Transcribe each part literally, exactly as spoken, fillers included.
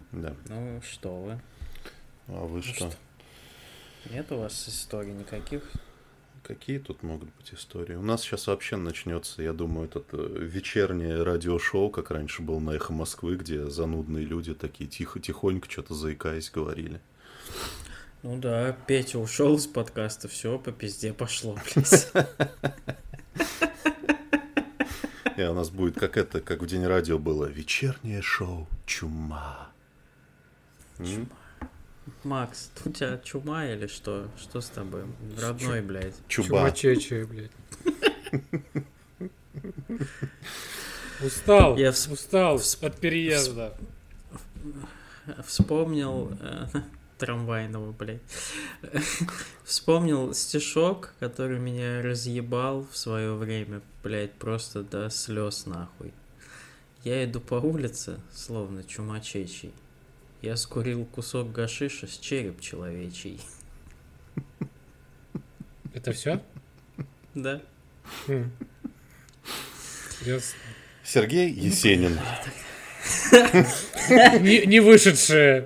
Да. Ну, что вы? А вы Ну, что? что? Нет у вас историй никаких? Какие тут могут быть истории? У нас сейчас вообще начнется, я думаю, это вечернее радиошоу, как раньше был на Эхо Москвы, где занудные люди такие тихо-тихонько, что-то заикаясь, говорили. Ну да, Петя ушел из подкаста, все, по пизде пошло, блядь. И у нас будет как это, как в День радио было, вечернее шоу «Чума». Чума. Макс, у тебя чума или что? Что с тобой? Родной, блядь. Чуба. Чумачечая, блядь. Устал, Я вс... устал всп... от переезда. Вспомнил э, трамвайного, блядь. Вспомнил стишок, который меня разъебал в свое время, блядь, просто до слез нахуй. Я иду по улице, словно чумачечий. Я скурил кусок гашиша с череп человечий. Это все? Да. Хм. Ясно. Сергей Есенин. Не, не вышедшие.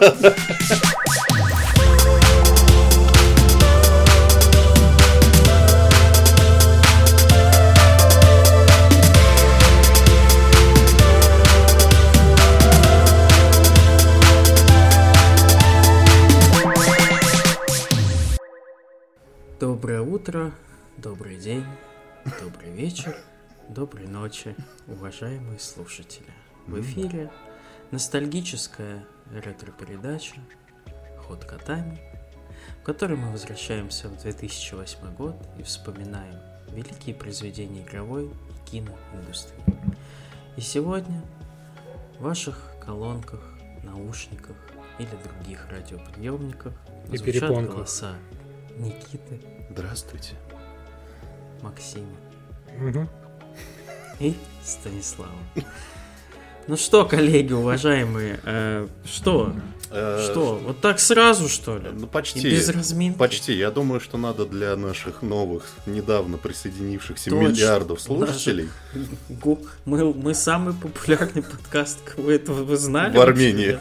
Доброе утро, добрый день, добрый вечер, доброй ночи, уважаемые слушатели. В эфире ностальгическая ретро-передача «Ход котами», в которой мы возвращаемся в две тысячи восьмой год и вспоминаем великие произведения игровой и киноиндустрии. И сегодня в ваших колонках, наушниках или других радиоприемниках И звучат перепонках. голоса Никиты, Здравствуйте. Максима Угу. и Станислава. Ну что, коллеги, уважаемые, э, что? Э, Что? Вот так сразу, что ли? Ну, И почти. без разминки? Почти. Я думаю, что надо для наших новых, недавно присоединившихся Точно. миллиардов слушателей Гу- Мы, мы самый популярный подкаст. Вы этого вы знали? в Армении.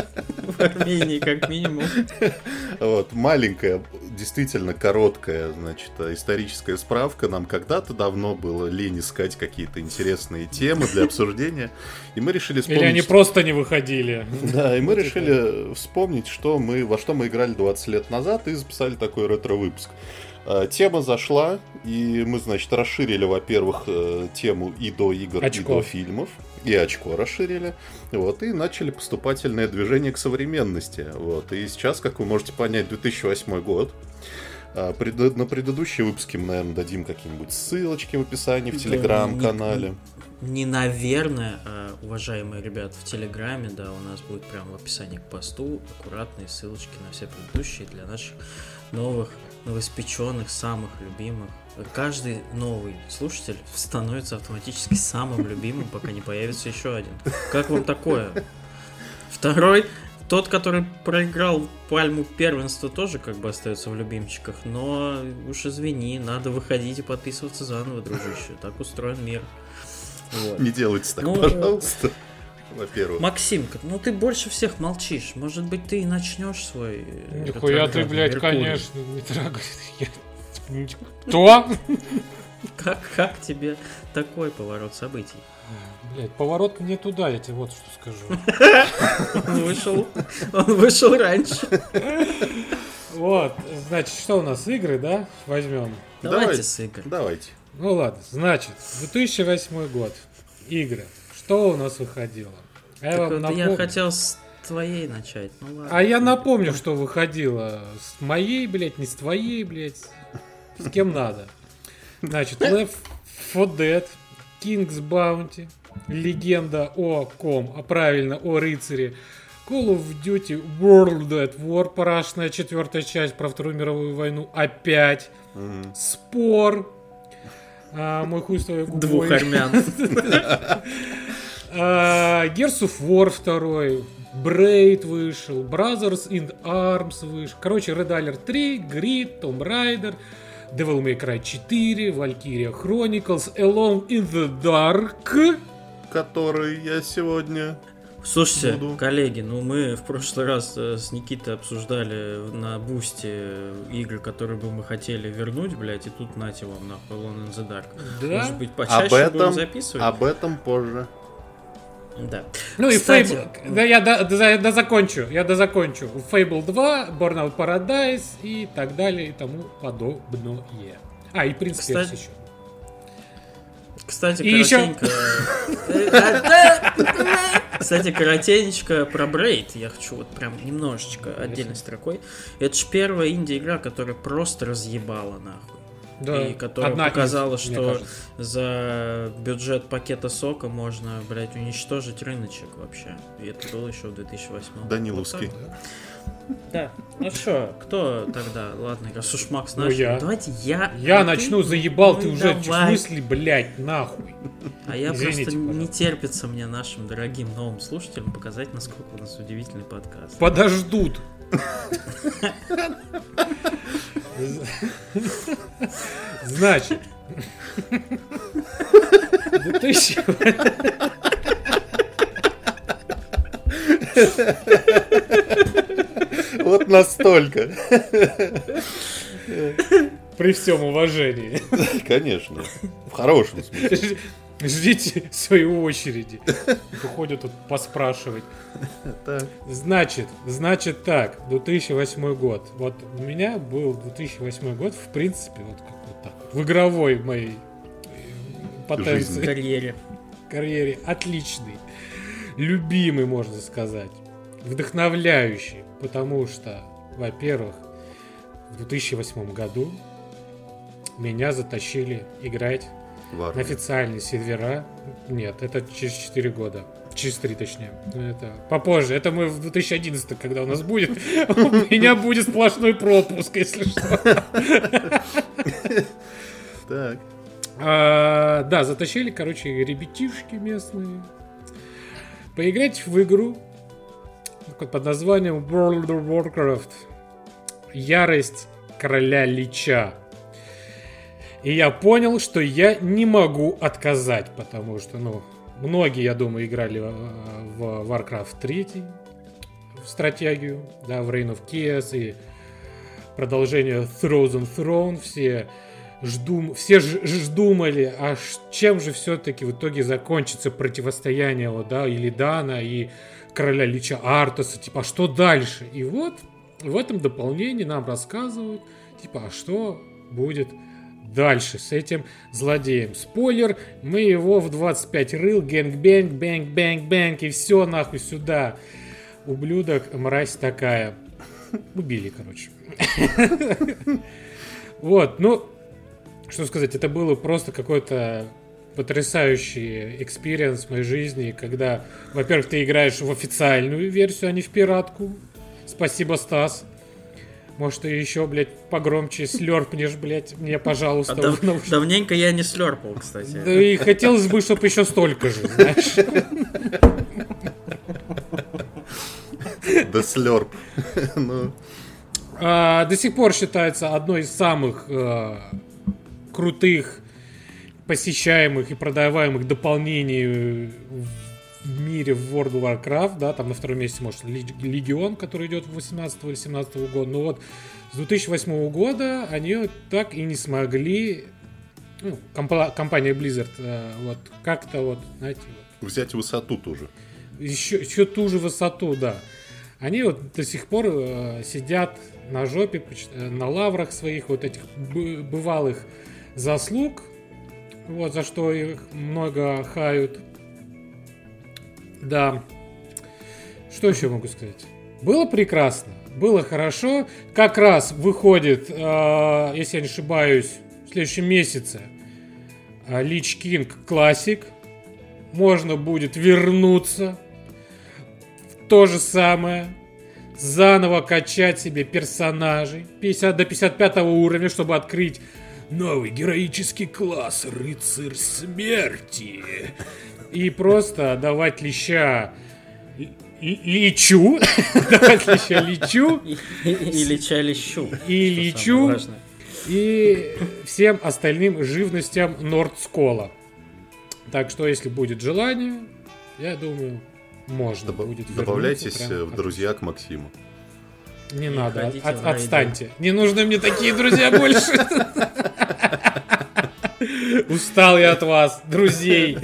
В Армении, как минимум. Вот, маленькая, действительно короткая, значит, историческая справка. Нам когда-то давно было лень искать какие-то интересные темы для обсуждения. И мы решили вспомнить... Или они просто не выходили. Да, и мы решили вспомнить, что мы, во что мы играли двадцать лет назад, и записали такой ретро-выпуск. А, Тема зашла, и мы, значит, расширили, во-первых, э, тему и до игр, Очко. и до фильмов. И очко расширили. Вот, и начали поступательное движение к современности. Вот, и сейчас, как вы можете понять, две тысячи восьмой год. А, пред- На предыдущие выпуски мы, наверное, дадим какие-нибудь ссылочки в описании в Да, телеграм-канале. Не, наверное, а, уважаемые ребята, в Телеграме, да, у нас будет прямо в описании к посту аккуратные ссылочки на все предыдущие для наших новых, новоиспеченных, самых любимых. Каждый новый слушатель становится автоматически самым любимым, пока не появится еще один. Как вам такое? Второй, тот, который проиграл пальму первенства, тоже как бы остается в любимчиках, но уж извини, надо выходить и подписываться заново, дружище. Так устроен мир. Вот. Не делайте так, Ну, пожалуйста. Во-первых. Максим, ну ты больше всех молчишь. Может быть, ты и начнешь свой... э, Нихуя ты, ретроградный блядь, Меркурий. конечно, не трогай. Я- Кто? Как, как тебе такой поворот событий? Блядь, поворот не туда, я тебе вот что скажу. Он вышел, он вышел раньше. Вот, значит, что у нас, игры, да? Возьмем. Давайте Давайте. с игр. Давайте. Ну ладно, значит, две тысячи восьмой год. Игры. Что у нас выходило? А я, Так вам вот я напомню- хотел с твоей начать. Ну ладно. А я напомню, что выходило с моей, блядь, не с твоей, блядь. С кем надо. Значит, Left four Dead, King's Bounty, Легенда о ком, а правильно, о рыцаре, Call of Duty World at War, парашная четвертая часть про Вторую мировую войну, опять, Мгм. Спор, а, мой хуй с твоей губой. Двух армян. А, Gears of War второй, Braid вышел, Brothers in Arms вышел. Короче, Red Alert три, Grid, Tomb Raider, Devil May Cry четыре, Valkyria Chronicles, Alone in the Dark. Который я сегодня Слушайте, буду. коллеги, ну мы в прошлый раз с Никитой обсуждали на Бусти игры, которые бы мы хотели вернуть, блядь, и тут нате вам нахуй Alone in the Dark. Да? Может быть, почаще Об этом, будем записывать? об этом позже. Да. Ну Кстати, и Fable, да, я до, до, до закончу, я дозакончу. Fable два, Burnout Paradise и так далее и тому подобное. А, и Принц Перси еще. Кстати, И коротенько... Кстати, коротенечко про Braid. Я хочу вот прям немножечко отдельной строкой. Это ж первая инди-игра, которая просто разъебала нахуй. Да, и которая одна показала, из, мне что кажется. за бюджет пакета сока можно, блядь, уничтожить рыночек вообще. И это было еще в две тысячи восьмом. Даниловский. Вот так, да. да. Ну что, кто тогда? Ладно, раз уж Макс Ну, начал. я. Давайте я. Я а начну, ты... заебал ну, ты уже. В давай. смысле, блядь, нахуй. А я Извините, просто пожалуйста. не терпится мне нашим дорогим новым слушателям показать, насколько у нас удивительный подкаст. Подождут. Значит. две тысячи Вот настолько. При всем уважении. Конечно. В хорошем смысле. Ждите своей очереди. Выходят тут поспрашивать. Так. Значит, значит так, две тысячи восьмой год. Вот у меня был две тысячи восьмой год, в принципе, вот как вот так. В игровой моей В потенции, карьере. карьере отличный. Любимый, можно сказать. Вдохновляющий. Потому что, во-первых, в две тысячи восьмом году меня затащили играть В на армию. официальные сервера. Нет, это через четыре года. Через три, точнее. Ну, это попозже. Это мы в две тысячи одиннадцатом, когда у нас будет. У меня будет сплошной пропуск, если что. Так. А, да, затащили, короче, ребятишки местные. Поиграть в игру под названием World of Warcraft. Ярость короля Лича. И я понял, что я не могу отказать, потому что, ну, многие, я думаю, играли в Warcraft три, в стратегию, да, в Reign of Chaos и продолжение Frozen Throne. Все, жду, все ж, ж думали, а ш, чем же все-таки в итоге закончится противостояние, вот, да, Илидана и короля Лича Артоса, типа, а что дальше? И вот в этом дополнении нам рассказывают, типа, а что будет дальше с этим злодеем. Спойлер, мы его в двадцать пять рыл, гэнг-бэнг, бэнг-бэнг-бэнг, и все нахуй сюда. Ублюдок, мразь такая. Убили, короче. Вот, ну, что сказать, это было просто какой-то потрясающий экспириенс в моей жизни, когда, во-первых, ты играешь в официальную версию, а не в пиратку. Спасибо, Стас. Может, ты еще, блядь, погромче слерпнешь, блядь, мне, пожалуйста. А дав- давненько я не слерпал, кстати. Да и хотелось бы, чтобы еще столько же, знаешь. Да слерп. Ну. А, до сих пор считается одной из самых а, крутых, посещаемых и продаваемых дополнений в мире в World of Warcraft, да, там на втором месте, может, Легион, который идет в восемнадцатого или семнадцатого года, но вот с две тысячи восьмого года они так и не смогли, ну, компа- компания Blizzard, э, вот, как-то вот, знаете, вот, Взять высоту тоже. еще, еще ту же высоту, да. Они вот до сих пор э, сидят на жопе, э, на лаврах своих вот этих б- бывалых заслуг, вот, за что их много хают. Да. Что еще могу сказать? Было прекрасно, было хорошо. Как раз выходит, э, если я не ошибаюсь, в следующем месяце э, Lich King Classic. Можно будет вернуться в то же самое, заново качать себе персонажей пятьдесят до пятьдесят пятого уровня, чтобы открыть новый героический класс Рыцарь Смерти. И просто давать леща Личу, давать леща Личу И лича лещу. и Личу и всем остальным живностям Нордскола. Так что, если будет желание, я думаю, можно Добав- будет Добавляйтесь прям в друзья к Максиму. Не И надо, ходите от- в рейды. отстаньте. Не нужны мне такие друзья больше. Устал я от вас, друзей.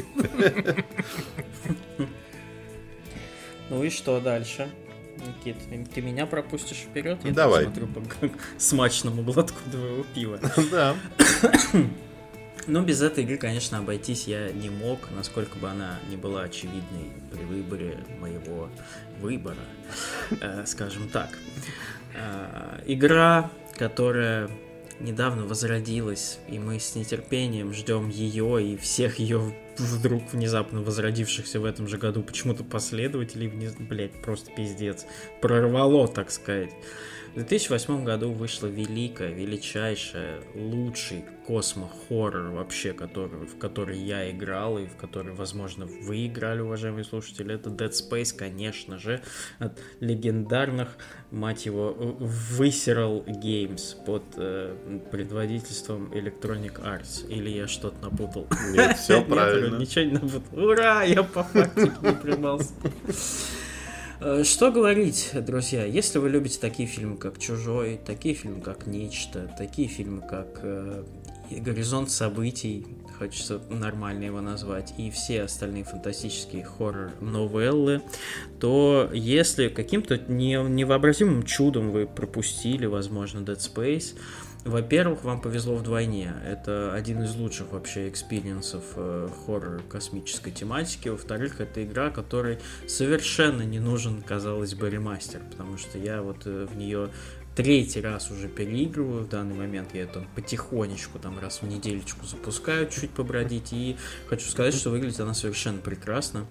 Ну и что дальше? Никит, ты- ты меня пропустишь вперед? Я Давай. так смотрю по смачному глотку твоего пива. Да. Но без этой игры, конечно, обойтись я не мог, насколько бы она не была очевидной при выборе моего выбора, э, скажем так. Э, игра, которая недавно возродилась, и мы с нетерпением ждем ее и всех ее вдруг внезапно возродившихся в этом же году почему-то последователей, вниз, блять, просто пиздец, прорвало, так сказать. В две тысячи восьмом году вышла великая, величайшая, лучший космо-хоррор вообще, который, в который я играл и в который, возможно, вы играли, уважаемые слушатели. Это Dead Space, конечно же, от легендарных, мать его, Visceral Games под э, предводительством Electronic Arts. Или я что-то напутал? Нет, все Нет, правильно. ничего не напутал. Ура, я по фактике не примался. Что говорить, друзья, если вы любите такие фильмы, как «Чужой», такие фильмы, как «Нечто», такие фильмы, как э, «Горизонт событий», хочется нормально его назвать, и все остальные фантастические хоррор-новеллы, то если каким-то не, невообразимым чудом вы пропустили, возможно, Dead Space, во-первых, вам повезло вдвойне. Это один из лучших вообще экспириенсов э, хоррор космической тематики. Во-вторых, это игра, которой совершенно не нужен, казалось бы, ремастер, потому что я вот э, в нее третий раз уже переигрываю. В данный момент я там потихонечку, там раз в недельечку запускаю, чуть побродить, и хочу сказать, что выглядит она совершенно прекрасно.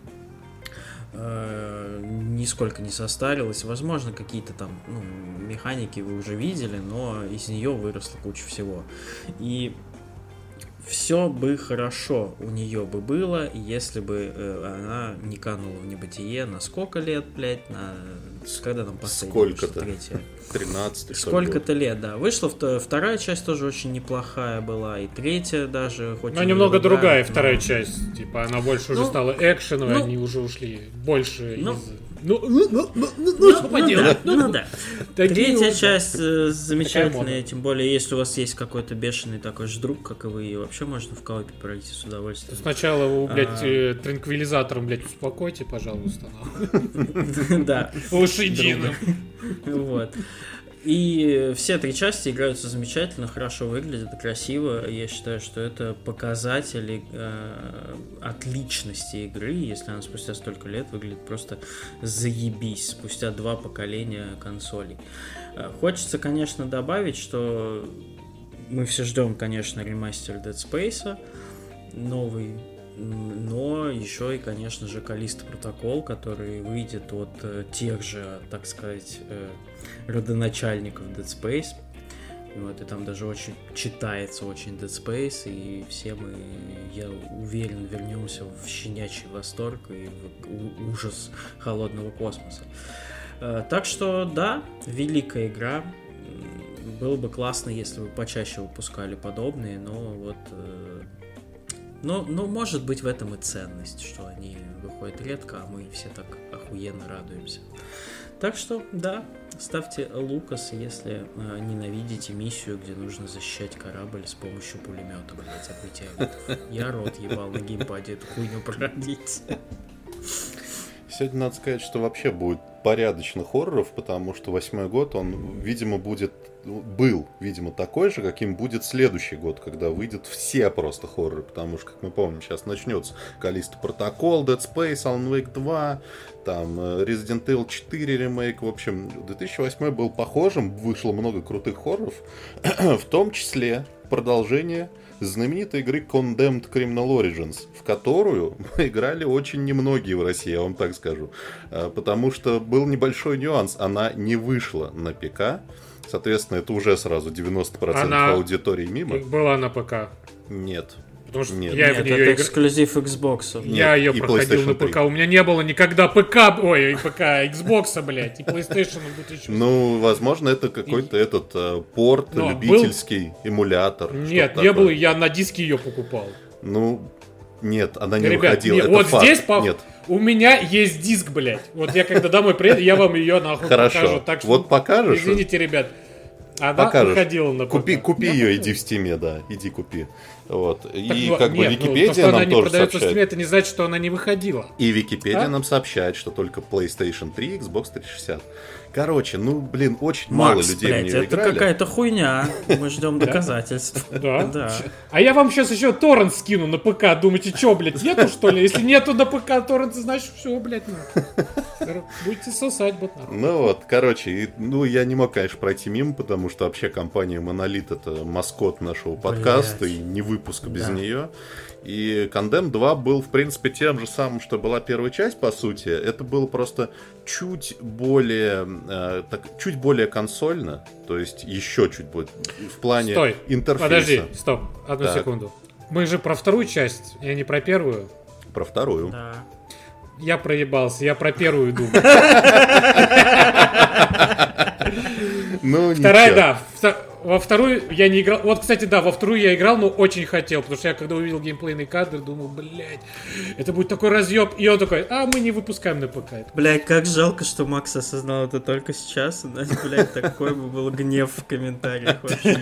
Нисколько не состарилась. Возможно, какие-то там ну, механики вы уже видели, но из нее выросла куча всего. И все бы хорошо у нее бы было, если бы э, она не канула в небытие на сколько лет, блядь, на... Когда там последняя? Сколько-то. Третья. тринадцатый. Сколько-то лет, да. Вышла вто- вторая часть тоже очень неплохая была, и третья даже, хоть Но и немного другая, другая но- вторая часть. Типа она больше уже Ну, стала экшеновой, ну, они уже ушли больше ну, из... Ну, ну, ну, ну, ну, ну, что Ну поделать? да, ну да. Такие Третья вот, часть э, замечательная, мода. тем более, если у вас есть какой-то бешеный такой же друг, как и вы, и вообще можно в коопе пройти с удовольствием. Сначала его, блядь, А. э, транквилизатором, блядь, успокойте, пожалуйста. Да. Лошадиным. Вот. И все три части играются замечательно, хорошо выглядят, красиво. Я считаю, что это показатели э, отличности игры, если она спустя столько лет выглядит просто заебись, спустя два поколения консолей. Э, Хочется, конечно, добавить, что мы все ждем, конечно, ремастер Dead Space, новый, но еще и, конечно же, Callisto Protocol, который выйдет от э, тех же, так сказать, э, родоначальников Dead Space. Вот, и там даже очень читается очень Dead Space, и все мы, я уверен, вернемся в щенячий восторг и в у- ужас холодного космоса. Э, так что, да, великая игра. М, Было бы классно, если бы почаще выпускали подобные, но вот... э, Ну, ну, может быть, в этом и ценность, что они выходят редко, а мы все так охуенно радуемся. Так что, да, ставьте Лукас, если э, ненавидите миссию, где нужно защищать корабль с помощью пулемета, блять, от метеоритов. Я рот ебал на геймпаде эту хуйню проходить. Сегодня надо сказать, что вообще будет порядочно хорроров, потому что восьмой год, он, видимо, будет, был, видимо, такой же, каким будет следующий год, когда выйдут все просто хорроры, потому что, как мы помним, сейчас начнется Callisto Protocol, Dead Space, Alan Wake два, там, Resident Evil четыре ремейк, в общем, две тысячи восьмой был похожим, вышло много крутых хорроров, в том числе продолжение знаменитой игры Condemned Criminal Origins, в которую мы играли очень немногие в России, я вам так скажу. Потому что был небольшой нюанс, она не вышла на ПК, соответственно, это уже сразу девяносто процентов Она аудитории мимо. Была на ПК. Нет. Потому что Нет. я Нет, в это нее играл. эксклюзив Xbox. Я Нет, ее и проходил PlayStation на три. ПК. У меня не было никогда ПК, ой, и ПК, Xbox, блядь, и PlayStation будет еще. Ну, возможно, это какой-то этот э, порт, Но любительский эмулятор. Нет, что-то не такое. было, я на диске ее покупал. Ну, нет, она не Ребят, выходила. нет, это вот факт. здесь по- Нет. У меня есть диск, блядь. Вот я когда домой приеду, я вам ее нахуй Хорошо. покажу. Так что, вот покажешь? Извините, ребят. Она покажешь. выходила на ПК. Купи, купи ее, иди в Стиме, да. Иди купи. Вот. И Так, как нет, бы Википедия ну, то, что нам она не тоже продается сообщает. в Steam, это не значит, что она не выходила. И Википедия А? нам сообщает, что только PlayStation три, Xbox триста шестьдесят. Короче, ну, блин, очень Макс, мало людей блядь, в нее это играли. какая-то хуйня. Мы ждем доказательств. Да. Да. А я вам сейчас еще торрент скину на ПК. Думаете, что, блядь, нету, что ли? Если нету на ПК торрент, значит, все, блядь, ну. Будете сосать, вот нахуй. Ну вот, короче, и, ну я не мог, конечно, пройти мимо, потому что вообще компания Monolith — это маскот нашего подкаста, Блядь. и не выпуска без Да. нее. И Condemned два был, в принципе, тем же самым, что была первая часть, по сути. Это было просто чуть более, э, так, чуть более консольно, то есть еще чуть более в плане Стой, интерфейса. подожди, стоп, одну Так. секунду. Мы же про вторую часть, я не про первую. Про вторую. Да. Я проебался, я про первую думаю. Ну, Вторая, ничего. да. вто- Во вторую я не играл. Вот, кстати, да, во вторую я играл, но очень хотел. Потому что я когда увидел геймплейный кадр, думал, блядь, это будет такой разъеб. И он такой, а мы не выпускаем на ПК. Я такой, Блядь, как жалко, что Макс осознал это только сейчас. У нас, блядь, такой бы был гнев в комментариях вообще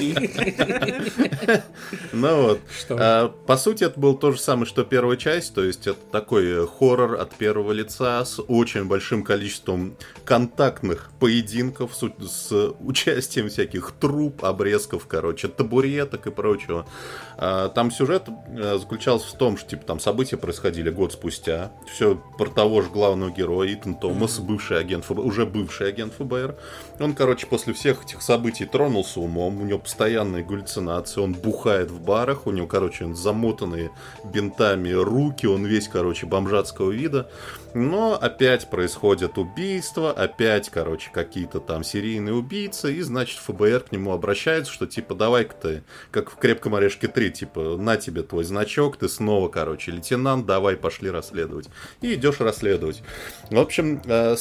великий. Ну вот. Что? А, по сути, это был то же самое, что первая часть. То есть это такой хоррор от первого лица с очень большим количеством контактных поединков с, с участием всяких труб, обрезков, короче, табуреток и прочего. А, там сюжет а, заключался в том, что типа там события происходили год спустя. Все про того же главного героя Итан Томас, бывший агент ФБР, уже бывший агент ФБР. Он, короче, после всех этих событий тронулся умом, у него постоянные галлюцинации, он бухает в барах, у него, короче, он замотанные бинтами руки, он весь, короче, бомжатского вида. Но опять происходят убийства, опять, короче, какие-то там серийные убийцы, и, значит, ФБР к нему обращается, что, типа, давай-ка ты, как в «Крепком орешке три», типа, на тебе твой значок, ты снова, короче, лейтенант, давай, пошли расследовать. И идешь расследовать. В общем,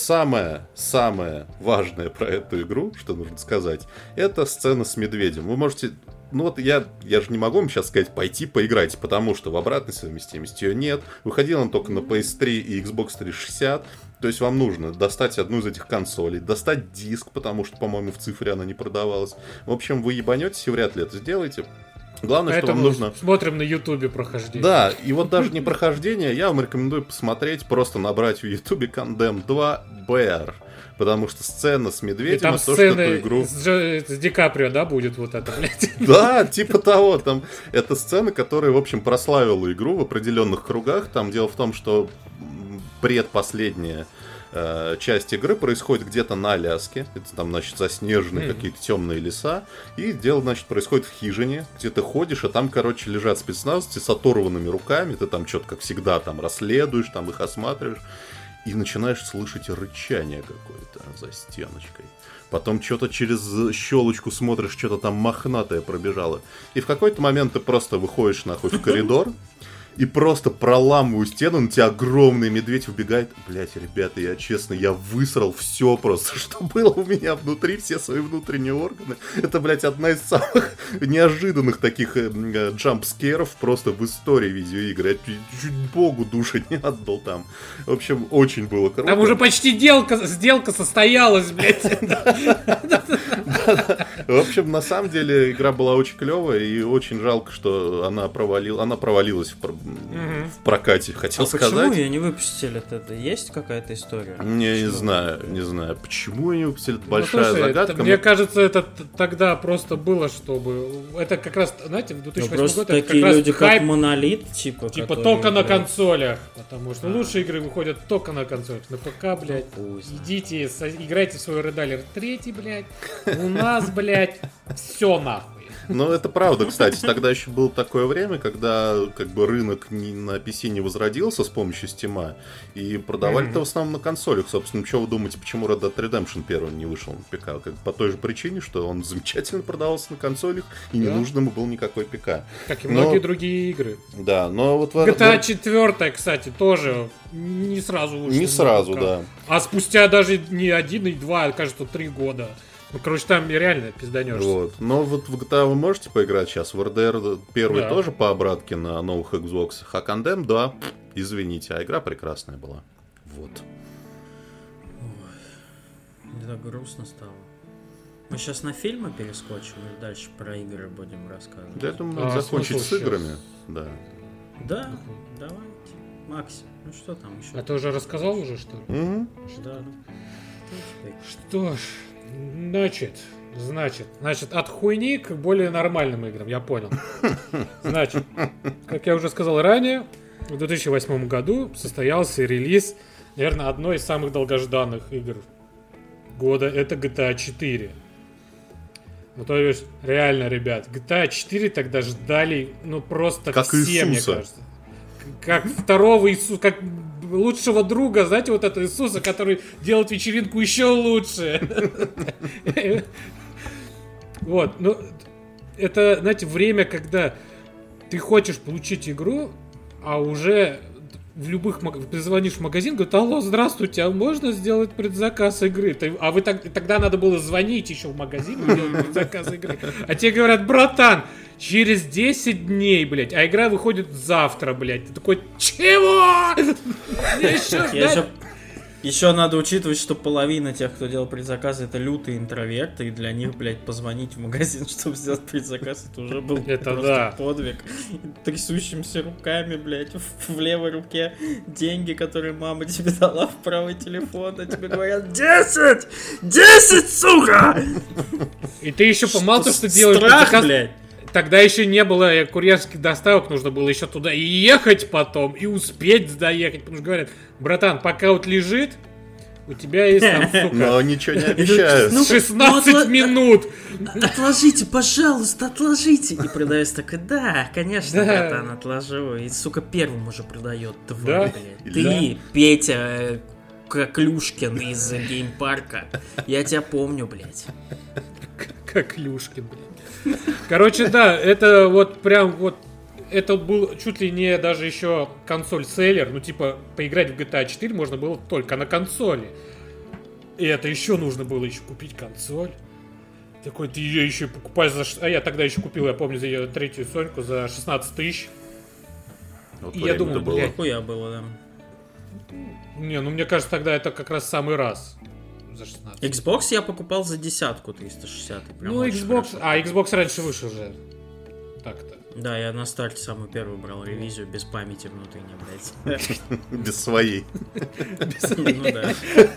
самое-самое важное про эту игру, что нужно сказать, это сцена с медведем. Вы можете... Ну вот я, я же не могу вам сейчас сказать, пойти поиграть, потому что в обратной совместимости ее нет. Выходила она только на пи эс три и Xbox триста шестьдесят. То есть вам нужно достать одну из этих консолей, достать диск, потому что, по-моему, в цифре она не продавалась. В общем, вы ебанетесь и вряд ли это сделаете. Главное, Поэтому что вам нужно... смотрим на ютубе прохождение. Да, и вот даже не прохождение, я вам рекомендую посмотреть, просто набрать в ютубе Condemned два би ар. Потому что сцена с И медведем, там это то, что эту сцены игру... с, Дж- с Ди Каприо, да, будет вот это, блядь? Да, типа того. Там это сцена, которая, в общем, прославила игру в определенных кругах. Там дело в том, что м, предпоследняя э, часть игры происходит где-то на Аляске. Это там, значит, заснеженные Мгм. какие-то темные леса. И дело, значит, происходит в хижине, где ты ходишь, а там, короче, лежат спецназовцы с оторванными руками. Ты там что-то, как всегда, там расследуешь, там их осматриваешь. И начинаешь слышать рычание какое-то за стеночкой. Потом что-то через щелочку смотришь, что-то там мохнатое пробежало. И в какой-то момент ты просто выходишь нахуй в коридор, и просто проламываю стену, на тебя огромный медведь вбегает. Блять, ребята, я честно, я высрал все просто, что было у меня внутри, все свои внутренние органы. Это, блять, одна из самых неожиданных таких э, э, джампскеров просто в истории видеоигр. Я чуть, чуть богу души не отдал там. В общем, очень было круто. Там уже почти делка, сделка состоялась, блядь. В общем, на самом деле, игра была очень клевая, и очень жалко, что она провалила, она провалилась в, про- в прокате, хотел А сказать. почему ее не выпустили? Это есть какая-то история? Не, не Почему? знаю, не знаю. Почему они выпустили? Это Ну, большая слушай, загадка. это, мне но- кажется, это т- тогда просто было, чтобы... Это как раз, знаете, в две тысячи Ну, восьмой просто год это как такие раз люди, хайп, как Монолит, типа, типа, которые, только на блядь, консолях. Потому что А. лучшие игры выходят только на консолях. На ПК, блядь. пусть. Идите, со- играйте в свой Red Alert три, блядь. У нас, блядь, все нахуй. Ну, это правда, кстати. Тогда еще было такое время, когда как бы рынок не- на пи си не возродился с помощью Steam, и продавали-то в основном на консолях. Собственно, что вы думаете, почему Red Dead Redemption первым не вышел на ПК? Как, по той же причине, что он замечательно продавался на консолях, и не Да. нужен ему был никакой ПК. Как и Но- многие другие игры. Да, но вот... в- джи ти эй четыре, кстати, тоже не сразу вышла. Не на сразу, ПК. да. А спустя даже не один и два, а, кажется, три года Ну, короче, там реально пизданешься. Вот. Но вот в джи ти эй вы можете поиграть сейчас? В эр ди ар первый Да. тоже по обратке на новых Xbox. А Condemn, да, извините, а игра прекрасная была. Вот. Мне так грустно стало. Мы сейчас на фильмы перескочим или дальше про игры будем рассказывать? Да, я думаю, А, надо закончить смысл с играми. Да. Да, давайте. Макс, ну что там еще? А ты уже рассказал уже, что ли? Мгм. Да. Ну, теперь. Что ж, значит, значит, значит, от хуйни к более нормальным играм, я понял. Значит, как я уже сказал ранее, в две тысячи восьмом году состоялся релиз, наверное, одной из самых долгожданных игр года, это джи ти эй четыре. Ну, то есть, реально, ребят, джи ти эй четыре тогда ждали, ну, просто Как все, мне Иисуса. кажется. Как второго Иисуса, как лучшего друга, знаете, вот этого Иисуса, который делает вечеринку еще лучше. Вот, ну, это, знаете, время, когда ты хочешь получить игру, а уже в любых маг... ты звонишь в магазин, говорит: алло, здравствуйте, а можно сделать предзаказ игры? Ты... А вы так... тогда надо было звонить еще в магазин и делать предзаказ игры. А тебе говорят: братан, через десять дней, блядь, а игра выходит завтра, блядь. Ты такой: чего? Мне еще Я ждать? еще, еще надо учитывать, что половина тех, кто делал предзаказы, это лютые интроверты, и для них, блядь, позвонить в магазин, чтобы сделать предзаказ, это уже был Это просто да. подвиг. Трясущимися руками, блядь, в, в левой руке деньги, которые мама тебе дала в правый телефон, а тебе говорят: десять! десять, сука! И ты еще мало то, что делаешь Страх, предзаказ, блядь. тогда еще не было курьерских доставок, нужно было еще туда и ехать потом, и успеть доехать. Потому что говорят: братан, пока вот лежит, у тебя есть там, сука, Но ничего не обещают. Ну, шестнадцать ну, отла- минут. Отложите, пожалуйста, отложите. И продавец такой: да, конечно, Да. братан, отложу. И, сука, первым уже продает. Да. Тварь, блядь. Ты, Петя э, Коклюшкин из геймпарка. Я тебя помню, блядь. Как Люшкин, блин. Короче, да, это вот прям вот... Это был чуть ли не даже еще консоль-селлер. Ну, типа, поиграть в джи ти эй четыре можно было только на консоли. И это еще нужно было еще купить консоль. Такой, ты ее еще покупаешь за... ш- А я тогда еще купил, я помню, за ее третью Соньку за шестнадцать тысяч. Вот И я время-то думал, было. блядь, Хуя было, да. Не, ну мне кажется, тогда это как раз самый раз. За шестнадцать. Xbox я покупал за десятку триста шестьдесят. Прям Ну, очень Xbox... хорошо. А, Xbox раньше вышел же. Так-то. Да, я на старте самую первую брал ревизию без памяти внутренней, блядь. Без своей. Ну да.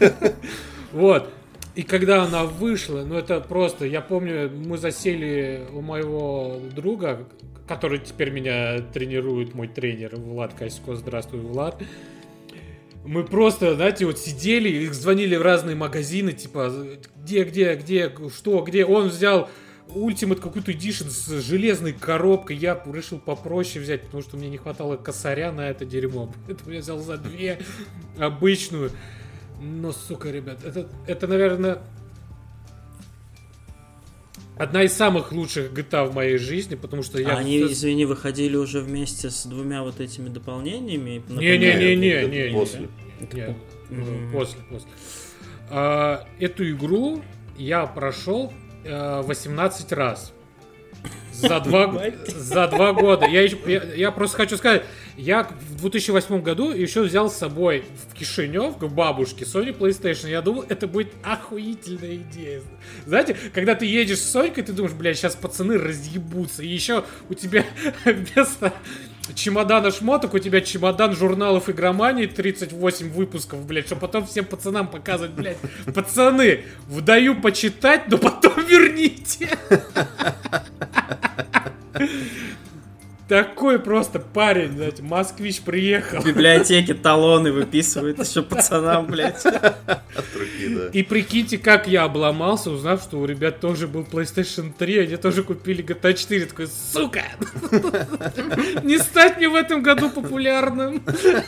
Вот. И когда она вышла, ну это просто, я помню, мы засели у моего друга, который теперь меня тренирует, мой тренер Влад Косько. Здравствуй, Влад. Мы просто, знаете, вот сидели, их звонили в разные магазины, типа, где, где, где, что, где. Он взял Ultimate какой-то Edition с железной коробкой. Я решил попроще взять, потому что мне не хватало косаря на это дерьмо. Поэтому я взял за две обычную. Но, сука, ребят, это, это, наверное, одна из самых лучших джи ти эй в моей жизни, потому что я... А они, извини, выходили уже вместе с двумя вот этими дополнениями? Не-не-не-не-не. После. Нет, Мгм. после, после. А, эту игру я прошел а, восемнадцать раз. За два, за два года. Я, еще- я, я просто хочу сказать, я в две тысячи восьмом году еще взял с собой в Кишинев к бабушке Sony PlayStation. Я думал, это будет охуительная идея. Знаете, когда ты едешь с Сонькой, ты думаешь: блядь, сейчас пацаны разъебутся. И еще у тебя вместо чемодана шмоток у тебя чемодан журналов игромании, тридцать восемь выпусков, блядь, чтобы потом всем пацанам показывать: блядь, пацаны, вдаю почитать, но потом верните. Такой просто парень, знаете, москвич приехал. В библиотеке талоны выписывает еще пацанам, блядь. От руки, да. И прикиньте, как я обломался, узнав, что у ребят тоже был PlayStation три, они тоже купили джи ти эй четыре. Такой: сука! Не стать мне в этом году популярным.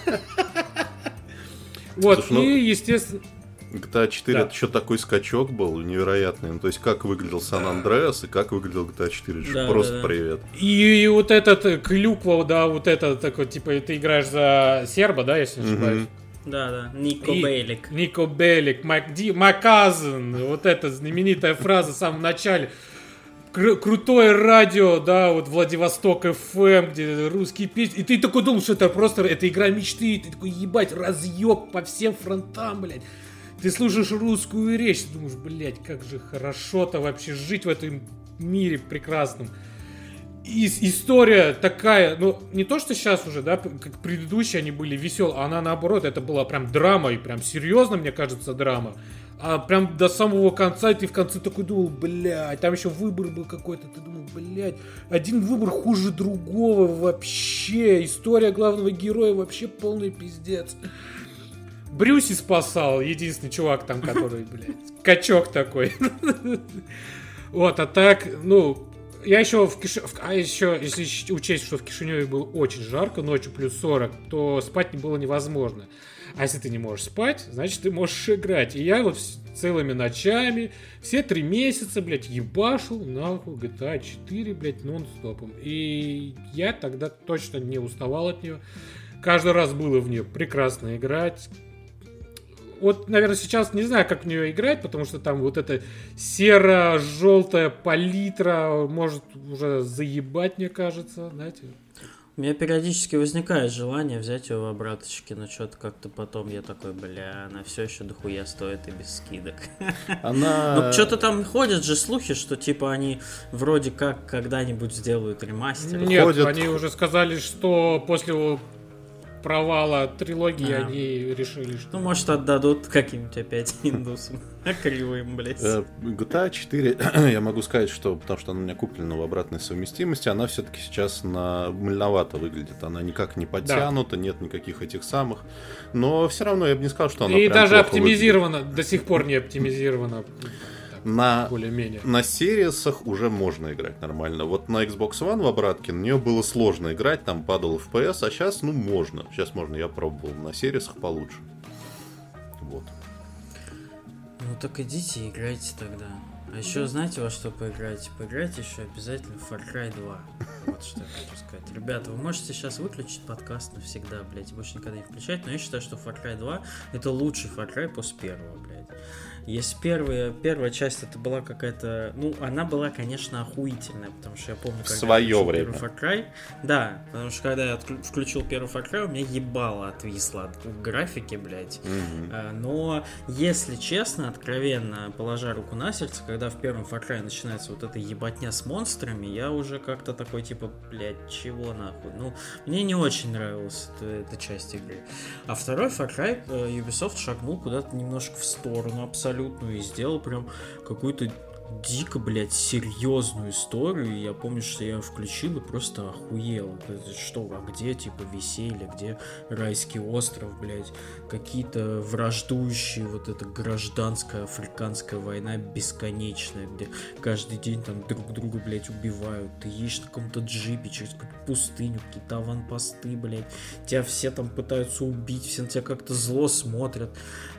Вот, Слушай, ну- и, естественно... джи ти эй четыре Да. это еще такой скачок был невероятный. Ну, то есть, как выглядел Сан-Андреас и как выглядел джи ти эй четыре. Это ж Да, просто да, да. привет. И, и вот этот э, клюква, да, вот это такой, типа, ты играешь за серба, да, если не ошибаюсь? Мгм. Да, да, Нико И Бейлик. Нико Беллик, my, di- my cousin, вот эта знаменитая фраза в самом начале. Кру- крутое радио, да, вот Владивосток эф эм, где русские песни. И ты такой думал, что это просто, это игра мечты. И ты такой, ебать, разъеб по всем фронтам, блядь. Ты слушаешь русскую речь, ты думаешь, блядь, как же хорошо-то вообще жить в этом мире прекрасном. И история такая, ну, не то, что сейчас уже, да, как предыдущие они были веселые, а она наоборот, это была прям драма, и прям серьезно, мне кажется, драма. А прям до самого конца, и ты в конце такой думал, блядь, там еще выбор был какой-то, ты думал, блядь, один выбор хуже другого вообще, история главного героя вообще полный пиздец. Брюси спасал, единственный чувак там, который, блядь, качок такой. Вот, а так, ну... Я еще в Киш... А еще, если учесть, что в Кишиневе было очень жарко, ночью плюс сорок, то спать не было невозможно. А если ты не можешь спать, значит ты можешь играть. И я вот целыми ночами, все три месяца, блядь, ебашил нахуй джи ти эй четыре, блядь, нон-стопом. И я тогда точно не уставал от нее. Каждый раз было в нее прекрасно играть. Вот, наверное, сейчас не знаю, как в нее играть, потому что там вот эта серо-желтая палитра может уже заебать, мне кажется, знаете. У меня периодически возникает желание взять его в обраточки, но что-то как-то потом я такой, бля, она все еще дохуя стоит и без скидок. Она... Ну, что-то там ходят же слухи, что типа они вроде как когда-нибудь сделают ремастер. Нет, Ходят... они уже сказали, что после провала трилогии А. они решили, что... Ну, может, отдадут каким-нибудь опять индусам. Кривым, блядь. джи ти эй четыре, я могу сказать, что потому что она у меня куплена в обратной совместимости, она все-таки сейчас на мыльновато выглядит. Она никак не подтянута, да. Нет никаких этих самых. Но все равно я бы не сказал, что она и прям даже плохо оптимизирована, выглядит. до сих пор не оптимизирована. На, более-менее. На сериесах уже можно играть нормально. Вот на Xbox One в обратке на нее было сложно играть, там падал эф пи эс, а сейчас, ну, можно. Сейчас можно, я пробовал. На сериесах получше. Вот. Ну так идите, играйте тогда. А еще знаете, во что поиграть? Поиграйте еще обязательно в Far Cry два. Вот что я хочу сказать. Ребята, вы можете сейчас выключить подкаст навсегда, блядь, и больше никогда не включать, но я считаю, что Far Cry два это лучший Far Cry после первого, блядь. Если первая, первая часть это была какая-то... Ну, она была, конечно, охуительная, потому что я помню, когда свое я включил время. первый Far Cry... Да, потому что когда я отклю- включил первый Far Cry, у меня ебало отвисло от графики, блядь. Mm-hmm. А, но, если честно, откровенно, положа руку на сердце, когда в первом Far Cry начинается вот эта ебатня с монстрами, я уже как-то такой, типа, блядь, чего нахуй? Ну, мне не очень нравилась эта, эта часть игры. А второй Far Cry Ubisoft шагнул куда-то немножко в сторону абсолютно и сделал прям какую-то дико, блядь, серьезную историю. И я помню, что я ее включил и просто охуел. Это что, а где, типа, веселье, где райский остров, блядь, какие-то враждующие, вот эта гражданская африканская война бесконечная, где каждый день там друг друга, блядь, убивают. Ты едешь на каком-то джипе через какую-то пустыню, какие-то аванпосты, блядь. Тебя все там пытаются убить, все на тебя как-то зло смотрят.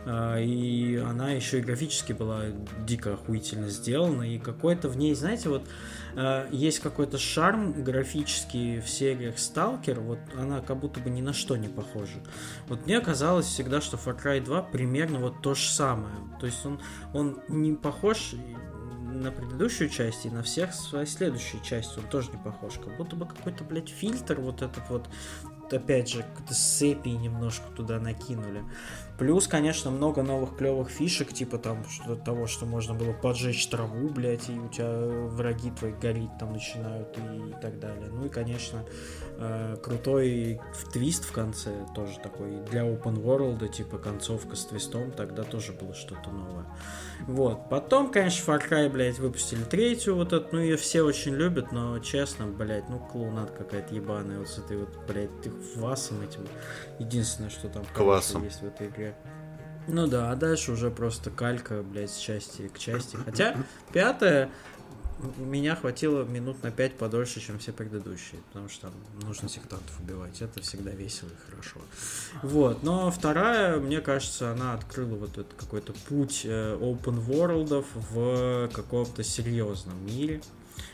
И она еще и графически была дико охуительно сделана. И какой-то в ней, знаете, вот э, есть какой-то шарм графический в сериях Stalker, вот она как будто бы ни на что не похожа. Вот мне казалось всегда, что Far Cry два примерно вот то же самое. То есть он, он не похож на предыдущую часть и на всех свои следующие части он тоже не похож. Как будто бы какой-то, блядь, фильтр вот этот вот, опять же, какой-то сепии немножко туда накинули. Плюс, конечно, много новых клевых фишек, типа там что-то того, что можно было поджечь траву, блядь, и у тебя враги твои гореть там начинают и, и так далее. Ну и, конечно, э, крутой твист в конце тоже такой для open world, типа концовка с твистом, тогда тоже было что-то новое. Вот. Потом, конечно, Far Cry, блядь, выпустили третью вот эту, ну ее все очень любят, но честно, блядь, ну клоунада какая-то ебаная вот с этой вот, блядь, квасом этим. Единственное, что там квасом есть в этой игре. Ну да, а дальше уже просто калька, блядь, с части к части. Хотя пятая меня хватило минут на пять подольше, чем все предыдущие, потому что там нужно сектантов убивать, это всегда весело и хорошо. Вот, но вторая, мне кажется, она открыла вот этот какой-то путь open world'ов в каком-то серьезном мире.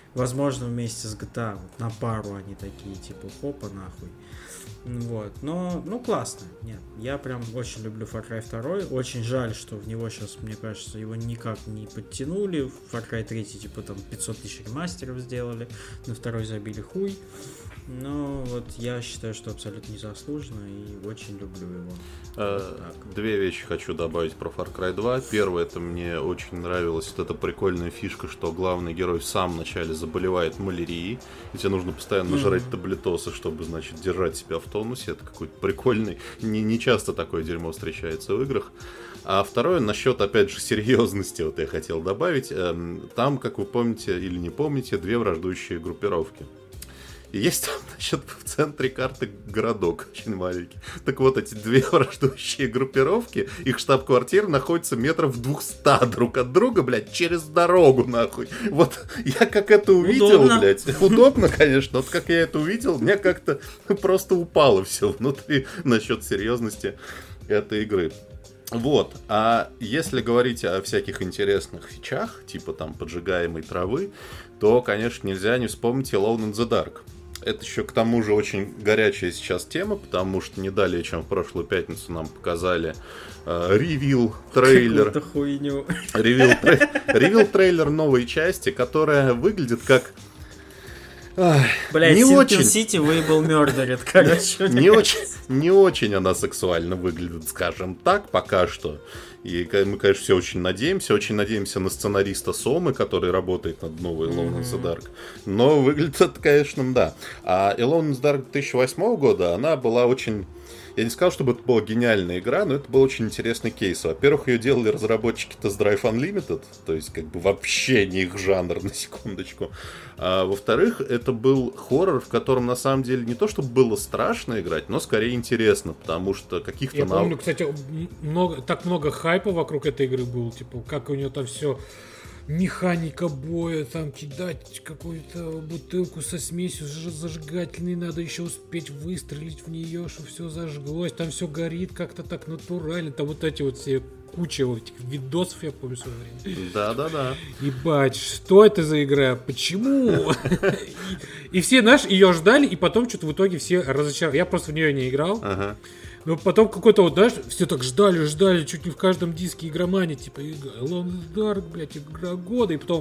Возможно, вместе с джи ти эй вот, на пару они такие, типа, хопа, нахуй. Вот, но, ну, классно. Нет, я прям очень люблю Far Cry два. Очень жаль, что в него сейчас, мне кажется, его никак не подтянули. Far Cry три, типа, там пятьсот тысяч ремастеров сделали, на второй забили хуй. Но вот я считаю, что абсолютно незаслуженно и очень люблю его. Вот Две вещи хочу добавить про Far Cry два. Первое, это мне очень нравилась вот эта прикольная фишка, что главный герой в самом начале заболевает малярией, и тебе нужно постоянно mm-hmm. жрать таблетосы, чтобы, значит, держать себя в тонусе. Это какой-то прикольный, не, не часто такое дерьмо встречается в играх. А второе, насчет, опять же, серьезности, вот я хотел добавить. Там, как вы помните или не помните, две враждующие группировки. И есть там, значит, в центре карты городок очень маленький. Так вот, эти две враждующие группировки, их штаб-квартира находится метров в двухстах друг от друга, блядь, через дорогу, нахуй. Вот я как это увидел, Удобно. блядь. Удобно, конечно. Вот как я это увидел, у меня как-то просто упало все внутри насчет серьезности этой игры. Вот, а если говорить о всяких интересных фичах, типа там поджигаемой травы, то, конечно, нельзя не вспомнить Alone in the Dark. Это еще к тому же очень горячая сейчас тема, потому что не далее, чем в прошлую пятницу, нам показали э, ревил трейлер. Ревил, трей, ревил трейлер новой части, которая выглядит как... Блять, не очень City выебал Murdered, короче. Не очень, не очень она сексуально выглядит, скажем так, пока что. И мы, конечно, все очень надеемся. Очень надеемся на сценариста Сомы, который работает над новой Alone in the Dark. Но выглядит это, конечно, да. А Alone in the Dark две тысячи восьмого года, она была очень... Я не сказал, чтобы это была гениальная игра, но это был очень интересный кейс. Во-первых, ее делали разработчики Test Drive Unlimited, то есть как бы вообще не их жанр, на секундочку. А во-вторых, это был хоррор, в котором на самом деле не то, чтобы было страшно играть, но скорее интересно, потому что каких-то... Я нав... помню, кстати, много, так много хайпа вокруг этой игры было, типа, как у нее там все... Механика боя, там кидать какую-то бутылку со смесью зажигательной, надо еще успеть выстрелить в нее, чтобы все зажглось, там все горит как-то так натурально, там вот эти вот все куча вот этих видосов, я помню, в свое время. Да-да-да. Ебать, что это за игра? Почему? И все, знаешь, ее ждали, и потом что-то в итоге все разочаровались. Я просто в нее не играл. Но потом какой-то вот, знаешь, все так ждали, ждали, чуть не в каждом диске игромания, типа, Alone in the Dark, блядь, игра года, и потом...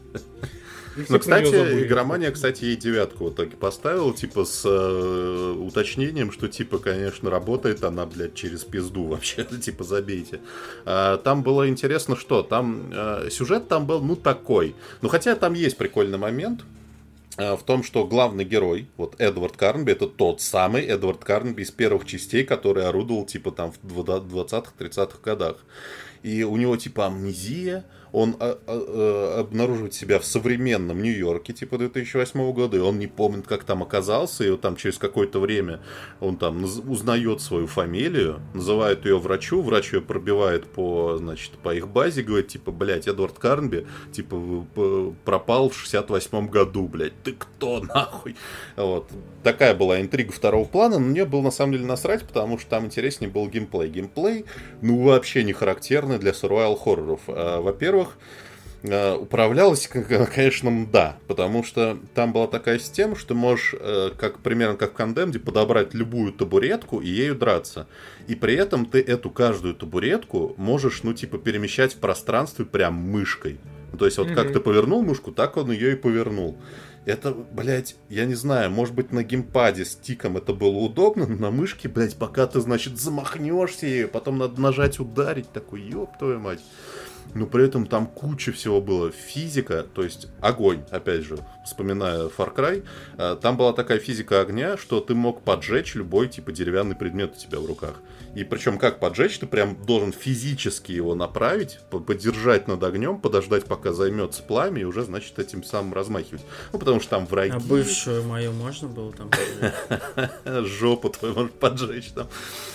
Ну, кстати, игромания, кстати, ей девятку в итоге поставила, типа, с э, уточнением, что, типа, конечно, работает она, блядь, через пизду вообще, типа, забейте. А, там было интересно, что там э, сюжет там был, ну, такой. Ну, хотя там есть прикольный момент э, в том, что главный герой, вот Эдвард Карнби, это тот самый Эдвард Карнби из первых частей, который орудовал, типа, там, в двадцатых-тридцатых годах. И у него, типа, амнезия, он а, а, обнаруживает себя в современном Нью-Йорке, типа две тысячи восьмого года, и он не помнит, как там оказался, и вот там через какое-то время он там узнает свою фамилию, называет ее врачу, врач ее пробивает по, значит, по их базе, говорит, типа, блядь, Эдвард Карнби, типа, пропал в шестьдесят восьмом году, блядь, ты кто, нахуй? Вот. Такая была интрига второго плана, но мне было, на самом деле, насрать, потому что там интереснее был геймплей. Геймплей, ну, вообще не характерный для сурвайвал-хорроров. Во-первых, управлялось, конечно, да, потому что там была такая система, что ты можешь, как, примерно как в Condemned, подобрать любую табуретку и ею драться. И при этом ты эту каждую табуретку можешь, ну, типа, перемещать в пространстве прям мышкой. То есть, вот mm-hmm. как ты повернул мышку, так он ее и повернул. Это, блядь, я не знаю, может быть, на геймпаде с тиком это было удобно, но на мышке, блядь, пока ты, значит, замахнешься ею, потом надо нажать ударить, такой, ёб твою мать. Но при этом там куча всего было. Физика, то есть огонь, опять же, вспоминая Far Cry, там была такая физика огня, что ты мог поджечь любой, типа, деревянный предмет у тебя в руках. И причем как поджечь, ты прям должен физически его направить, подержать над огнем, подождать, пока займется пламя, и уже, значит, этим самым размахивать. Ну, потому что там враги... А бывшую мою можно было там поджечь? Жопу твою можно поджечь там.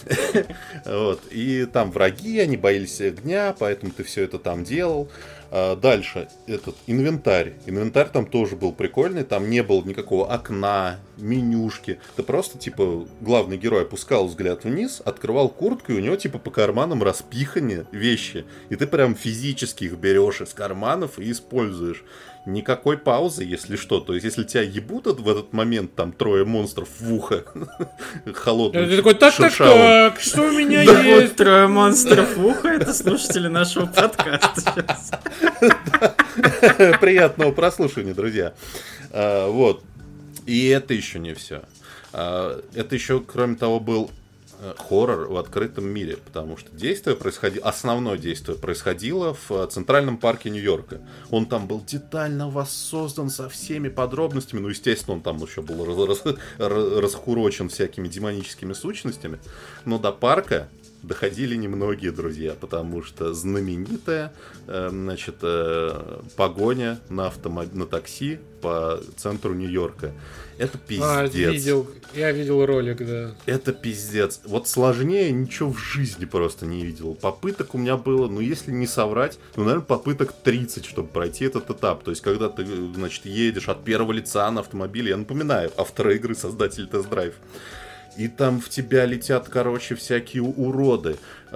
Вот. И там враги, они боялись огня, поэтому ты все это там делал. А дальше, этот инвентарь. Инвентарь там тоже был прикольный. Там не было никакого окна, менюшки. Ты просто, типа, главный герой опускал взгляд вниз, открывал куртку, и у него, типа, по карманам распиханы вещи. И ты прям физически их берешь из карманов и используешь. никакой паузы, если что. То есть, если тебя ебут в этот момент там трое монстров в ухо холодным ты такой, так, так, так, что у меня да есть? Вот трое монстров в ухо, это слушатели нашего подкаста сейчас. Приятного прослушивания, друзья. А, вот. И это еще не все. А, это еще, кроме того, был хоррор в открытом мире, потому что действие происходило, основное действие происходило в Центральном парке Нью-Йорка. Он там был детально воссоздан со всеми подробностями, ну, естественно, он там еще был раз, раз, расхурочен всякими демоническими сущностями, но до парка доходили немногие, друзья, потому что знаменитая э, значит, э, погоня на, автомоб... на такси по центру Нью-Йорка. Это пиздец. А, видел, я видел ролик, да. Это пиздец. Вот сложнее ничего в жизни просто не видел. Попыток у меня было, ну если не соврать, ну, наверное, попыток тридцать, чтобы пройти этот этап. То есть, когда ты, значит, едешь от первого лица на автомобиле, я напоминаю, автора игры, создатель тест-драйв. И там в тебя летят, короче, всякие уроды.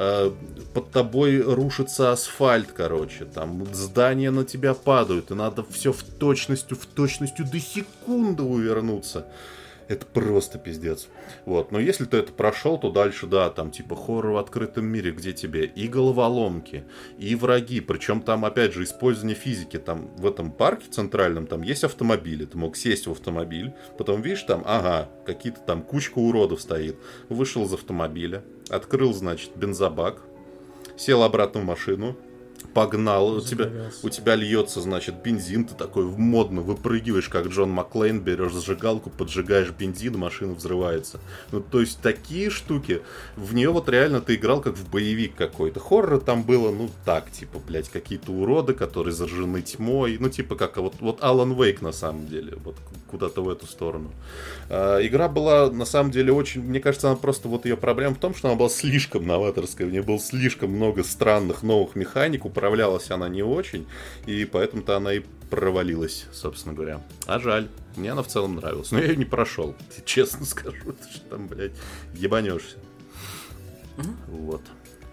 Под тобой рушится асфальт, короче. Там здания на тебя падают. И надо все в точностью, в точностью до секунды увернуться. Это просто пиздец. Вот. Но если ты это прошел, то дальше, да, там типа хоррор в открытом мире, где тебе и головоломки, и враги. Причем там, опять же, использование физики. Там в этом парке центральном там есть автомобили. Ты мог сесть в автомобиль, потом видишь там, ага, какие-то там кучка уродов стоит. Вышел из автомобиля, открыл, значит, бензобак, сел обратно в машину, погнал, у тебя, у тебя льется, значит, бензин, ты такой модно выпрыгиваешь, как Джон Маклейн, берешь зажигалку, поджигаешь бензин, машина взрывается. Ну, то есть, такие штуки, в нее вот реально ты играл как в боевик какой-то. Хоррора там было, ну, так, типа, блядь, какие-то уроды, которые заражены тьмой, ну, типа, как вот, вот Alan Wake, на самом деле, вот куда-то в эту сторону. А, игра была, на самом деле, очень, мне кажется, она просто, вот ее проблема в том, что она была слишком новаторская, в ней было слишком много странных новых механик, управлялась она не очень, и поэтому-то она и провалилась, собственно говоря. А жаль, мне она в целом нравилась, но я ее не прошел, честно скажу, что там, блядь, ебанешься. Mm-hmm. Вот.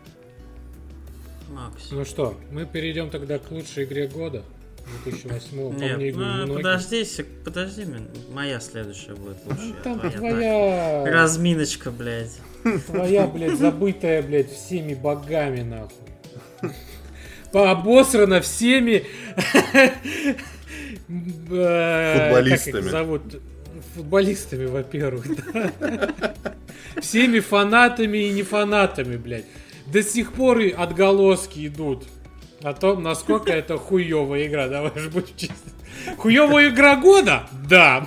Макс. Ну что, мы перейдем тогда к лучшей игре года две тысячи восьмого. Нет, ну, подожди, подожди, моя следующая будет лучшая. Ну, там твоя, твоя... Разминочка, блядь. Твоя, блядь, забытая, блядь, всеми богами, нахуй. Пообосрана всеми футболистами. Как их зовут? Футболистами, во-первых, да. Всеми фанатами и не фанатами, блядь. До сих пор и отголоски идут о том, насколько это хуёвая игра. Давай же будем честны. Хуёвая игра года? Да.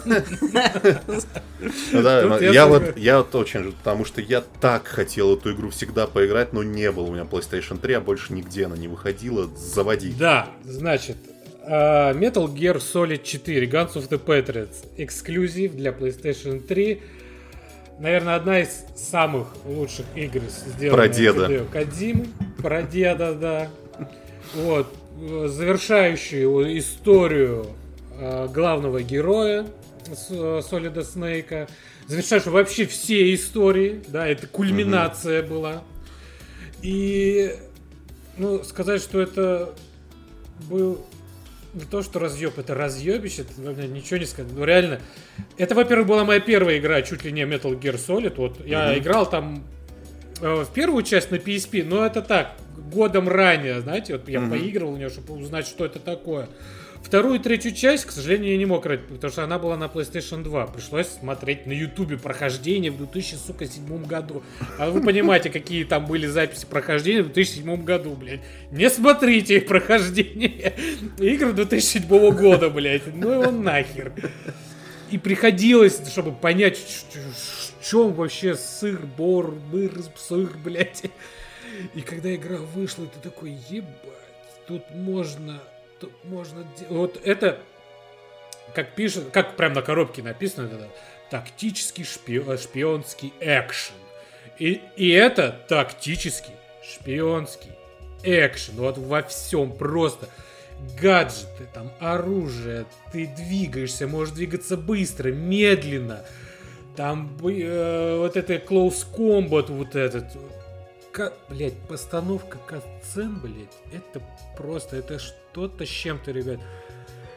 Да, я вот, я вот очень, потому что я так хотел эту игру всегда поиграть, но не было у меня PlayStation три, а больше нигде она не выходила. Заводи. Да, значит, Metal Gear Solid четыре, Guns of the Patriots, эксклюзив для PlayStation три. Наверное, одна из самых лучших игр, сделанных Хидео Кодзимой. Про деда, да. Вот. Завершающую историю э, главного героя Солида Снейка. Завершающую вообще все истории. Да, это кульминация mm-hmm. была. И, ну, сказать, что это был не то, что разъеб, это разъебище, это ничего не сказать. Ну, реально. Это, во-первых, была моя первая игра, чуть ли не Metal Gear Solid. Вот mm-hmm. я играл там э, в первую часть на пи эс пи, но это так, годом ранее, знаете, вот я mm-hmm. поигрывал в нее, чтобы узнать, что это такое. Вторую и третью часть, к сожалению, я не мог играть, потому что она была на PlayStation два. Пришлось смотреть на Ютубе прохождение в две тысячи седьмом году. А вы понимаете, какие там были записи прохождения в две тысячи седьмом году, блядь. Не смотрите их прохождение игр две тысячи седьмого года, блядь. Ну его нахер. И приходилось, чтобы понять, в чем вообще сыр, бор, мыр, сыр, блядь. И когда игра вышла, ты такой, ебать, тут можно... Тут можно... Вот это, как пишет, как прям на коробке написано, это тактический шпи... шпионский экшен. И, и это тактический шпионский экшен. Вот во всем просто. Гаджеты, там, оружие, ты двигаешься, можешь двигаться быстро, медленно. Там, э, вот это close combat, вот этот... Как, блядь, постановка катсцен, блядь, это просто, это что-то с чем-то, ребят.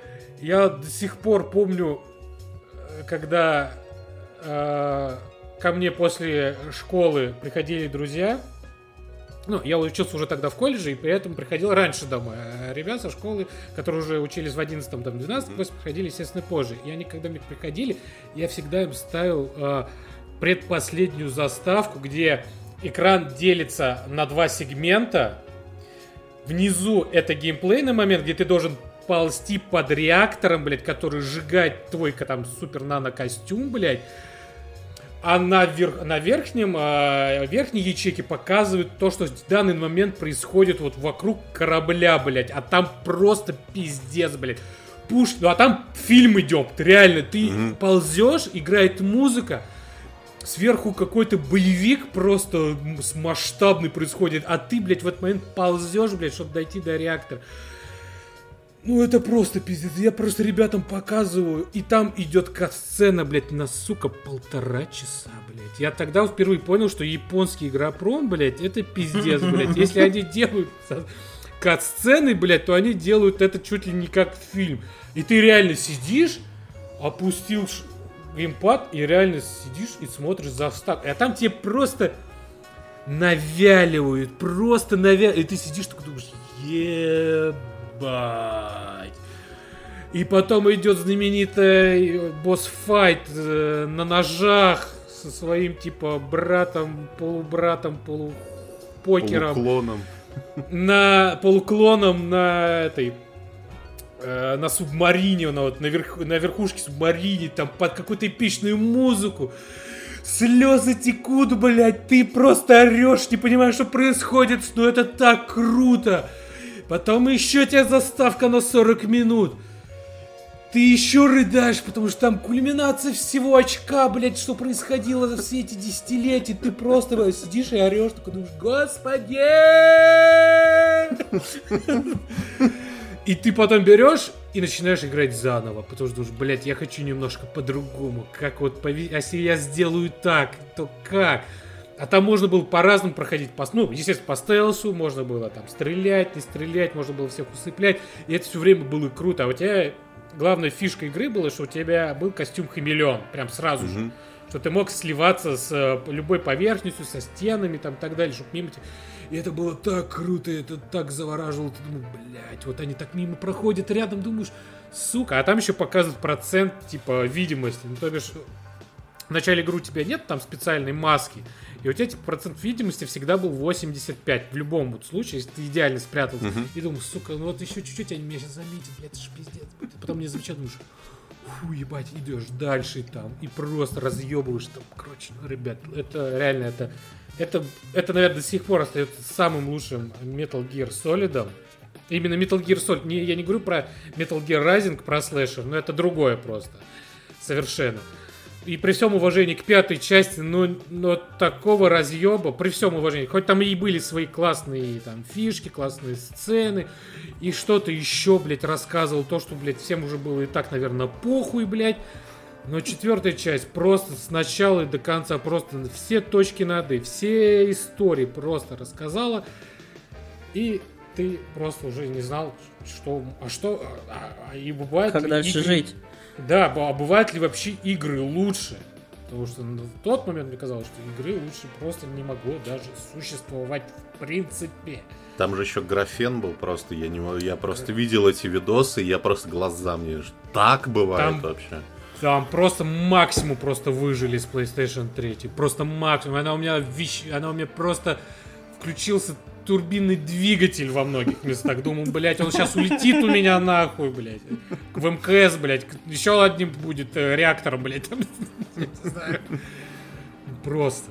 Я до сих пор помню, когда э, ко мне после школы приходили друзья. Ну, я учился уже тогда в колледже, и при этом приходил раньше домой. А ребят со школы, которые уже учились в одиннадцатом, там, двенадцатом классе, приходили, естественно, позже. И они, когда мне приходили, я всегда им ставил э, предпоследнюю заставку, где экран делится на два сегмента. Внизу это геймплейный момент, где ты должен ползти под реактором, блядь, который сжигает твой там супер-нано-костюм, блядь. А на, вер... на верхнем, э, верхней ячейке показывают то, что в данный момент происходит вот вокруг корабля, блядь. А там просто пиздец, блядь. Пуш... Ну а там фильм идет, реально. Ты mm-hmm. ползешь, играет музыка. Сверху какой-то боевик просто масштабный происходит. А ты, блядь, в этот момент ползешь, блядь, чтобы дойти до реактора. Ну это просто пиздец, я просто ребятам показываю, и там идет кат-сцена, блядь, на, сука, полтора часа, блядь. Я тогда впервые понял, что японский игропром, блядь, это пиздец, блядь. Если они делают кат-сцены, блядь, то они делают это чуть ли не как фильм. И ты реально сидишь, опустил геймпад, и реально сидишь и смотришь за вставку. А там тебе просто навяливают, просто навяливают. И ты сидишь, такой думаешь, ебать. И потом идет знаменитый босс-файт э, на ножах со своим типа братом, полубратом, полупокером. Полуклоном. На полуклоном на этой э, на субмарине, на, вот, на, верх, на верхушке субмарине, там под какую-то эпичную музыку. Слезы текут, блядь, ты просто орешь, не понимаешь, что происходит, но это так круто. Потом еще тебе заставка на сорок минут. Ты еще рыдаешь, потому что там кульминация всего очка, блядь, что происходило за все эти десятилетия. Ты просто, блядь, сидишь и орешь, такой думаешь, господи! И ты потом берешь и начинаешь играть заново, потому что думаешь, блядь, я хочу немножко по-другому. Как вот, пови... а если я сделаю так, то как? А там можно было по-разному проходить. По, ну, естественно, по стелсу можно было там стрелять, не стрелять, можно было всех усыплять. И это все время было круто. А у тебя главная фишка игры была, что у тебя был костюм хамелеон. Прям сразу mm-hmm. же. Что ты мог сливаться с любой поверхностью, со стенами там и так далее, чтобы мимо тебя. И это было так круто, это так завораживало. Ты думаешь, блядь, вот они так мимо проходят рядом, думаешь, сука. А там еще показывают процент, типа, видимости. Ну, то бишь, в начале игры у тебя нет там специальной маски. И у тебя типа, процент видимости всегда был восемьдесят пять. В любом вот случае, если ты идеально спрятался. Uh-huh. И думаю, сука, ну вот еще чуть-чуть они меня сейчас заметят, блядь, это же пиздец. Потом мне замечают, думаешь, фу, ебать, идешь дальше и там. И просто разъебываешь там. Короче, ну, ребят, это реально, это, это, это, наверное, до сих пор остается самым лучшим Metal Gear Solid. Именно Metal Gear Solid. Не, я не говорю про Metal Gear Rising, про слэшер, но это другое просто. Совершенно. И при всем уважении к пятой части, но, но такого разъеба, при всем уважении, хоть там и были свои классные там фишки, классные сцены, и что-то еще, блядь, рассказывал, то, что, блядь, всем уже было и так, наверное, похуй, блядь, но четвертая часть просто с начала и до конца просто все точки над «и», все истории просто рассказала, и ты просто уже не знал, что, а что, а, а, и бывает... Как дальше игры... жить? Да, а бывают ли вообще игры лучше? Потому что в тот момент мне казалось, что игры лучше просто не могло даже существовать в принципе. Там же еще графен был просто, я, не, я просто видел эти видосы, и я просто глаза мне... Так бывает там, вообще. Там просто максимум просто выжили с PlayStation три. Просто максимум. Она у меня, вещь, она у меня просто включился... турбинный двигатель во многих местах. Думал, блядь, он сейчас улетит у меня нахуй, блядь. В МКС, блядь. Еще одним будет э, реактором, блядь. Не знаю. Просто.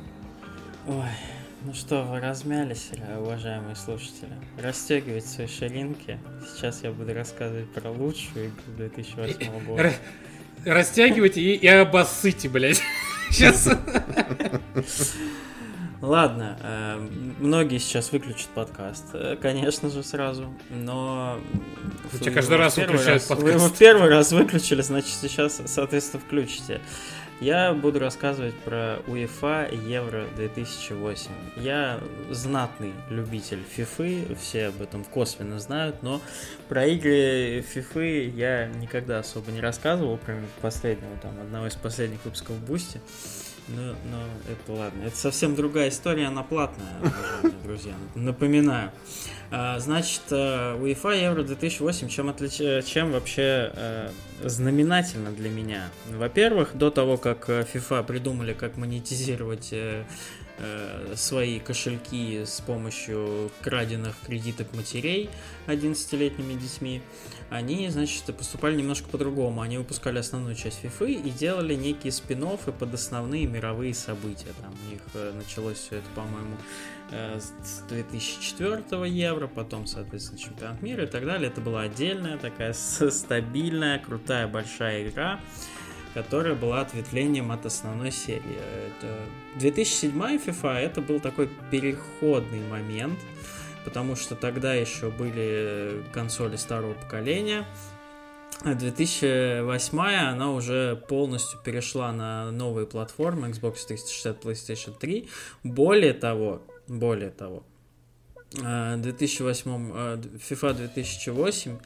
Ой, ну что, вы размялись, уважаемые слушатели? Расстегивайте свои ширинки. Сейчас я буду рассказывать про лучшую игру две тысячи восьмого года. Растягивайте и, и обоссыте, блядь. Сейчас. Ладно, э, многие сейчас выключат подкаст, э, конечно же, сразу, но... У тебя каждый раз выключают подкаст. Вы его в первый раз выключили, значит, сейчас, соответственно, включите. Я буду рассказывать про УЕФА Евро две тысячи восемь. Я знатный любитель фифы, все об этом косвенно знают, но про игры фифы я никогда особо не рассказывал, кроме последнего, там, одного из последних выпусков в Бусти. Ну, но это ладно. Это совсем другая история, она платная, уважаемые друзья. Напоминаю. А, значит, УЕФА Евро две тысячи восемь чем, отлич... чем вообще э, знаменательно для меня? Во-первых, до того, как FIFA придумали, как монетизировать э, э, свои кошельки с помощью краденных кредиток матерей одиннадцатилетними детьми, они, значит, поступали немножко по-другому. Они выпускали основную часть FIFA и делали некие спин-оффы под основные мировые события. Там у них началось все это, по-моему, с две тысячи четвёртого Евро, потом, соответственно, чемпионат мира и так далее. Это была отдельная такая стабильная, крутая, большая игра, которая была ответвлением от основной серии. Это две тысячи седьмая FIFA, это был такой переходный момент, потому что тогда еще были консоли старого поколения. А две тысячи восьмая она уже полностью перешла на новые платформы Xbox триста шестьдесят, PlayStation три. Более того, более того, две тысячи восьмом, FIFA две тысячи восемь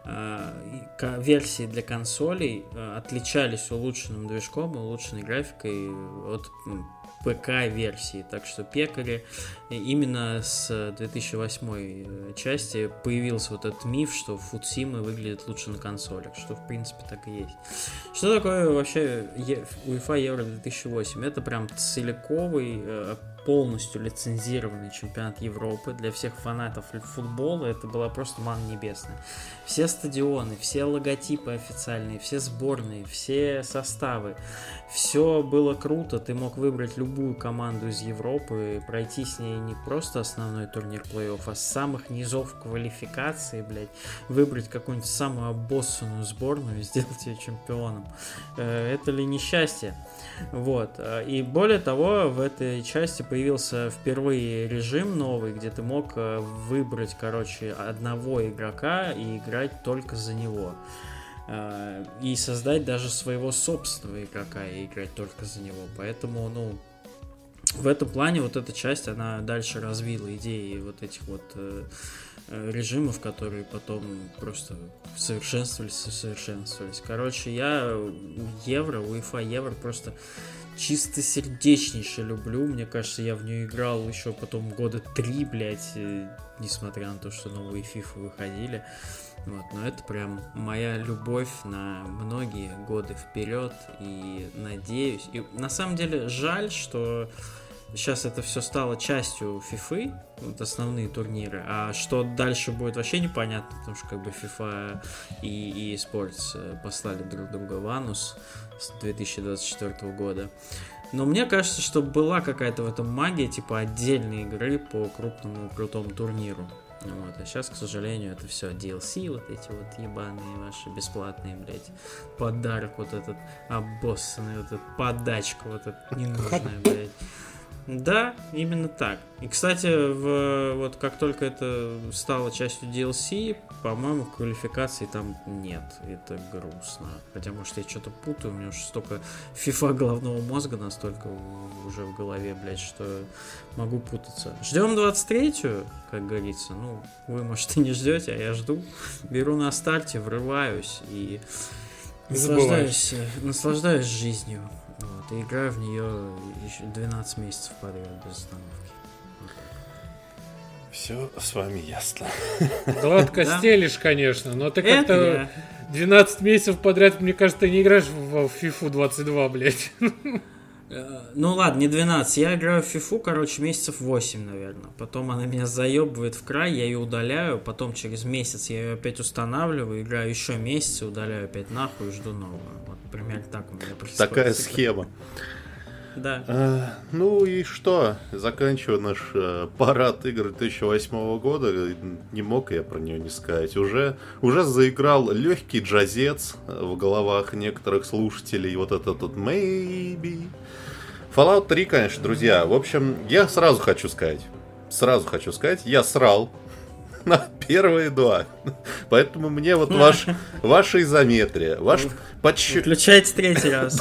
версии для консолей отличались улучшенным движком, улучшенной графикой от ПК-версии, так что пекари именно с две тысячи восьмой части появился вот этот миф, что фудсимы выглядят лучше на консолях, что в принципе так и есть. Что такое вообще UEFA Евро две тысячи восемь? Это прям целиковый, полностью лицензированный чемпионат Европы для всех фанатов футбола. Это была просто манна небесная. Все стадионы, все логотипы официальные, все сборные, все составы. Все было круто. Ты мог выбрать любую команду из Европы, пройти с ней не просто основной турнир плей-офф, а с самых низов квалификации, блядь, выбрать какую-нибудь самую обоссанную сборную и сделать ее чемпионом. Это ли не счастье? Вот. И более того, в этой части появился впервые режим новый, где ты мог выбрать, короче, одного игрока и играть только за него. И создать даже своего собственного игрока и играть только за него. Поэтому, ну, в этом плане вот эта часть, она дальше развила идеи вот этих вот э, режимов, которые потом просто совершенствовались и совершенствовались. Короче, я Евро, УЕФА Евро просто чистосердечнейше люблю. Мне кажется, я в нее играл еще потом года три, блядь, несмотря на то, что новые FIFA выходили. Вот, но это прям моя любовь на многие годы вперед, и надеюсь, и на самом деле жаль, что сейчас это все стало частью FIFA, вот основные турниры, а что дальше будет вообще непонятно, потому что как бы FIFA и eSports послали друг друга в анус с две тысячи двадцать четвёртого года. Но мне кажется, что была какая-то в этом магия, типа отдельной игры по крупному крутому турниру. Вот, а сейчас, к сожалению, это все ди эл си, вот эти вот ебаные ваши бесплатные, блядь, подарок вот этот обоссанный, вот этот подачка вот эта ненужная, блядь. Да, именно так. И, кстати, в, вот как только это стало частью ди эл си, по-моему, квалификации там нет. Это грустно. Хотя, может, я что-то путаю, у меня уже столько FIFA головного мозга настолько уже в голове, блядь, что могу путаться. Ждем двадцать третью, как говорится. Ну, вы, может, и не ждете, а я жду. Беру на старте, врываюсь и наслаждаюсь, наслаждаюсь жизнью. Вот, и играю в нее еще двенадцать месяцев подряд без остановки. Вот. Все с вами ясно. Гладко стелишь, конечно, но ты как-то двенадцать месяцев подряд, мне кажется, ты не играешь в FIFA двадцать два, блядь. Ну ладно, не двенадцать. Я играю в FIFA, короче, месяцев восемь, наверное. Потом она меня заебывает в край, я ее удаляю. Потом через месяц я ее опять устанавливаю, играю еще месяц, удаляю опять нахуй и жду нового. Вот примерно так у меня происходит. Такая схема. Да. А, ну и что? Заканчиваю наш а, парад игр две тысячи восьмого года. Не мог я про нее не сказать. Уже, уже заиграл легкий джазец в головах некоторых слушателей. Вот этот вот maybe. Fallout три, конечно, друзья. В общем, я сразу хочу сказать. Сразу хочу сказать, я срал на первые два. Поэтому мне вот ваш, ваша изометрия, ваш подсчет... Включайте третий раз.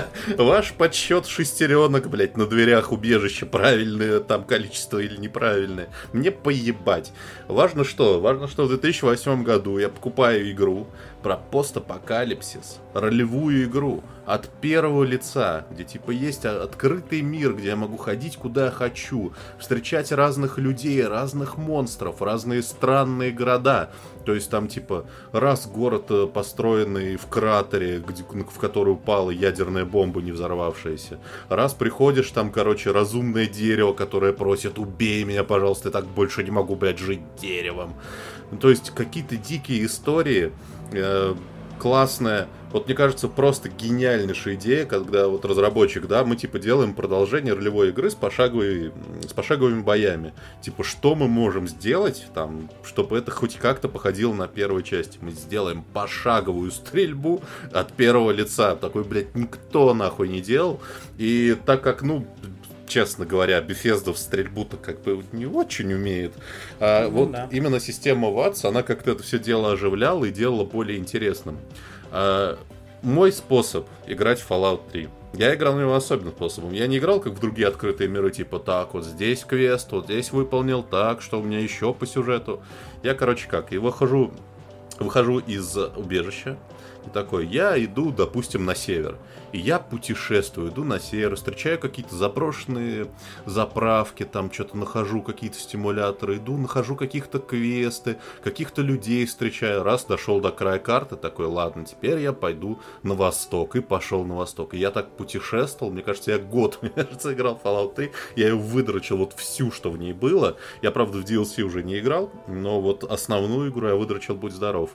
Ваш подсчет шестеренок, блядь, на дверях убежища, правильное там количество или неправильное, мне поебать. Важно что? Важно, что в две тысячи восьмом году я покупаю игру про постапокалипсис, ролевую игру от первого лица, где типа есть открытый мир, где я могу ходить куда я хочу, встречать разных людей, разных монстров, разные странные города. То есть там типа раз город, построенный в кратере, где, в который упала ядерная бомба, не взорвавшаяся. Раз приходишь, там, короче, разумное дерево, которое просит: убей меня, пожалуйста, я так больше не могу, блядь, жить деревом. То есть какие-то дикие истории. Э, классная, вот мне кажется, просто гениальнейшая идея, когда вот разработчик, да, мы типа делаем продолжение ролевой игры с, пошаговой, с пошаговыми боями. Типа, что мы можем сделать, там, чтобы это хоть как-то походило на первой части? Мы сделаем пошаговую стрельбу от первого лица. Такой, блядь, никто нахуй не делал. И так как, ну, честно говоря, Bethesda в стрельбу-то как бы не очень умеет. А ну, вот да. Именно система ватс, она как-то это все дело оживляла и делала более интересным. А, мой способ играть в Fallout три. Я играл на него особенным способом. Я не играл, как в другие открытые миры, типа, так, вот здесь квест, вот здесь выполнил, так, что у меня еще по сюжету. Я, короче, как, и выхожу, выхожу из убежища. И такой, я иду, допустим, на север. И я путешествую, иду на север, встречаю какие-то заброшенные заправки, там что-то нахожу, какие-то стимуляторы, иду, нахожу каких-то квесты, каких-то людей встречаю. Раз, дошел до края карты, такой, ладно, теперь я пойду на восток. И пошел на восток. И я так путешествовал, мне кажется, я год, мне кажется, играл в Fallout три. Я ее выдрочил вот всю, что в ней было. Я, правда, в ди эл си уже не играл, но вот основную игру я выдрочил, будь здоров.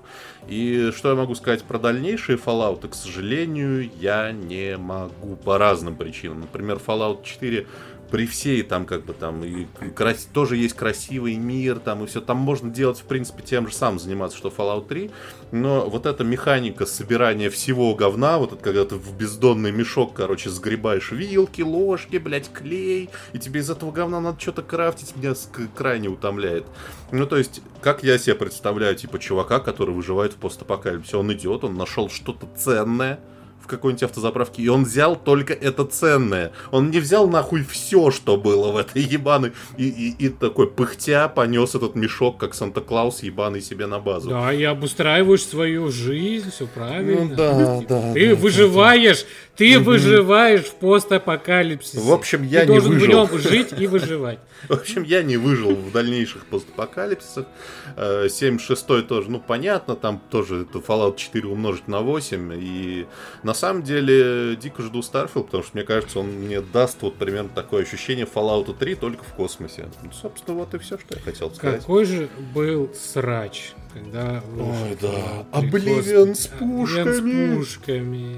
И что я могу сказать про дальнейшие Fallout? К сожалению, я не могу по разным причинам. Например, Fallout четыре при всей там как бы там и крас... тоже есть красивый мир там и все. Там можно делать, в принципе, тем же самым заниматься, что Fallout три. Но вот эта механика собирания всего говна, вот это когда ты в бездонный мешок, короче, сгребаешь вилки, ложки, блядь, клей, и тебе из этого говна надо что-то крафтить, меня крайне утомляет. Ну, то есть, как я себе представляю, типа, чувака, который выживает в постапокалипсисе. Он идет, он нашел что-то ценное в какой-нибудь автозаправке, и он взял только это ценное. Он не взял нахуй все, что было в этой ебаной, и, и, и такой пыхтя понес этот мешок, как Санта-Клаус ебаный, себе на базу. Да, и обустраиваешь свою жизнь, все правильно. Ну да, да. Ты да, выживаешь, да. ты угу. выживаешь в постапокалипсисе. В общем, я ты не должен выжил. в нем жить и выживать. В общем, я не выжил в дальнейших постапокалипсисах. семьдесят шестой тоже, ну, понятно, там тоже это Fallout четыре умножить на восемь. И на самом деле дико жду Starfield, потому что, мне кажется, он мне даст вот примерно такое ощущение Fallout три только в космосе. Ну, собственно, вот и все, что я хотел сказать. Какой же был срач, когда... Ой, да. Обливион с пушками. с пушками.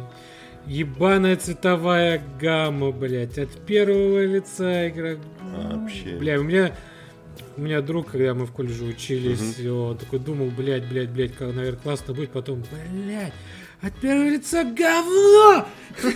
Ебаная цветовая гамма, блядь, от первого лица игра. Вообще. Бля, у меня, у меня друг, когда мы в колледже учились, угу. он такой думал, блядь, блядь, блядь, как, наверное, классно будет, потом, блядь, от первого лица говно!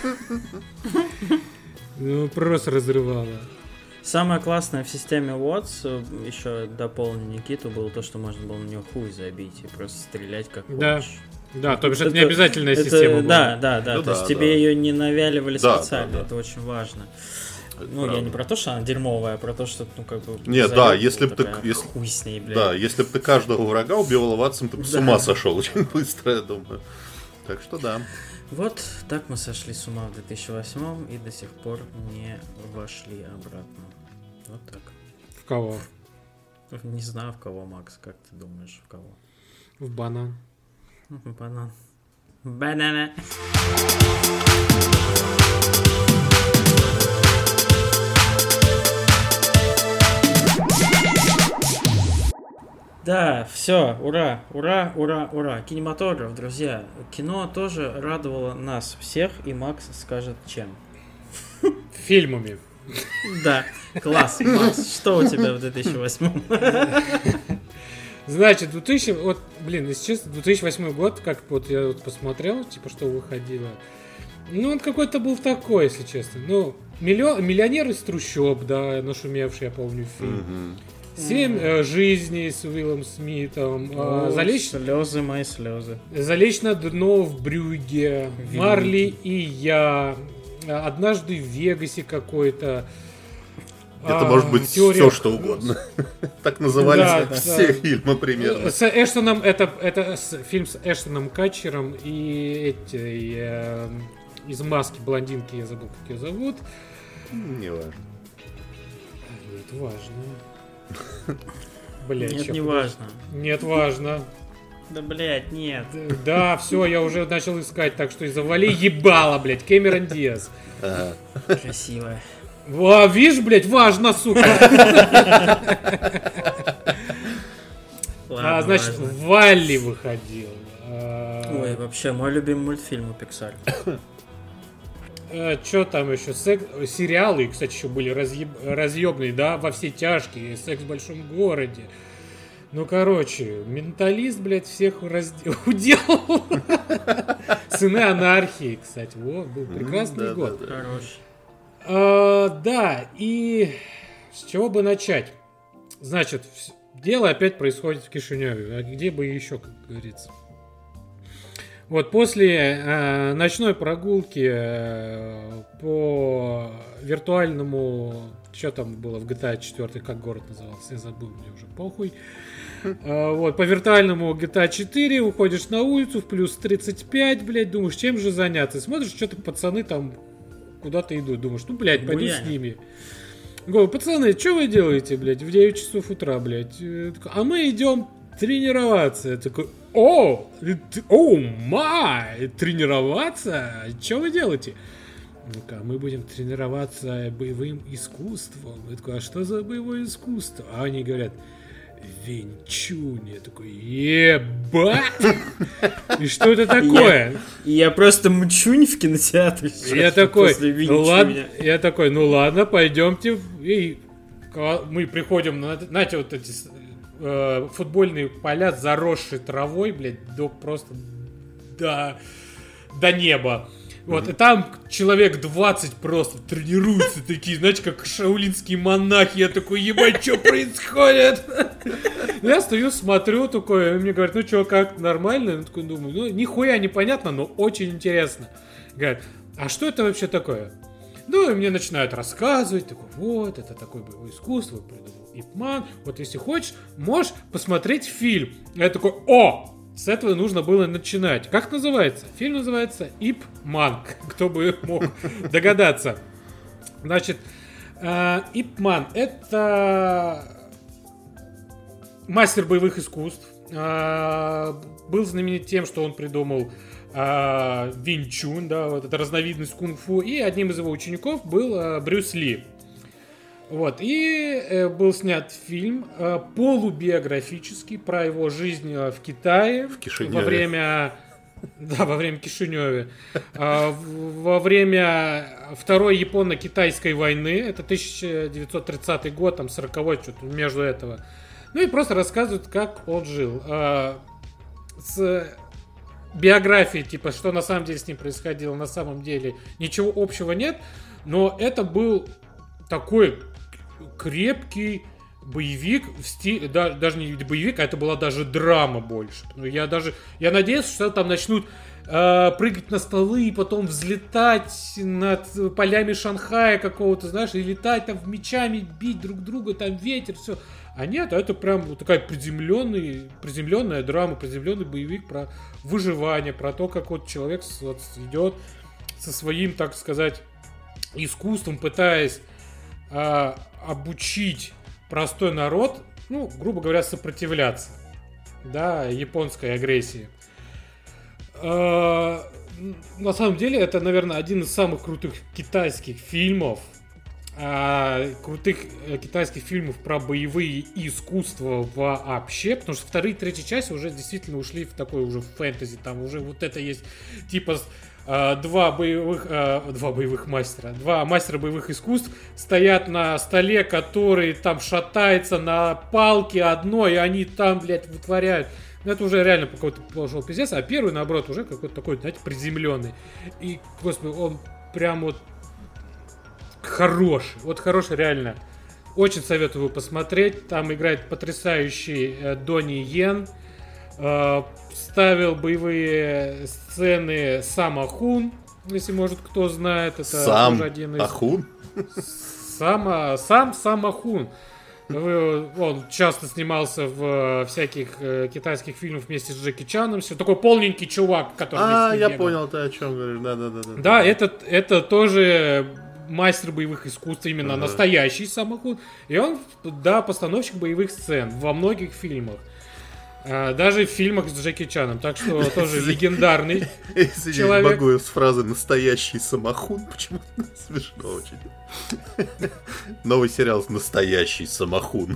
Ну, просто разрывало. Самое классное в системе вотс, еще дополню Никиту, было то, что можно было на него хуй забить и просто стрелять как да. хочешь. Да, то бишь это, это не обязательная это, система была. Да, да, да, ну, то да, есть да. тебе ее не навяливали да, специально, да, да. это очень важно. Это ну, правда. Я не про то, что она дерьмовая, а про то, что, ну, как бы... Нет, да, если бы ты... Если... Хуй с ней, блядь. Да, если бы ты каждого врага убивал ватсом, ты бы с ума сошел очень быстро, я думаю. Так что да. Вот так мы сошли с ума в две тысячи восьмом и до сих пор не вошли обратно. Вот так. В кого? Не знаю, в кого, Макс, как ты думаешь, в кого? В банан. Банан. Банана. Да, все, ура, ура, ура, ура. Кинематограф, друзья. Кино тоже радовало нас всех, и Макс скажет чем. Фильмами. Да, класс. Макс, что у тебя в две тысячи восьмом? Значит, две тысячи, вот, блин, если честно, две тысячи восьмой год, как вот я вот посмотрел, типа, что выходило, Ну, он какой-то был такой, если честно. Ну, миллион, миллионер из трущоб, да, нашумевший, я помню, фильм. Mm-hmm. Семь mm-hmm. э, жизней с Уиллом Смитом. О, э, залечь... Слезы мои слезы. Залечь на дно в Брюгге. Великий. Марли и я. Однажды в Вегасе какой-то. Это а, может быть теория... все, что угодно. Так назывались да, все да. фильмы примерно. С Эштоном, это, это фильм с Эштоном Катчером и эти, э, из «Маски» блондинки, я забыл, как ее зовут. Не важно. Нет, важно. Блять, нет, не важно. Нет, важно. Да, блядь, нет. Да, все, я уже начал искать, так что и завали ебало, блядь, Кэмерон Диаз. Ага. Красивая. Во, видишь, блядь, важно, сука. Ладно, а, значит, важно. Валли выходил. Ой, вообще, мой любимый мультфильм у Pixar. Что там еще? Секс... Сериалы, кстати, еще были разъеб... разъебные, да, «Во все тяжкие», «Секс в большом городе». Ну, короче, «Менталист», блядь, всех раз... уделал. «Сыны анархии», кстати, вот, был прекрасный mm, год. Да, да, да. Хороший. А, да, и с чего бы начать? Значит, дело опять происходит в Кишиневе, а где бы еще, как говорится. Вот после э, ночной прогулки э, по виртуальному, что там было в джи ти эй четыре, как город назывался, я забыл, мне уже похуй. Э, вот, по виртуальному джи ти эй четыре уходишь на улицу в плюс тридцать пять, блядь, думаешь, чем же заняться? Смотришь, что-то пацаны там куда-то идут, думаешь, ну, блядь, пойду Буяня. С ними. Говорю, пацаны, что вы делаете, блядь, в девять часов утра, блядь? А мы идем тренироваться. Я такой, о, о, май, тренироваться? Что вы делаете? Ну-ка, мы будем тренироваться боевым искусством. Я такой, а что за боевое искусство? А они говорят, Винчунь. Я такой, ебать! И что это такое? Я, я просто мчунь в кинотеатре. Я такой, ну ладно, я такой, ну ладно, пойдемте. И мы приходим на, знаете, вот эти э, футбольные поля, заросшие травой, блядь, до просто до, до неба. Вот, и там человек двадцать просто тренируются такие, знаете, как шаулинские монахи. Я такой, ебать, что происходит? Я стою, смотрю, такой, и мне говорят, ну что, как, нормально? Я такой думаю, ну, нихуя непонятно, но очень интересно. Говорят, а что это вообще такое? Ну, и мне начинают рассказывать, такой, вот, это такое боевое искусство, придумал Ип Ман. Вот, если хочешь, можешь посмотреть фильм. Я такой, о! С этого нужно было начинать. Как называется? Фильм называется Ип Ман. Кто бы мог догадаться. Значит, э, Ип Ман — это мастер боевых искусств. Э, был знаменит тем, что он придумал э, Винчунь, да, вот это разновидность кунг-фу. И одним из его учеников был э, Брюс Ли. Вот, и э, был снят фильм э, полубиографический про его жизнь э, в Китае. В Кишиневе. Во время... Да, во время Кишиневе. Э, во время Второй Японо-Китайской войны. Это тысяча девятьсот тридцатый год, там сороковой, что-то между этого. Ну и просто рассказывают, как он жил. Э, с биографией, типа, что на самом деле с ним происходило, на самом деле ничего общего нет. Но это был такой... крепкий боевик в стиле, да, даже не боевик, а это была даже драма больше. Я даже, я надеялся, что там начнут э, прыгать на столы и потом взлетать над полями Шанхая какого-то, знаешь, и летать там мечами, бить друг друга, там ветер, все. А нет, это прям вот такая приземленная, приземленная драма, приземленный боевик про выживание, про то, как вот человек вот идет со своим, так сказать, искусством, пытаясь э, обучить простой народ, ну, грубо говоря, сопротивляться, да, японской агрессии. Э, на самом деле, это, наверное, один из самых крутых китайских фильмов, э, крутых э, китайских фильмов про боевые искусства вообще, потому что вторые и третья часть уже действительно ушли в такой уже фэнтези, там уже вот это есть, типа... Два боевых, два боевых мастера, два мастера боевых искусств стоят на столе, который там шатается на палке одной, и они там, блядь, вытворяют. Ну, это уже реально какой-то пошел пиздец, а первый, наоборот, уже какой-то такой, знаете, приземленный. И, господи, он прям вот хороший, вот хороший реально. Очень советую его посмотреть. Там играет потрясающий э, Донни Йен. Э, ставил боевые сцены Сам Ахун, если, может, кто знает. Это Сам тоже один из... Ахун? Сам, сам, сам Ахун. Он часто снимался в всяких э, китайских фильмах вместе с Джеки Чаном. Все такой полненький чувак, который... А, я бегал. Понял, ты о чем говоришь. Да, да, да. Да, да это, это тоже мастер боевых искусств, именно ага. настоящий Сам Ахун. И он, да, постановщик боевых сцен во многих фильмах. Даже в фильмах с Джеки Чаном. Так что тоже легендарный человек. Я могу с фразы «настоящий самохун». Почему-то смешно очень. Новый сериал с «Настоящий самохун».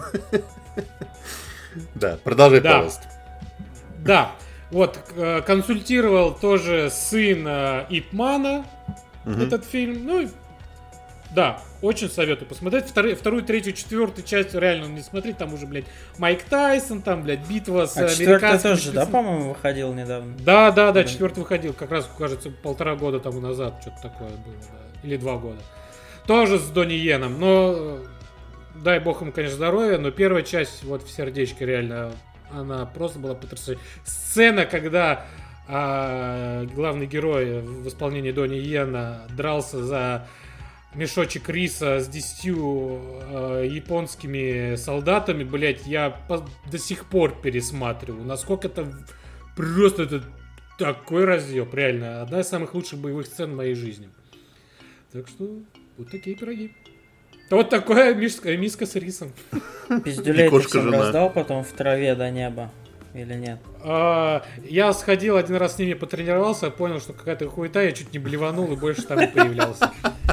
Да, продолжай, пожалуйста. Да, вот, консультировал тоже сын Ипмана этот фильм. Ну, да, очень советую посмотреть. Вторую, вторую, третью, четвертую часть реально не смотреть. Там уже, блядь, Майк Тайсон, там, блядь, битва с а американскими... тоже, да, по-моему, выходил недавно? Да, да, да, четвертый выходил. Как раз, кажется, полтора года тому назад что-то такое было, да. Или два года. Тоже с Донни Йеном. Но, дай бог ему, конечно, здоровья, но первая часть, вот, в сердечке реально, она просто была потрясающая. Сцена, когда а, главный герой в исполнении Донни Йена дрался за... мешочек риса с десятью э, японскими солдатами, блять, я по- до сих пор пересматриваю. Насколько это просто это такой разъеб, реально. Одна из самых лучших боевых сцен в моей жизни. Так что вот такие пироги. Вот такая миска, миска с рисом. Пиздюлей ты всем раздал потом в траве до неба? Или нет? А, я сходил один раз с ними потренировался, понял, что какая-то хуета, я чуть не блеванул и больше там не появлялся.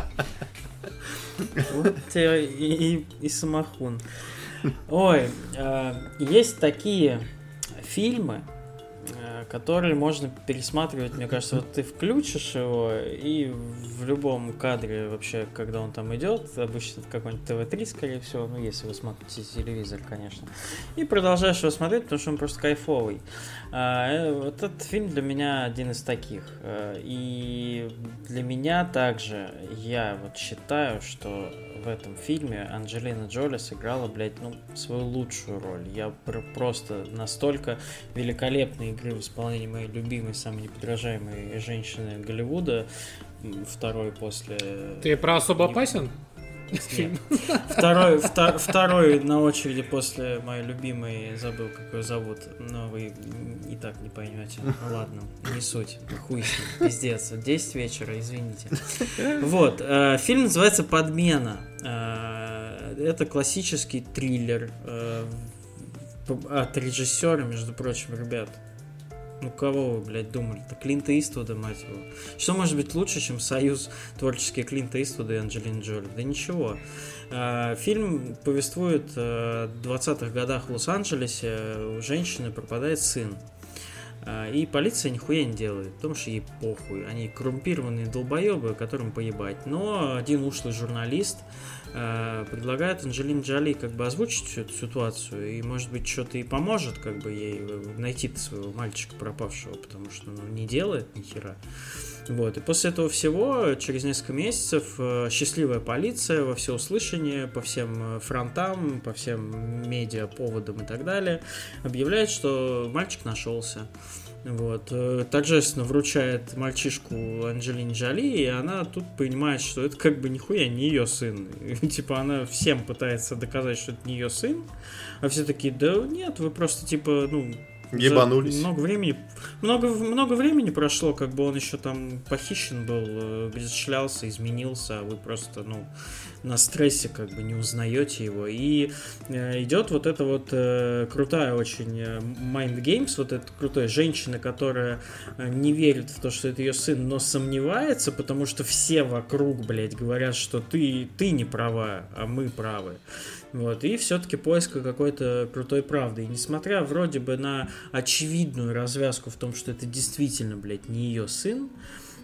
Вот тебе и, и, и самохун. Ой, э, есть такие фильмы, э, которые можно пересматривать, мне кажется, вот ты включишь его, и в любом кадре вообще, когда он там идет, обычно это какой-нибудь тэ вэ три, скорее всего, ну, если вы смотрите телевизор, конечно, и продолжаешь его смотреть, потому что он просто кайфовый. А, вот этот фильм для меня один из таких. И для меня также, я вот считаю, что в этом фильме Анджелина Джоли сыграла, блядь, ну, свою лучшую роль. Я просто настолько великолепной игры в исполнении моей любимой, самой неподражаемой женщины Голливуда, второй после... Ты про «Особо опасен»? Нет. Второй, втор, второй на очереди после моей любимой, забыл, как ее зовут, но вы и так не поймете. Ладно, не суть, хуй с ним, пиздец. десять вечера, извините. Вот, э, фильм называется «Подмена». Э, это классический триллер э, от режиссера, между прочим, ребят. Ну, кого вы, блядь, думали-то? Клинта Иствуда, мать его. Что может быть лучше, чем союз творческий Клинта Иствуда и Анджелины Джоли? Да ничего. Фильм повествует в двадцатых годах в Лос-Анджелесе у женщины пропадает сын. И полиция нихуя не делает, потому что ей похуй. Они коррумпированные долбоебы, которым поебать. Но один ушлый журналист предлагает Анджелине Джоли как бы озвучить всю эту ситуацию, и, может быть, что-то и поможет как бы ей найти своего мальчика пропавшего, потому что, ну, не делает ни хера. Вот, и после этого всего, через несколько месяцев, счастливая полиция во всеуслышание, по всем фронтам, по всем медиаповодам и так далее, объявляет, что мальчик нашелся. Вот. Торжественно вручает мальчишку Анджелине Джоли, и она тут понимает, что это как бы нихуя не ее сын. И, типа она всем пытается доказать, что это не ее сын, а все такие, да нет, вы просто типа, ну... Ебанулись. Много времени, много, много времени прошло, как бы он еще там похищен был, где-то шлялся, изменился, а вы просто, ну, на стрессе как бы не узнаете его. И э, идет вот эта вот э, крутая очень э, Mind Games, вот эта крутая женщина, которая э, не верит в то, что это ее сын, но сомневается, потому что все вокруг, блядь, говорят, что ты, ты не права, а мы правы. Вот, и все-таки поиска какой-то крутой правды. И несмотря вроде бы на очевидную развязку в том, что это действительно, блядь, не ее сын,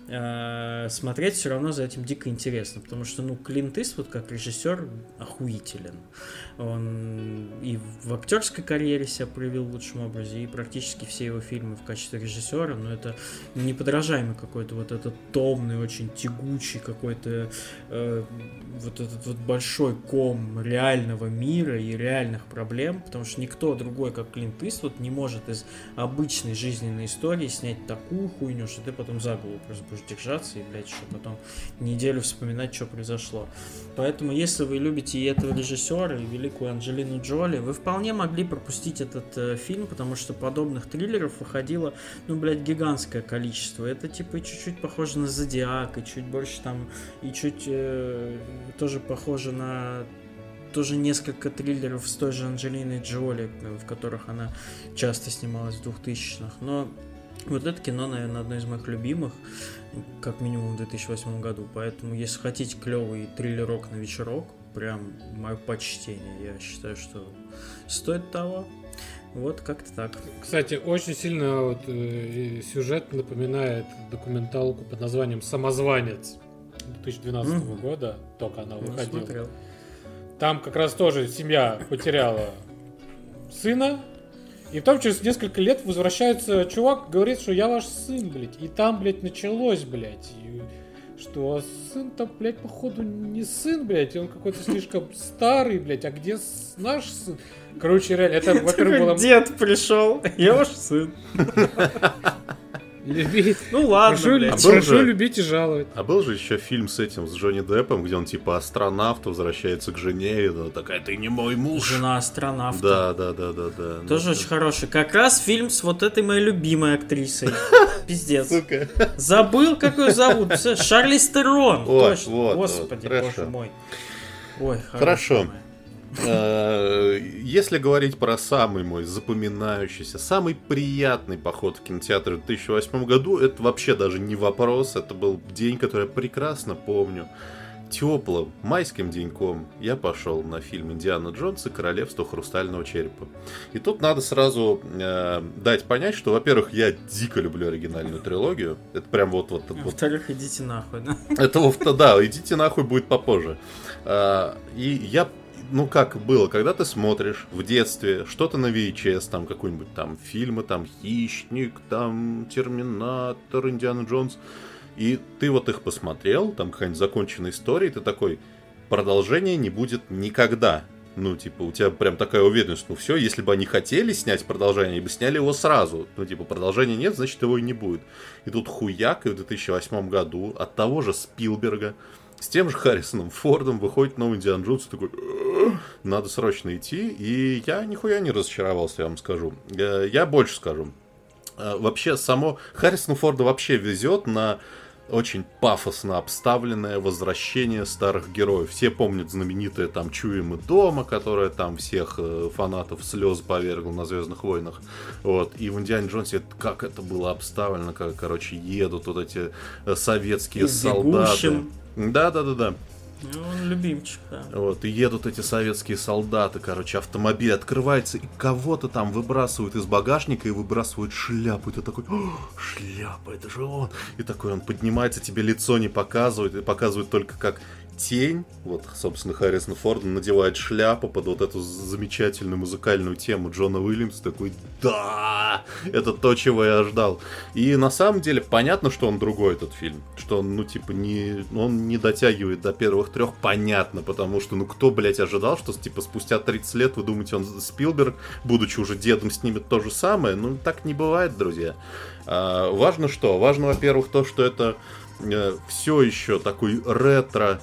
э, смотреть все равно за этим дико интересно, потому что, ну, Клинт Иствуд как режиссер охуителен. Он и в актерской карьере себя проявил в лучшем образе, и практически все его фильмы в качестве режиссера, но это неподражаемый какой-то вот этот томный, очень тягучий какой-то э, вот этот вот большой ком реального мира и реальных проблем, потому что никто другой, как Клинт Иствуд, не может из обычной жизненной истории снять такую хуйню, что ты потом за голову просто будешь держаться и, блядь, еще потом неделю вспоминать, что произошло. Поэтому, если вы любите и этого режиссера, и великую Анджелину Джоли, вы вполне могли пропустить этот э, фильм, потому что подобных триллеров выходило, ну, блядь, гигантское количество. Это, типа, чуть-чуть похоже на Зодиак, и чуть больше там, и чуть э, тоже похоже на... тоже несколько триллеров с той же Анджелиной Джоли, в которых она часто снималась в двухтысячных. Но вот это кино, наверное, одно из моих любимых, как минимум в две тысячи восьмом году. Поэтому, если хотите клевый триллерок на вечерок, прям мое почтение. Я считаю, что стоит того. Вот как-то так. Кстати, очень сильно вот, э, сюжет напоминает документалку под названием «Самозванец» две тысячи двенадцатого mm-hmm. года, только она выходила. Смотрел. Там как раз тоже семья потеряла сына, и потом через несколько лет возвращается чувак, говорит, что я ваш сын, блядь. И там, блядь, началось, блядь, и, что сын-то, блядь, походу не сын, блядь, и он какой-то слишком старый, блядь, а где наш сын? Короче, реально, это, во-первых, было... Дед пришел, я ваш сын. Любить. Ну ладно, Прошу, блядь. прошу же, любить и жаловать. А был же еще фильм с этим, с Джонни Деппом, где он типа астронавт возвращается к жене, и она такая, ты не мой муж. Жена астронавта. Да, да, да, да, да. Тоже ну, очень хороший. Как раз фильм с вот этой моей любимой актрисой. Пиздец. Сука. Забыл, как ее зовут. Шарлиз Терон. Вот, Точно. вот, Господи, вот, боже мой. Ой, хорошо. Если говорить про самый мой запоминающийся, самый приятный поход в кинотеатр в две тысячи восьмом году, это вообще даже не вопрос, это был день, который я прекрасно помню. Теплым майским деньком я пошел на фильм «Индиана Джонс и Королевство Хрустального Черепа». И тут надо сразу э, дать понять, что, во-первых, я дико люблю оригинальную трилогию. Это прям вот... вот, вот во-вторых, идите нахуй, да? Это, да, идите нахуй будет попозже. А, и я... Ну, как было, когда ты смотришь в детстве что-то на ви эйч эс, там, какой-нибудь там фильмы, там, «Хищник», там, «Терминатор», «Индиана Джонс», и ты вот их посмотрел, там, какая-нибудь законченная история, и ты такой, продолжения не будет никогда. Ну, типа, у тебя прям такая уверенность, ну, все, если бы они хотели снять продолжение, они бы сняли его сразу. Ну, типа, продолжения нет, значит, его и не будет. И тут хуяк, и в две тысячи восьмом году от того же Спилберга, с тем же Харрисоном Фордом выходит новый Индиана Джонс, такой, надо срочно идти, и я нихуя не разочаровался, я вам скажу. Я больше скажу. Вообще, само Харрисону Форду вообще везет на очень пафосно обставленное возвращение старых героев. Все помнят знаменитое там «Чуем и дома», которое там всех фанатов слез повергло на «Звездных войнах». Вот. И в «Индиане Джонсе» как это было обставлено, как, короче, едут вот эти советские солдаты. Да-да-да-да. Ну, он любимчик, да. Вот, и едут эти советские солдаты, короче, автомобиль открывается, и кого-то там выбрасывают из багажника и выбрасывают шляпу. И ты такой, шляпа, это же он. И такой он поднимается, тебе лицо не показывает, и показывает только как тень. Вот, собственно, Харрисон Форд надевает шляпу под вот эту замечательную музыкальную тему Джона Уильямса. Такой, да, это то, чего я ждал. И на самом деле понятно, что он другой, этот фильм. Что он, ну, типа, не, он не дотягивает до первых трех. Понятно, потому что, ну, кто, блядь, ожидал, что, типа, спустя тридцать лет, вы думаете, он Спилберг, будучи уже дедом, снимет то же самое? Ну, так не бывает, друзья. А, важно что? Важно, во-первых, то, что это э, все еще такой ретро,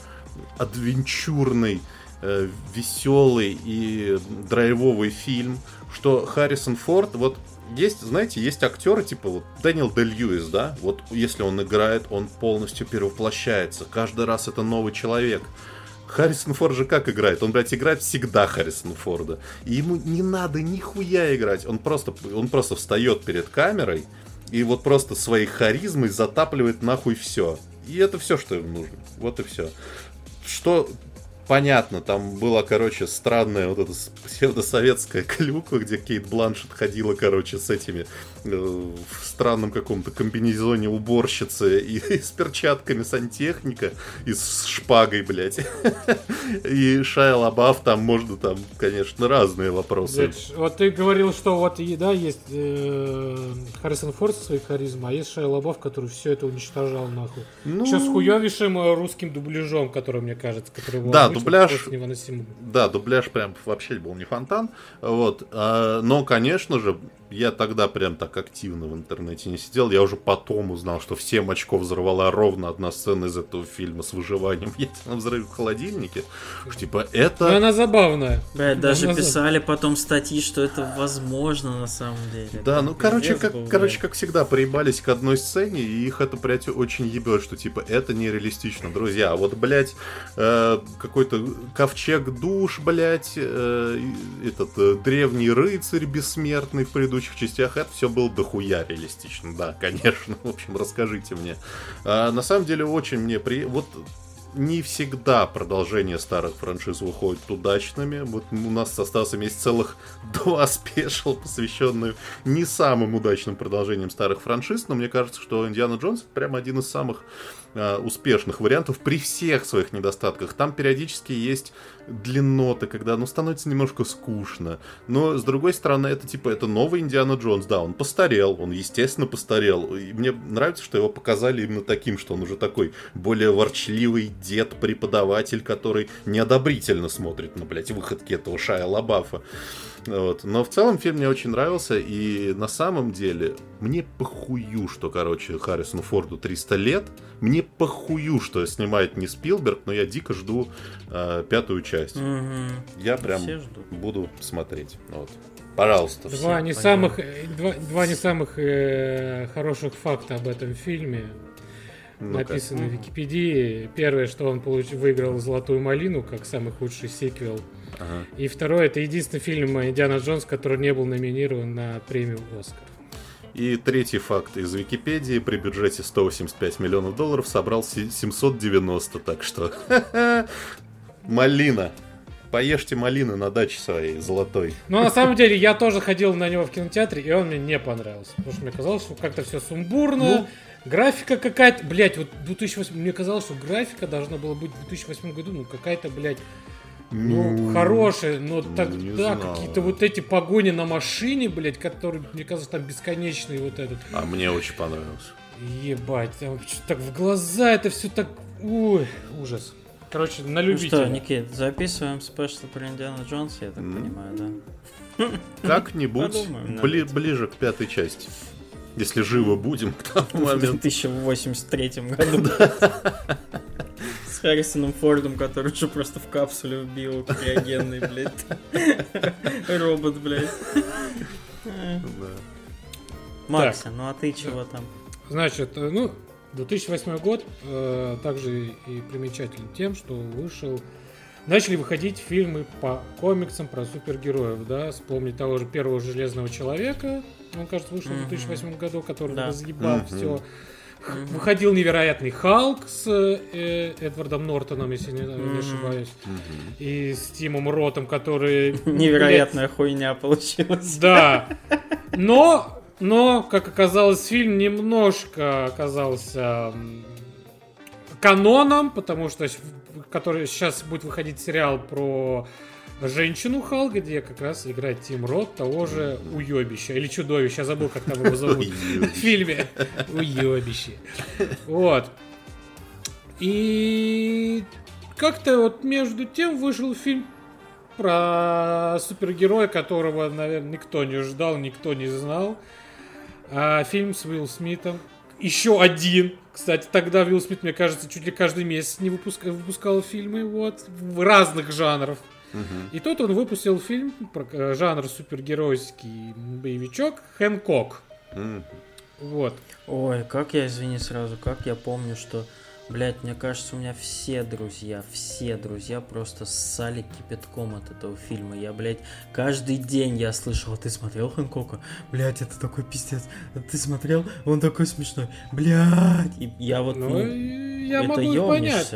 адвенчурный, э, веселый и драйвовый фильм, что Харрисон Форд, вот есть, знаете, есть актеры, типа вот Дэниел Дэ-Льюис, да, вот если он играет, он полностью перевоплощается, каждый раз это новый человек. Харрисон Форд же как играет? Он, блядь, играет всегда Харрисона Форда, и ему не надо нихуя играть, он просто, он просто встает перед камерой и вот просто своей харизмой затапливает нахуй все. И это все, что им нужно. Вот и все. Что понятно, там была, короче, странная вот эта псевдосоветская клюква, где Кейт Бланшетт ходила, короче, с этими э, в странном каком-то комбинезоне уборщицы и, и с перчатками сантехника и с шпагой, блядь. И Шайа Лабаф, там можно, там, конечно, разные вопросы. Вот ты говорил, что вот, да, есть э, Харрисон Форд со своей харизмой, а есть Шайа Лабаф, который все это уничтожал, нахуй. Ну... Еще с хуёвейшим русским дубляжом, который, мне кажется, который его да, дубляж, невыносимый. Да, дубляж прям вообще был не фонтан. Вот. А, но, конечно же, я тогда прям так активно в интернете не сидел. Я уже потом узнал, что в семь очков взорвала ровно одна сцена из этого фильма с выживанием в ядерном взрыве в холодильнике. Что, типа, это... Но она забавная. Блядь, даже она писали заб... потом статьи, что это возможно на самом деле. Да, это ну, короче как, был, короче, как всегда, приебались к одной сцене, и их это, блядь, очень ебет, что, типа, это нереалистично, друзья. А вот, блядь, э, какой-то ковчег душ, блядь, э, этот э, древний рыцарь бессмертный в предыдущем частях, это все было дохуя реалистично, да, конечно. В общем, расскажите мне. А, на самом деле, очень мне при... Вот не всегда продолжения старых франшиз выходят удачными. Вот у нас со Стасом есть целых два спешл, посвященные не самым удачным продолжениям старых франшиз, но мне кажется, что Индиана Джонс прям один из самых э, успешных вариантов при всех своих недостатках. Там периодически есть длинноты, когда, ну, становится немножко скучно. Но, с другой стороны, это, типа, это новый Индиана Джонс. Да, он постарел, он, естественно, постарел. И мне нравится, что его показали именно таким, что он уже такой более ворчливый дед-преподаватель, который неодобрительно смотрит на, блядь, выходки этого Шайа Лабафа. Вот. Но в целом фильм мне очень нравился, и на самом деле мне похую, что, короче, Харрисону Форду триста лет, мне похую, что снимает не Спилберг, но я дико жду э, пятую часть. Mm-hmm. Я прям буду смотреть. Вот. Пожалуйста. Два не самых, два, два не самых э, хороших факта об этом фильме. Ну-ка. Написано в Википедии. Первое, что он получ... выиграл «Золотую малину» как самый худший сиквел. Ага. И второе, это единственный фильм «Индиана Джонс», который не был номинирован на премию «Оскар». И третий факт из Википедии. При бюджете сто восемьдесят пять миллионов долларов собрал семьсот девяносто, так что... Малина. Поешьте малины на даче своей золотой. Ну, на самом деле, я тоже ходил на него в кинотеатре, и он мне не понравился. Потому что мне казалось, что как-то все сумбурно. Ну, графика какая-то, блядь, вот две тысячи восьмой, мне казалось, что графика должна была быть в две тысячи восьмом году, ну, какая-то, блядь, ну, ну хорошая, но ну, тогда какие-то вот эти погони на машине, блядь, которые, мне казалось, там бесконечные вот этот. А мне очень понравилось. Ебать, там что-то так в глаза, это все так, ой, ужас. Короче, на любителя. Ну что, Никит, записываем спешл про Индиану Джонса, я так mm. понимаю, да? Как-нибудь бли- ближе к пятой части. Если живо будем к тому моменту. В две тысячи восемьдесят третьем году. С Харрисоном Фордом, который уже просто в капсуле убил, криогенный, блядь. Робот, блядь. Макса, ну а ты чего там? Значит, ну, две тысячи восьмой год э, также и примечателен тем, что вышел... Начали выходить фильмы по комиксам про супергероев, да, вспомнить того же первого Железного Человека, он, кажется, вышел mm-hmm. в две тысячи восьмом году, который да. разъебал mm-hmm. все. Mm-hmm. Выходил невероятный Халк с э, Эдвардом Нортоном, если не, mm-hmm. не ошибаюсь, mm-hmm. и с Тимом Ротом, который... Невероятная хуйня получилась. Да, но... Но, как оказалось, фильм немножко оказался каноном, потому что который сейчас будет выходить сериал про женщину Халк, где как раз играет Тим Рот, того же уебища, или чудовища, я забыл, как там его зовут в фильме. Уебище. Вот. И как-то вот между тем вышел фильм про супергероя, которого, наверное, никто не ждал, никто не знал. А фильм с Уилл Смитом. Еще один. Кстати, тогда Уилл Смит, мне кажется, чуть ли каждый месяц не выпускал, выпускал фильмы вот, в разных жанров. Uh-huh. И тут он выпустил фильм про жанр супергеройский боевичок «Хэнкок». Uh-huh. Вот. Ой, как я, извини сразу, как я помню, что... Блять, мне кажется, у меня все друзья, все друзья просто ссали кипятком от этого фильма. Я, блядь, каждый день я слышал: ты смотрел Хэнкока? Блять, это такой пиздец. Ты смотрел? Он такой смешной. Блять. И я вот, ну, ну я это могу понять.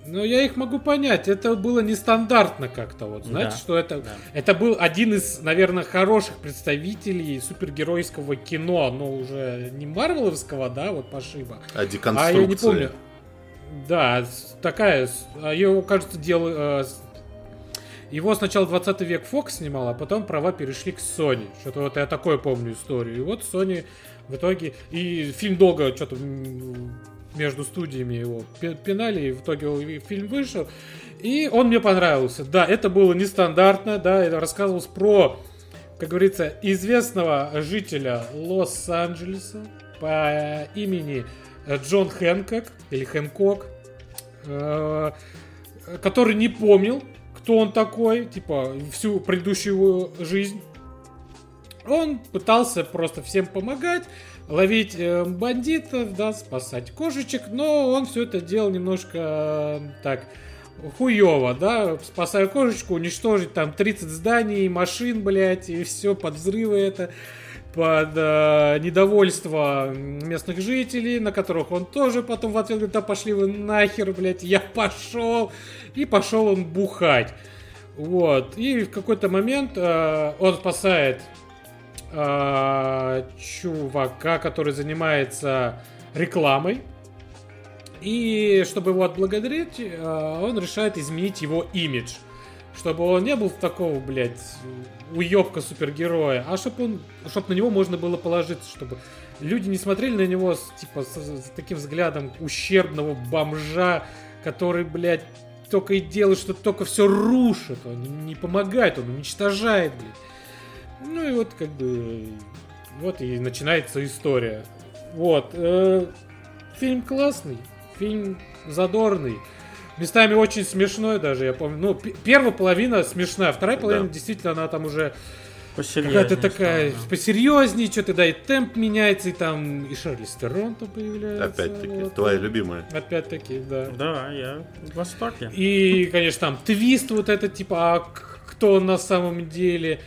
Ну, я их могу понять. Это было нестандартно как-то. Вот, знаете, Да, что это... да. Это был один из, наверное, хороших представителей супергеройского кино. Но уже не марвеловского, да, вот пошиба. А А деконструкция. я не помню. Да, с- такая... с- а Его, кажется, делал... э, с- Его сначала двадцатый век Fox снимал, а потом права перешли к Sony. Что-то вот я такое помню историю. И вот Sony в итоге... И фильм долго что-то м, между студиями его пи- пинали, и в итоге о- фильм вышел. И он мне понравился. Да, это было нестандартно, да, это рассказывалось про, как говорится, известного жителя Лос-Анджелеса по имени э, Джон Хэнкок, или Хэнкок, э, который не помнил, кто он такой, типа, всю предыдущую его жизнь. Он пытался просто всем помогать, ловить э, бандитов, да, спасать кошечек, но он все это делал немножко э, так хуёво, да, спасая кошечку, уничтожить там тридцать зданий, машин, блядь, и все под взрывы это, под э, недовольство местных жителей, на которых он тоже потом в ответ говорит: да пошли вы нахер, блядь, я пошел, и пошел он бухать. Вот, и в какой-то момент э, он спасает э, чувака, который занимается рекламой. И чтобы его отблагодарить, э, он решает изменить его имидж. Чтобы он не был такого, блядь, уёбка супергероя, а чтобы он, чтобы на него можно было положиться, чтобы люди не смотрели на него с, типа с, с таким взглядом ущербного бомжа, который, блядь, только и делает, что только все рушит, он не помогает, он уничтожает, блядь. Ну и вот как бы вот и начинается история. Вот. Э, фильм классный, фильм задорный. Местами очень смешной даже, я помню. Ну, п- первая половина смешная, вторая половина Да. действительно она там уже Посерьезнее какая-то такая стало, да. посерьезнее, что-то, да, и темп меняется, и там и Шарлиз Терон там появляется. Опять-таки, вот. твоя любимая. Опять-таки, да. Да, я в восторге. И, конечно, там твист вот этот, типа, а к- кто он на самом деле.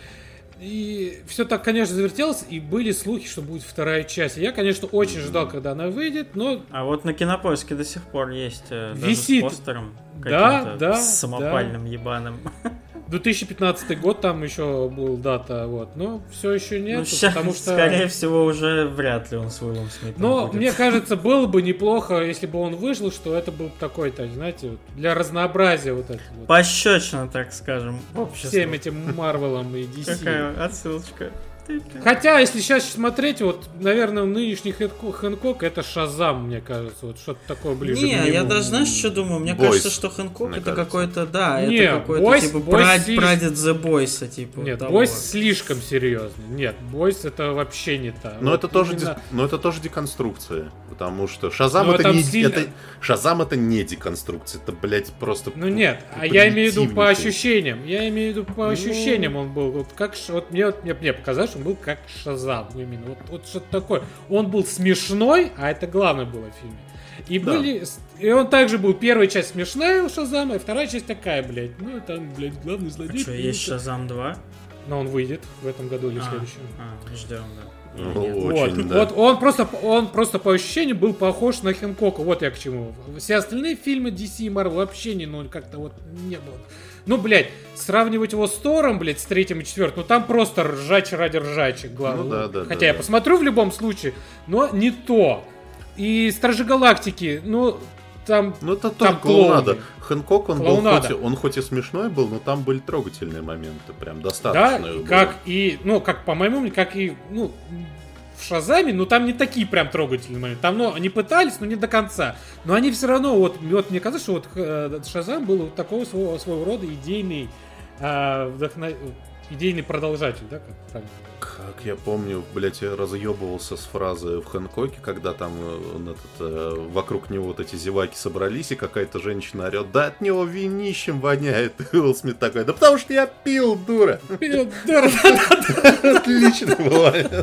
И все так, конечно, завертелось, и были слухи, что будет вторая часть. И я, конечно, очень ждал, когда она выйдет, но А вот на Кинопоиске до сих пор есть э, даже Висит. с постером Да, каким-то да, самопальным ебаным. две тысячи пятнадцатый год там еще был дата, вот. Но все еще нет, Ну, щас, потому что... скорее всего, уже вряд ли он с Уиллом Смитом Но будет. мне кажется, было бы неплохо, если бы он вышел, что это был такой-то, знаете, вот для разнообразия вот это вот. Пощечина, так скажем, обществу. Всем этим Марвелом и ди си. Какая отсылочка. Хотя, если сейчас смотреть, вот, наверное, нынешний Хэнко- Хэнкок это Шазам, мне кажется, вот что-то такое ближе Не, к нему. я даже, знаешь, что думаю? Мне Бойс, кажется, что Хэнкок мне это кажется. какой-то, да, Не, это какой-то, Бойс- типа, Бойс прад- слишком- прадед The Boys, типа. Нет, того. Бойс слишком серьезный. Нет, Бойс это вообще не то. Но, Вот это тоже именно- дис- но это тоже деконструкция. Потому что Шазам Но это там не... сильно- это- Шазам это не деконструкция. Это, блядь, просто... Ну нет, а я имею в виду по примитивнейший. ощущениям. Я имею в виду по Ну. ощущениям он был. Вот как Ш- вот мне, вот, мне, мне показалось, что он был как Шазам. Именно. Вот, вот что-то такое. Он был смешной, а это главное было в фильме. И Да. были. с- И он также был первая часть смешная у Шазама, и вторая часть такая, блядь. Ну, там, блядь, главный А злодей. что, есть Шазам два? Но он выйдет в этом году или в А, следующем. а, ждем, да. Ну, Нет. очень, вот, да. вот он просто, он просто по ощущениям был похож на Хэнкока. Вот я к чему. Все остальные фильмы ди си и Marvel вообще не, ну, как-то вот не было. Ну, блядь, сравнивать его с Тором, блядь, с третьим и четвертым, ну там просто ржач ради ржачи. Главное. Ну да, да, Хотя да, я да. посмотрю в любом случае, но не то. И Стражи Галактики, ну, там... Ну это там тоже клоунада. клоуны. Хэнкок, он был Клоунада. хоть, и- он хоть и смешной был, но там были трогательные моменты. Прям Да, достаточно. и было. как и, ну, как по моему мнению, как и, ну, в Шазаме, ну, там не такие прям трогательные моменты. Там, ну, они пытались, но не до конца. Но они все равно, вот, вот мне кажется, что вот э, Шазам был вот такого своего, своего рода идейный, э, вдохно- идейный продолжатель, да, как правильно? Как я помню, блядь, я разъебывался с фразы в Хэнкоке, когда там э, он этот, э, вокруг него вот эти зеваки собрались, и какая-то женщина орет: да от него винищем воняет. И Уилл Смит такой: да потому что я пил, дура. Отлично бывает.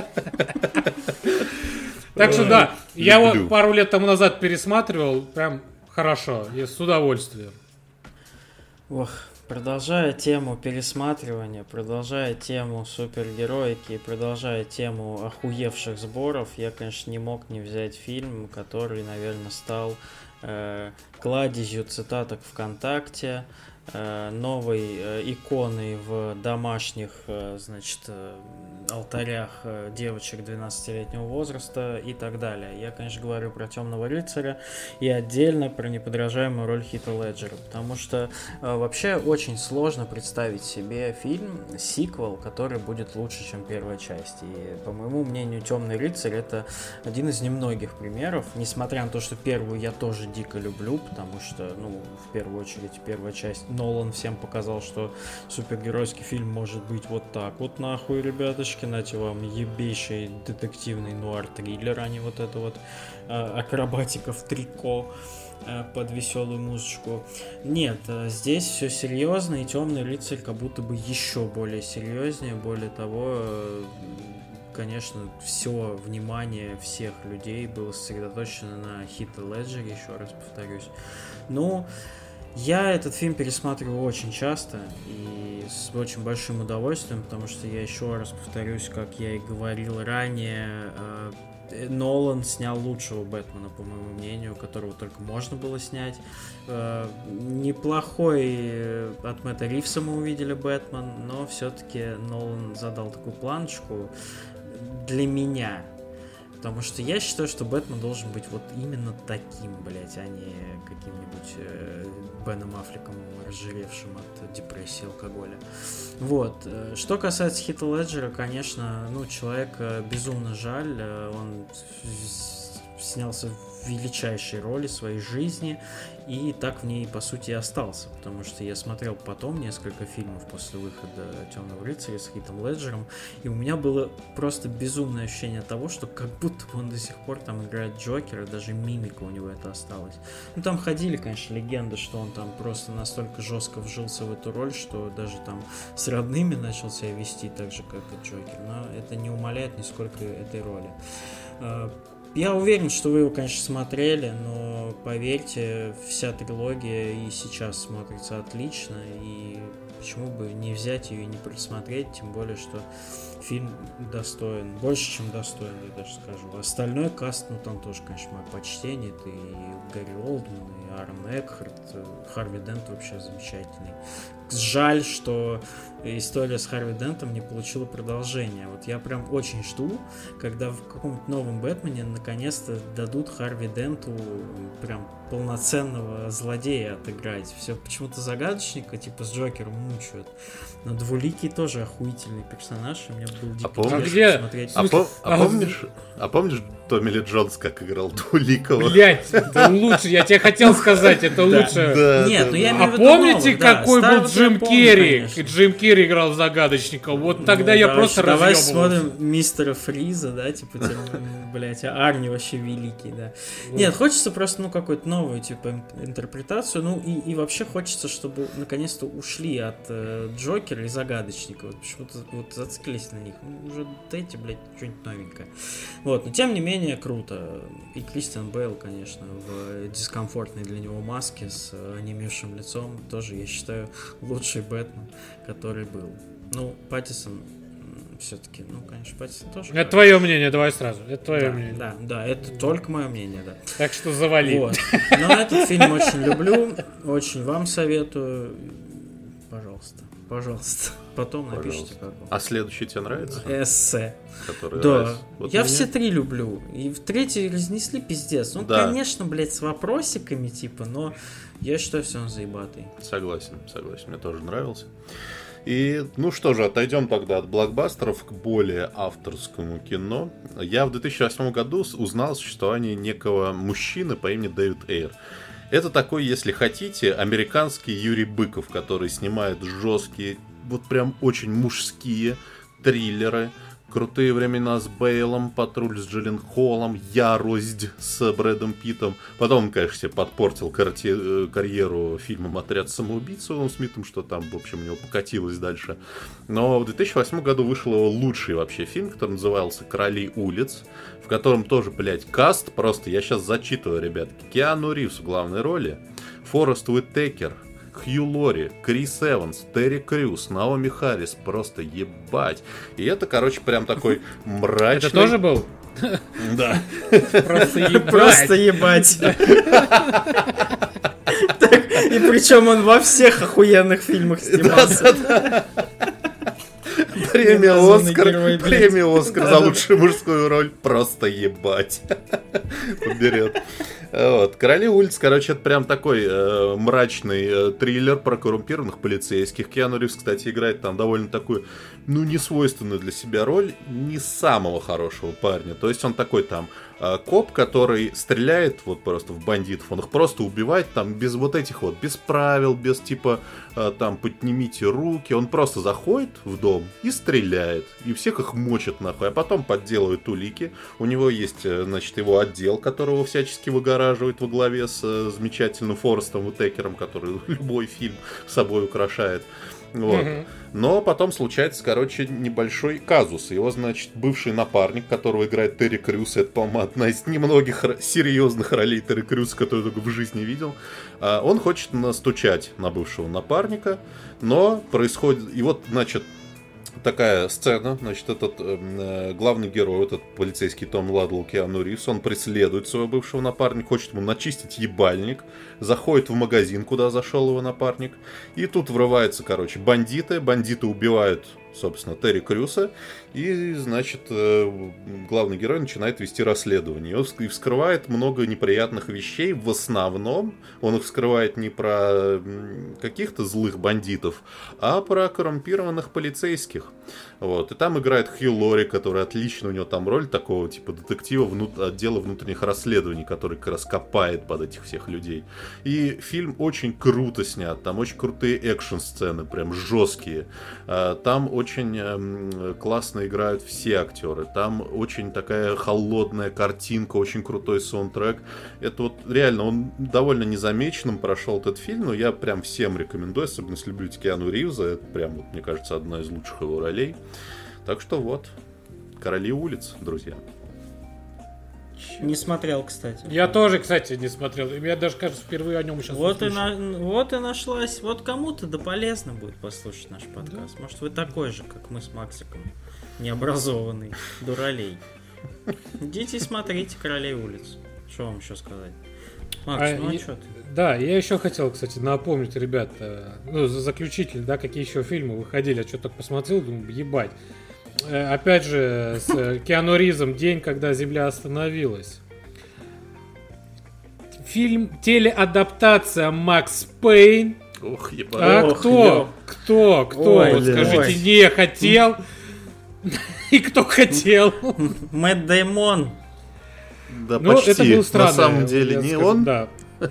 Так что да, я люблю. вот пару лет тому назад пересматривал, прям хорошо, я с удовольствием. Ох, продолжая тему пересматривания, продолжая тему супергероики, продолжая тему охуевших сборов, я, конечно, не мог не взять фильм, который, наверное, стал э, кладезью цитаток ВКонтакте, э, новой э, иконой в домашних, э, значит, э, алтарях э, девочек двенадцатилетнего возраста и так далее. Я, конечно, говорю про «Темного рыцаря» и отдельно про неподражаемую роль Хита Леджера, потому что э, вообще очень сложно представить себе фильм, сиквел, который будет лучше, чем первая часть. И, по моему мнению, «Темный рыцарь» — это один из немногих примеров, несмотря на то, что первую я тоже дико люблю, потому что, ну, в первую очередь, первая часть, Нолан всем показал, что супергеройский фильм может быть вот так вот нахуй, ребяточки, нате вам ебейший детективный нуар-триллер, а не вот это вот э, акробатика в трико э, под веселую музычку. Нет, э, здесь все серьезно, и «Темный рыцарь» как будто бы еще более серьезнее, более того, э, конечно, все внимание всех людей было сосредоточено на Хите Леджере, еще раз повторюсь. Ну, я этот фильм пересматриваю очень часто и с очень большим удовольствием, потому что я еще раз повторюсь, как я и говорил ранее, э, Нолан снял лучшего Бэтмена, по моему мнению, которого только можно было снять. Э, неплохой от Мэтта Ривза мы увидели Бэтмен, но все-таки Нолан задал такую планочку для меня. Потому что я считаю, что Бэтмен должен быть вот именно таким, блять, а не каким-нибудь э, Беном Аффлеком, разжиревшим от депрессии и алкоголя. Вот. Что касается Хита Леджера, конечно, ну, человека безумно жаль. Он снялся в величайшей роли своей жизни и так в ней, по сути, и остался, потому что я смотрел потом несколько фильмов после выхода «Темного рыцаря» с Хитом Леджером, и у меня было просто безумное ощущение того, что как будто бы он до сих пор там играет Джокера, даже мимика у него это осталась. Ну, там ходили, конечно, легенды, что он там просто настолько жестко вжился в эту роль, что даже там с родными начал себя вести так же, как и Джокер, но это не умаляет нисколько этой роли. Я уверен, что вы его, конечно, смотрели, но поверьте, вся трилогия и сейчас смотрится отлично, и почему бы не взять ее и не просмотреть, тем более, что фильм достоин, больше, чем достоин, я даже скажу. Остальной каст, ну, там тоже, конечно, мое почтение, это и Гарри Олдман, и Аарон Экхарт, Харви Дент вообще замечательный. Жаль, что история с Харви Дентом не получила продолжения. Вот я прям очень жду, когда в каком-то новом Бэтмене наконец-то дадут Харви Денту прям полноценного злодея отыграть. Все почему-то загадочника, типа с Джокером, мучают. Но Двуликий тоже охуительный персонаж, и мне было дико а интересно посмотреть. А, пом- а, помнишь, а помнишь Томми Ли Джонс, как играл Двуликого? Блять, это лучше, я тебе хотел сказать, это лучше. Нет, ну я имею в виду А помните, новых, да, какой был старого Джим я помню, Керри? конечно. Джим Керри играл загадочника. Вот тогда Ну, я да, просто давай разъебывался. смотрим мистера Фриза, да, типа, блять, а Арни вообще великий, да. Нет, хочется просто, ну, какую-то новую, типа, интерпретацию, ну, и, и вообще хочется, чтобы наконец-то ушли от э, Джокера и Загадочника, вот почему-то вот зациклились на них, ну, уже дайте, блядь, что-нибудь новенькое. Вот, но тем не менее, круто. И Кристиан Бейл, конечно, в дискомфортной для него маске с онемевшим лицом, тоже, я считаю, лучший Бэтмен, который был. Ну, Паттинсон все-таки, ну, конечно, Паттинсон тоже. Это твое мнение, давай сразу. Это твое да, мнение. Да, да, это только мое мнение, да. Так что завали. Вот. Но этот фильм очень люблю, очень вам советую. Пожалуйста, пожалуйста. Потом напишите, как вам. А следующий тебе нравится? Эссе. Который да. раз... вот я меня... все три люблю. И в третий разнесли пиздец. Ну, да. конечно, блядь, с вопросиками, типа, но я считаю, все он заебатый. Согласен, согласен. Мне тоже нравился. И, ну что же, отойдем тогда от блокбастеров к более авторскому кино. Я в две тысячи восьмом году узнал о существовании некого мужчины по имени Дэвид Эйр. Это такой, если хотите, американский Юрий Быков, который снимает жесткие, вот прям очень мужские триллеры. Крутые времена с Бейлом, Патруль с Джилленхолом, Ярость с Брэдом Питтом. Потом он, конечно, себе подпортил карти- карьеру фильмом «Отряд самоубийц» с Уиллом Смитом, что там, в общем, у него покатилось дальше. Но в две тысячи восьмом году вышел его лучший вообще фильм, который назывался «Короли улиц», в котором тоже, блядь, каст, просто я сейчас зачитываю, ребятки. Киану Ривз в главной роли, Форест Уитакер, Хью Лори, Крис Эванс, Терри Крюс, Наоми Харрис, просто ебать. И это, короче, прям такой мрачный... Это тоже был? Да. Просто ебать. Просто ебать. И причем он во всех охуенных фильмах снимался. Премия Оскар, премия Оскар за лучшую мужскую роль. Просто ебать. Поберет. Вот. «Короли улиц», короче, это прям такой э, мрачный э, триллер про коррумпированных полицейских. Киану Ривз, кстати, играет там довольно такую, ну, несвойственную для себя роль, не самого хорошего парня. То есть он такой там э, коп, который стреляет вот просто в бандитов, он их просто убивает там без вот этих вот, без правил, без типа э, там поднимите руки. Он просто заходит в дом и стреляет. И всех их мочит нахуй, а потом подделывает улики. У него есть, э, значит, его отдел, которого всячески выгораживает во главе с э, замечательным Форестом Уитекером, который любой фильм собой украшает. Вот. Mm-hmm. Но потом случается, короче, небольшой казус. Его, значит, бывший напарник, которого играет Терри Крюс, это, по-моему, одна из немногих р- серьезных ролей Терри Крюса, которую я только в жизни видел. А он хочет настучать на бывшего напарника, но происходит... И вот, значит, такая сцена, значит, этот э, главный герой, этот полицейский Том Ладл, Киану Ривз, он преследует своего бывшего напарника, хочет ему начистить ебальник, заходит в магазин, куда зашел его напарник, и тут врываются, короче, бандиты, бандиты убивают, собственно, Терри Крюса, и, значит, э, главный герой начинает вести расследование, и вскрывает много неприятных вещей, в основном он их вскрывает не про каких-то злых бандитов, а про коррумпированных полицейских. Вот. И там играет Хью Лори, который отлично, у него там роль такого типа детектива внут... отдела внутренних расследований, который как раз копает под этих всех людей. И фильм очень круто снят, там очень крутые экшн-сцены, прям жесткие. Там очень классно играют все актеры, там очень такая холодная картинка, очень крутой саундтрек. Это вот реально, он довольно незамеченным прошел этот фильм, но я прям всем рекомендую, особенно если любите Киану Ривза, это прям, вот, мне кажется, одна из лучших его ролей. Так что вот, «Короли улиц», друзья. Не смотрел, кстати. Я тоже, кстати, не смотрел. Мне даже кажется, впервые о нем сейчас вот и, на, вот и нашлась. Вот кому-то да полезно будет послушать наш подкаст. Да. Может, вы такой же, как мы с Максиком, необразованный дуралей. Идите и смотрите «Королей улиц». Что вам еще сказать? Макс, а ну а я, что ты? Да, я еще хотел, кстати, напомнить, ребят, ну, заключительно, да, какие еще фильмы выходили. Я что-то так посмотрел, думаю, ебать. Опять же, с Киану Ривзом «День, когда Земля остановилась». Фильм, телеадаптация «Макс Пейн». Ох, ебать. А Ох, кто? ё. Кто? Кто? Ой, вот скажите, ой. не хотел. И кто хотел? Мэтт Дэймон. Да, ну, почти. Это был странно, на самом деле не скажу, он. Да.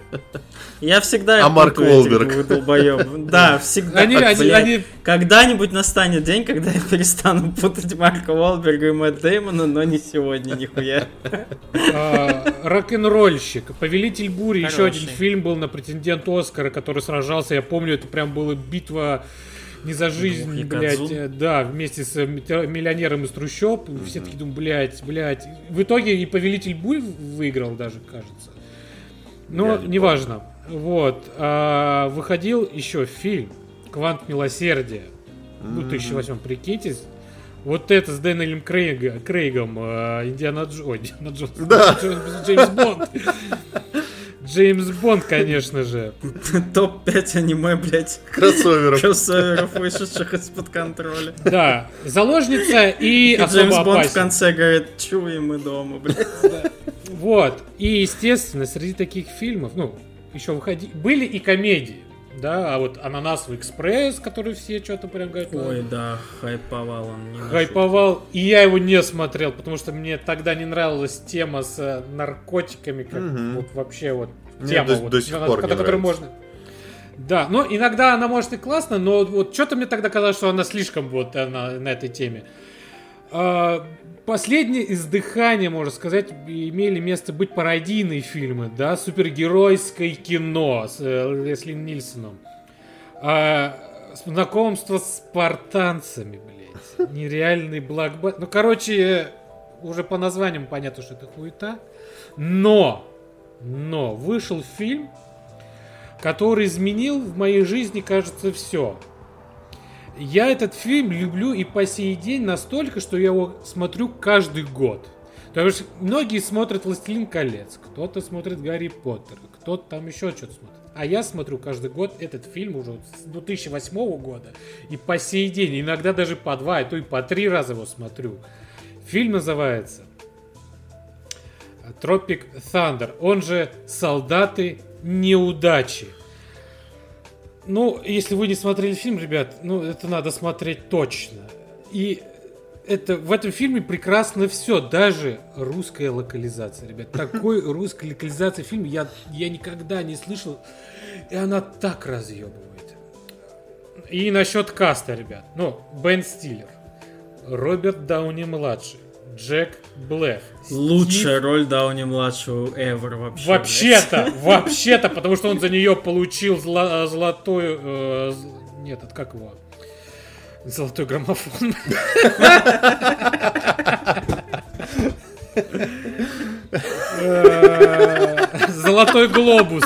Я всегда... А Марк Уолберг. Да, всегда. Они, так, они, блядь, они... Когда-нибудь настанет день, когда я перестану путать Марка Уолберга и Мэтт Дэймона, но не сегодня, нихуя. А, рок-н-ролльщик, «Повелитель бури», Хороший. еще один фильм был на претендент Оскара, который сражался, я помню, это прям была битва не за жизнь, блядь, да, вместе с миллионером из трущоб, mm-hmm. все такие думают, блядь, блядь. В итоге и «Повелитель бури» выиграл даже, кажется. Но не неважно. Вот. А, выходил еще фильм «Квант милосердия» в две тысячи восьмом, прикиньте. Вот это с Дэниелем Крейг, Крейгом, а, Индиана Джонс, ой, Индиана Джонс, да. Джеймс Бонд. Джеймс Бонд, конечно же. топ пять аниме, блядь. Кроссоверов. Кроссоверов, вышедших из-под контроля. Да. «Заложница» и, И «Особо Джеймс Бонд опасен». в конце говорит, чуем мы дома, блядь. Вот. И, естественно, среди таких фильмов, ну, еще выходили, были и комедии. Да, а вот «Ананасовый экспресс», который все что-то прям говорят. Ой, да, хайповал он. Не хайповал, и я его не смотрел, потому что мне тогда не нравилась тема с наркотиками, как угу. вот вообще вот мне тема, до, вот, до сих пор не которую можно. Да, но иногда она может и классно, но вот что-то мне тогда казалось, что она слишком вот она, на этой теме. А, последнее издыхание, можно сказать, имели место быть пародийные фильмы, да, супергеройское кино с э, Лесли Нильсоном. А, знакомство с спартанцами, блядь. Нереальный блокбастер. Ну, короче, уже по названиям понятно, что это хуета. Но, но вышел фильм, который изменил в моей жизни, кажется, все. Я этот фильм люблю и по сей день настолько, что я его смотрю каждый год. То есть многие смотрят «Властелин колец», кто-то смотрит «Гарри Поттер», кто-то там еще что-то смотрит. А я смотрю каждый год этот фильм уже с две тысячи восьмого года. И по сей день, иногда даже по два, а то и по три раза его смотрю. Фильм называется Tropic Thunder, он же «Солдаты неудачи». Ну, если вы не смотрели фильм, ребят, ну, это надо смотреть точно. И это, в этом фильме прекрасно все, даже русская локализация, ребят. Такой русской локализации фильма я, я никогда не слышал, и она так разъебывает. И насчет каста, ребят. Ну, Бен Стиллер, Роберт Дауни-младший, Джек Блэк. Лучшая Стив... роль Дауни-младшего ever вообще. Вообще-то, блядь. вообще-то, потому что он за нее получил зло, золотую... Э, нет, это как его? Золотой граммофон. Золотой глобус.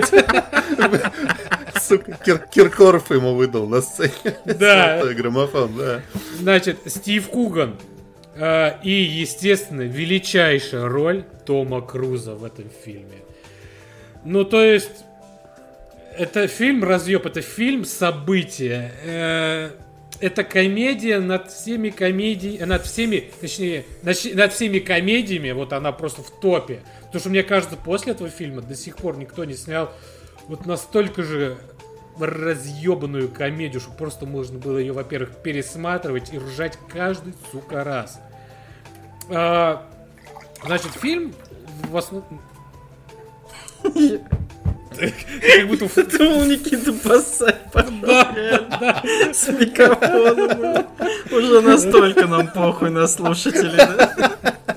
Сука, Киркоров ему выдал на сцене. Да. Золотой граммофон, да. Значит, Стив Куган. И, естественно, величайшая роль Тома Круза в этом фильме. Ну, то есть, это фильм разъеб, это фильм события. Это комедия над всеми комедиями, над всеми, точнее, над всеми комедиями, вот она просто в топе. Потому что мне кажется, после этого фильма до сих пор никто не снял вот настолько же разъебанную комедию, что просто можно было ее, во-первых, пересматривать и ржать каждый, сука, раз. А, значит, фильм в основном... Как будто думал, Никита Пассать с микрофоном. Уже настолько нам похуй на слушателей, да?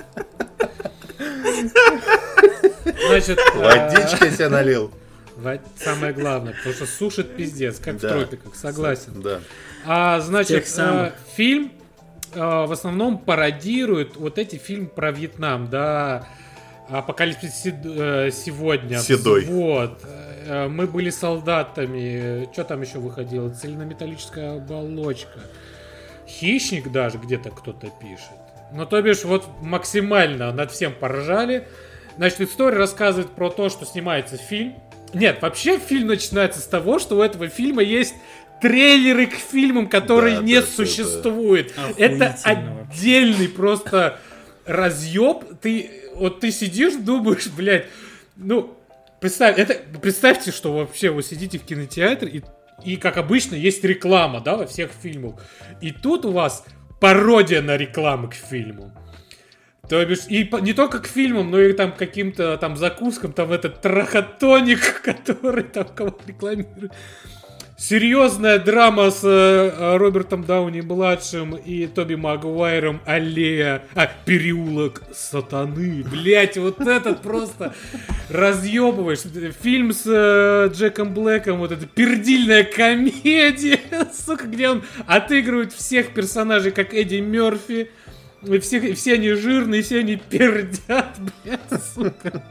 Значит, водички себе налил. Самое главное, потому что сушит пиздец, как да. в тропиках, согласен. Да. А, значит, а, фильм а, в основном пародирует вот эти фильмы про Вьетнам, да, «Апокалипсис сегодня», Седой. Вот. «Мы были солдатами», что там еще выходило, «Цельнометаллическая оболочка», «Хищник» даже где-то кто-то пишет. Ну, то бишь, вот максимально над всем поржали. Значит, история рассказывает про то, что снимается фильм. Нет, вообще фильм начинается с того, что у этого фильма есть трейлеры к фильмам, которые да, не да, существуют. Да. Это отдельный просто разъеб. Ты, вот ты сидишь, думаешь, блядь, ну, представь, это, представьте, что вообще вы сидите в кинотеатре, и, и, как обычно, есть реклама, да, во всех фильмах. И тут у вас пародия на рекламу к фильму. То бишь, и не только к фильмам, но и там к каким-то там закускам, там этот трахотоник, который там кого рекламирует. Серьезная драма с э, Робертом Дауни-младшим и Тоби Магуайром, аллея, а, переулок сатаны. Блять, вот этот просто разъебываешь. Фильм с э, Джеком Блэком, вот эта пердильная комедия, сука, где он отыгрывает всех персонажей, как Эдди Мерфи. И все, и все они жирные, все они пердят, блядь, сука.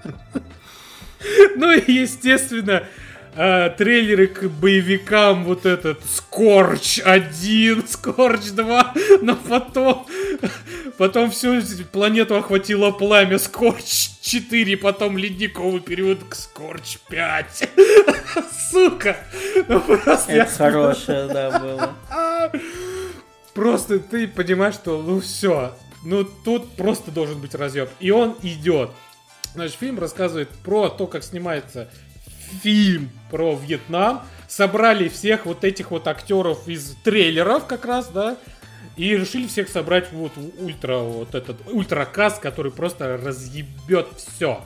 Ну и, естественно, э, трейлеры к боевикам, вот этот Скорч один, Скорч два, но потом, потом всю планету охватило пламя, Скорч четыре, потом ледниковый период к Скорч пять. Сука! Ну, просто это хорошее, да, было. Просто ты понимаешь, что ну все, ну тут просто должен быть разъеб. И он идет. Значит, фильм рассказывает про то, как снимается фильм про Вьетнам. Собрали всех вот этих вот актеров из трейлеров как раз, да. И решили всех собрать вот в ультра, вот этот ультракаст, который просто разъебет все.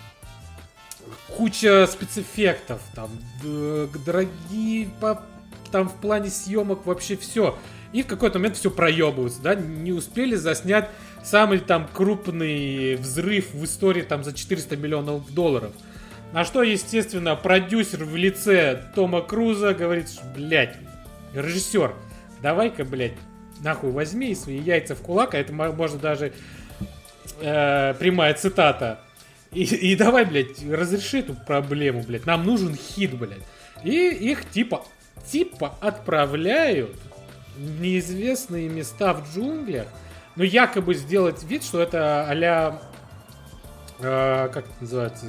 Куча спецэффектов, там, дорогие, там в плане съемок вообще все. И в какой-то момент все проебывается, да, не успели заснять самый там крупный взрыв в истории там за четыреста миллионов долларов. На что, естественно, продюсер в лице Тома Круза говорит, что, блядь, режиссер, давай-ка, блядь, нахуй возьми свои яйца в кулак, а это можно даже э, прямая цитата, и, и давай, блядь, разреши эту проблему, блядь, нам нужен хит, блядь. И их типа, типа отправляют в неизвестные места в джунглях, ну, якобы сделать вид, что это а-ля... Э, как это называется?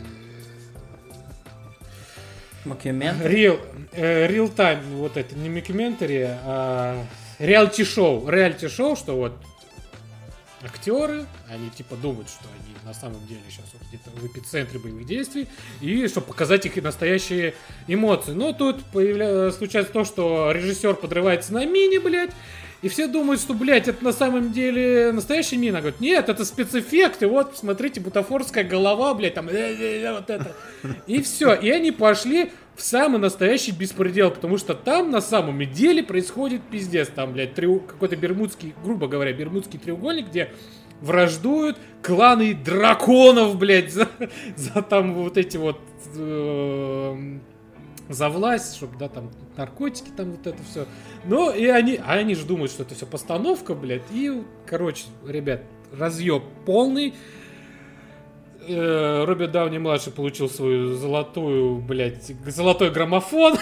Мокюментари? Real, э, real time, вот это, не мокюментари, а реалити-шоу. Реалити-шоу, что вот актеры, они типа думают, что они на самом деле сейчас вот где-то в эпицентре боевых действий, и чтобы показать их настоящие эмоции. Но тут появля... случается то, что режиссер подрывается на мине, блядь, и все думают, что, блядь, это на самом деле настоящая мина. Говорят, нет, это спецэффекты, вот, смотрите, бутафорская голова, блядь, там, вот это. И все, и они пошли в самый настоящий беспредел, потому что там на самом деле происходит пиздец. Там, блядь, треу... какой-то бермудский, грубо говоря, бермудский треугольник, где враждуют кланы драконов, блядь, за, за там вот эти вот... Э, за власть, чтобы, да, там, наркотики, там, вот это все. Но и они, а они же думают, что это все постановка, блядь. И, короче, ребят, разъеб полный. Э, Роберт Дауни-младший получил свою золотую, блядь, золотой граммофон.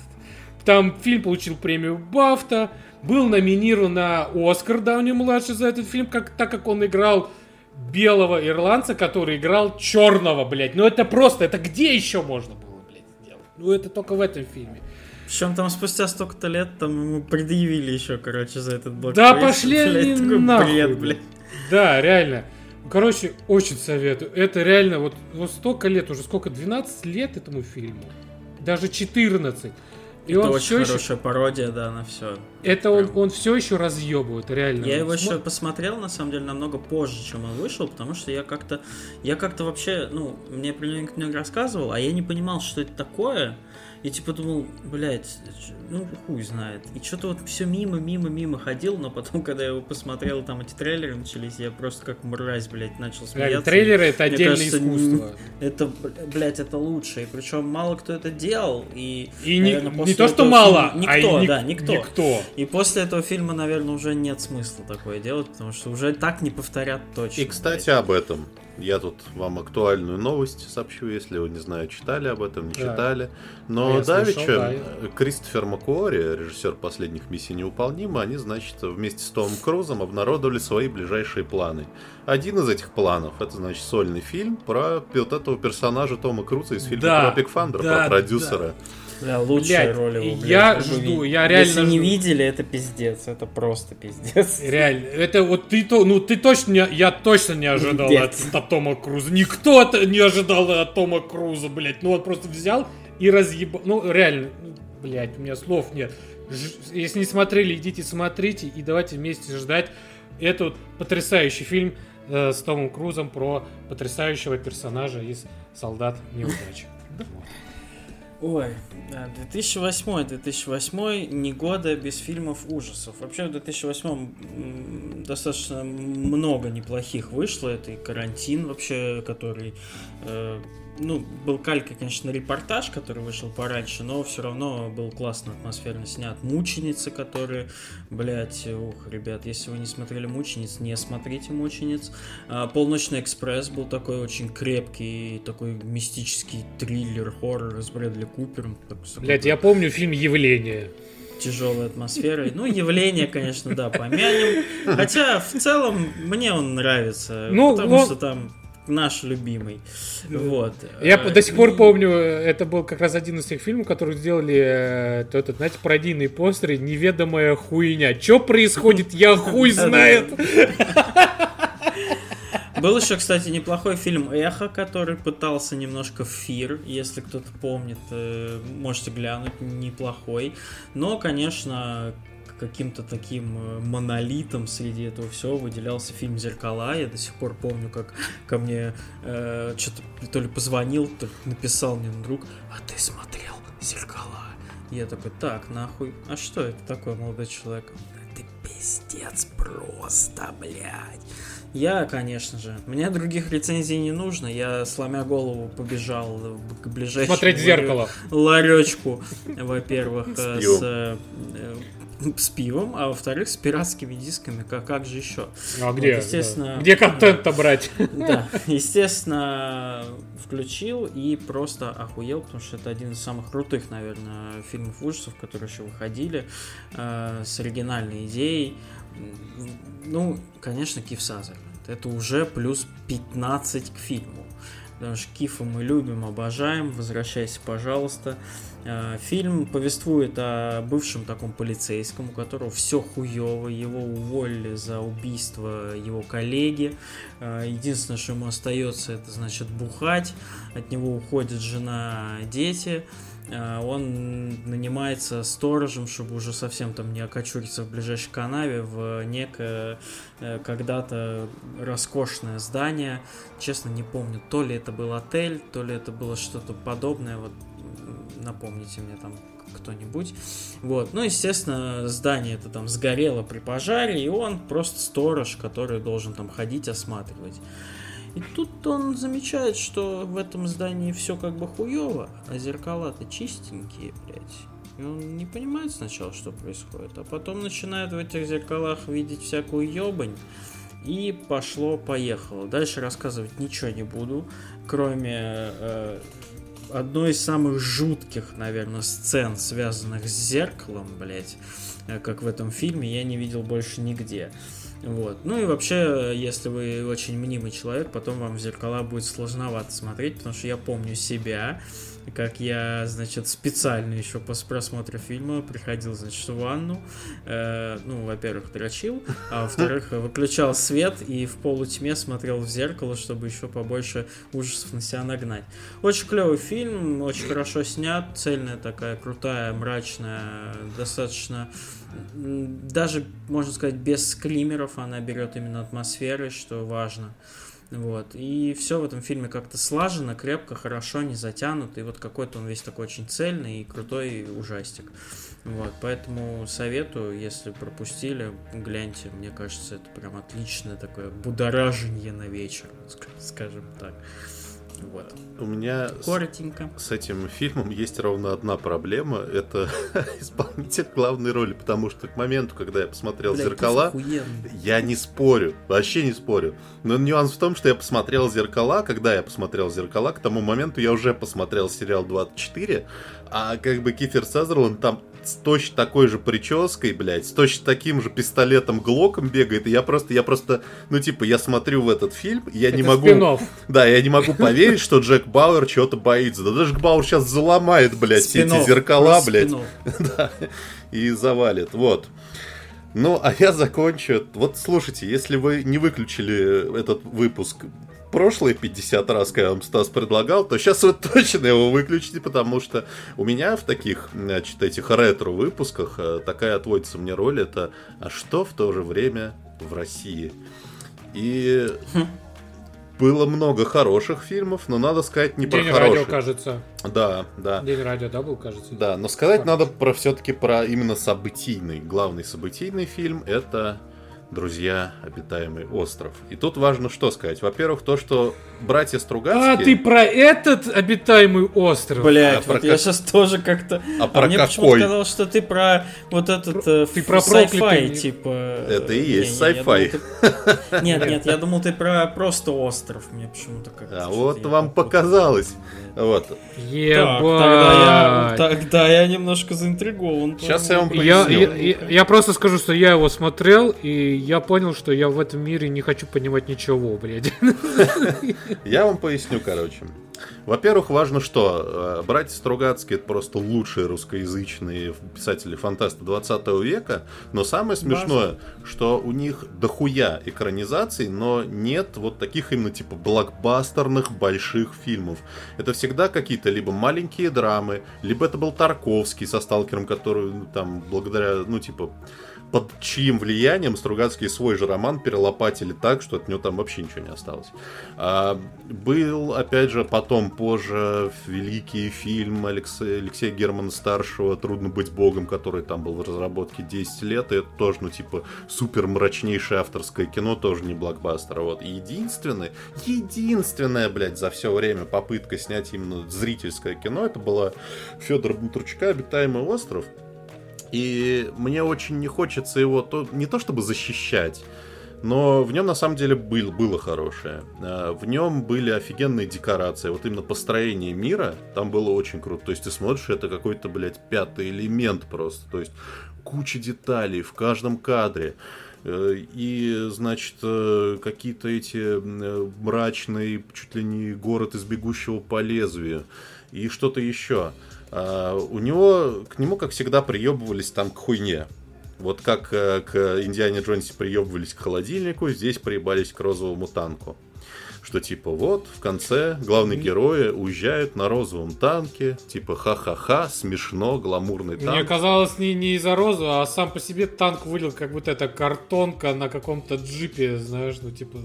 Там фильм получил премию Бафта. Был номинирован на Оскар Дауни-младший за этот фильм, как, так как он играл белого ирландца, который играл черного, блядь. Ну это просто, это где еще можно было? Ну, это только в этом фильме. Причем там спустя столько-то лет там ему предъявили еще, короче, за этот блок. Да, пошли они нахуй. Бред, блядь. Да, реально. Короче, очень советую. Это реально вот, вот столько лет, уже сколько, двенадцать лет этому фильму. Даже четырнадцать. И это он очень все хорошая еще... пародия, да, на все. Это он, он все еще разъебывает, реально. Я его Смо... еще посмотрел, на самом деле, намного позже, чем он вышел, потому что я как-то, я как-то вообще, ну, мне про него никто не рассказывал, а я не понимал, что это такое. И типа думал, блядь, ну хуй знает. И что-то вот все мимо, мимо, мимо ходил, но потом, когда я его посмотрел, там эти трейлеры начались, я просто как мразь, блядь, начал смеяться. Реально, трейлеры это Мне отдельное кажется, искусство. Это, блядь, это лучше. И причем мало кто это делал. И, и наверное, не, не то, что мало, фильма... никто, а и да, никто. никто. И после этого фильма, наверное, уже нет смысла такое делать, потому что уже так не повторят точно. И, кстати, об этом. Я тут вам актуальную новость сообщу, если вы, не знаю, читали об этом, не да. читали. Но давеча да, я... Кристофер Маккуори, режиссер «Последних миссий невыполнима», они, значит, вместе с Томом Крузом обнародовали свои ближайшие планы. Один из этих планов, это, значит, сольный фильм про вот этого персонажа Тома Круза из фильма да, «Тропик Фандер», да, про продюсера. Да. Бля, лучшая блядь, роль его, блядь. Я жду, я реально Если жду. не видели, это пиздец, это просто пиздец. Реально, это вот ты, то, ну ты точно, не, я точно не ожидал от, от Тома Круза. Никто это не ожидал от Тома Круза, блядь. Ну он просто взял и разъебал. Ну реально, блядь, у меня слов нет. Ж, если не смотрели, идите смотрите и давайте вместе ждать этот потрясающий фильм э, с Томом Крузом про потрясающего персонажа из «Солдат неудачи». Ой, две тысячи восьмой, две тысячи восьмой не года без фильмов ужасов. Вообще в две тысячи восьмом достаточно много неплохих вышло. Это и «Карантин» вообще, который... Э, ну, был калькой, конечно, репортаж, который вышел пораньше, но все равно был классно, атмосферно снят. «Мученицы», которые, блять, ух, ребят, если вы не смотрели «Мучениц», не смотрите «Мучениц». А, «Полночный экспресс» был такой очень крепкий, такой мистический триллер, хоррор с Брэдли Купером. Блять, я помню фильм «Явление». Тяжелой атмосферой. Ну, «Явление», конечно, да, помянем. Хотя, в целом, мне он нравится, ну, потому он... что там... наш любимый. Вот. Я до сих пор помню, это был как раз один из тех фильмов, которые сделали этот, знаете, пародийные постеры «Неведомая хуйня». Чё происходит, я хуй знает. Был еще, кстати, неплохой фильм «Эхо», который пытался немножко Fear, если кто-то помнит, можете глянуть, неплохой. Но, конечно, каким-то таким монолитом среди этого всего выделялся фильм «Зеркала». Я до сих пор помню, как ко мне э, что-то то ли позвонил, то ли написал мне друг: «А ты смотрел «Зеркала»?» Я такой: так, нахуй, а что это такое, молодой человек? Ты пиздец просто, блядь. Я, конечно же, мне других рецензий не нужно, я, сломя голову, побежал к ближайшему смотреть «Зеркало», ларечку, во-первых, с... с пивом, а во-вторых, с пиратскими дисками, как, как же еще? А где? Вот, естественно, да. Где контент-то брать? Да, естественно, включил и просто охуел, потому что это один из самых крутых, наверное, фильмов ужасов, которые еще выходили, э, с оригинальной идеей. Ну, конечно, Киф Сазерленд. Это уже плюс пятнадцать к фильму. Потому что Кифа мы любим, обожаем. Возвращайся, пожалуйста. Фильм повествует о бывшем таком полицейском, у которого все хуево. Его уволили за убийство его коллеги. Единственное, что ему остается, это, значит, бухать. От него уходит жена, дети. Он нанимается сторожем, чтобы уже совсем там не окочуриться в ближайшей канаве, в некое когда-то роскошное здание. Честно, не помню, то ли это был отель, то ли это было что-то подобное. Вот напомните мне там кто-нибудь. Вот. Ну, естественно, здание это там сгорело при пожаре, и он просто сторож, который должен там ходить, осматривать. И тут он замечает, что в этом здании все как бы хуево, а зеркала-то чистенькие, блядь. И он не понимает сначала, что происходит, а потом начинает в этих зеркалах видеть всякую ебань. И пошло-поехало. Дальше рассказывать ничего не буду, кроме э, одной из самых жутких, наверное, сцен, связанных с зеркалом, блядь, э, как в этом фильме, я не видел больше нигде. Вот. Ну и вообще, если вы очень мнимый человек, потом вам в зеркала будет сложновато смотреть, потому что я помню себя, как я, значит, специально еще после просмотра фильма приходил, значит, в ванну, э, ну, во-первых, дрочил, а во-вторых, выключал свет и в полутьме смотрел в зеркало, чтобы еще побольше ужасов на себя нагнать. Очень клевый фильм, очень хорошо снят, цельная такая, крутая, мрачная, достаточно, даже, можно сказать, без скримеров, она берет именно атмосферой, что важно. Вот. И все в этом фильме как-то слажено, крепко, хорошо, не затянуто. И вот какой-то он весь такой очень цельный и крутой ужастик. Вот. Поэтому советую, если пропустили, гляньте. Мне кажется, это прям отличное такое будораженье на вечер, скажем так. Вот. У меня коротенько с, с этим фильмом есть ровно одна проблема. Это исполнитель главной роли. Потому что к моменту, когда я посмотрел Бля, «Зеркала», я не спорю, вообще не спорю. Но нюанс в том, что я посмотрел «Зеркала». Когда я посмотрел «Зеркала», к тому моменту я уже посмотрел сериал двадцать четыре. А как бы Кифер Сазерленд там с точно такой же прической, блядь, с точно таким же пистолетом Глоком бегает, и я просто, я просто, ну типа, я смотрю в этот фильм, и я это не могу... спин-офф. Да, я не могу поверить, что Джек Бауэр чего-то боится. Да даже Джек Бауэр сейчас заломает, блядь, все эти зеркала, блядь. Да, и завалит, вот. Ну, а я закончу. Вот слушайте, если вы не выключили этот выпуск прошлые пятьдесят раз, когда я вам Стас предлагал, то сейчас вы точно его выключите, потому что у меня в таких, значит, этих ретро-выпусках такая отводится мне роль, это «А что в то же время в России?» И было много хороших фильмов, но надо сказать не День про хорошие. радио, кажется. Да, да. День радио, да, был, кажется. Да, но сказать Хорошо. Надо про все-таки про именно событийный, главный событийный фильм, это «Друзья. Обитаемый остров». И тут важно что сказать. Во-первых, то, что братья Стругацкие... А, ты про этот обитаемый остров? Блядь, а вот про я как... сейчас тоже как-то... А, а про мне какой? почему-то казалось, что ты про вот этот про... э, ты про sci-fi, типа... Это и есть не, не, sci-fi. Ты... Нет, нет, я думал, ты про просто остров. Мне почему-то как-то... А вот вам показалось. Вот. Ебать. Так, тогда я, тогда я немножко заинтригован. Сейчас я вам я, поясню. я, я, я просто скажу, что я его смотрел, и я понял, что я в этом мире не хочу понимать ничего, блядь. Я вам поясню, короче. Во-первых, важно, что братья Стругацкие — это просто лучшие русскоязычные писатели-фантасты двадцатого века, но самое смешное, важно, что у них дохуя экранизаций, но нет вот таких именно типа блокбастерных больших фильмов. Это всегда какие-то либо маленькие драмы, либо это был Тарковский со «Сталкером», который там благодаря, ну типа... под чьим влиянием Стругацкие свой же роман перелопатили так, что от него там вообще ничего не осталось. А, был, опять же, потом, позже, великий фильм Алексе... Алексея Германа-старшего «Трудно быть богом», который там был в разработке десять лет, и это тоже, ну, типа, супер мрачнейшее авторское кино, тоже не блокбастер. Вот. И единственное, единственная, блядь, за все время попытка снять именно зрительское кино, это была Федора Бондарчука «Обитаемый остров». И мне очень не хочется его то, не то чтобы защищать, но в нем на самом деле был, было хорошее. В нем были офигенные декорации. Вот именно построение мира там было очень круто. То есть ты смотришь, это какой-то, блядь, пятый элемент просто. То есть куча деталей в каждом кадре. И, значит, какие-то эти мрачные, чуть ли не город из «Бегущего по лезвию», и что-то еще. У него, к нему, как всегда, приебывались там к хуйне. Вот как к Индиане Джонсе приебывались к холодильнику, здесь приебались к розовому танку. Что типа вот в конце главные герои уезжают на розовом танке, типа ха-ха-ха, смешно, гламурный танк. Мне казалось, не, не из-за розу, а сам по себе танк выглядел как будто это картонка на каком-то джипе, знаешь, ну типа...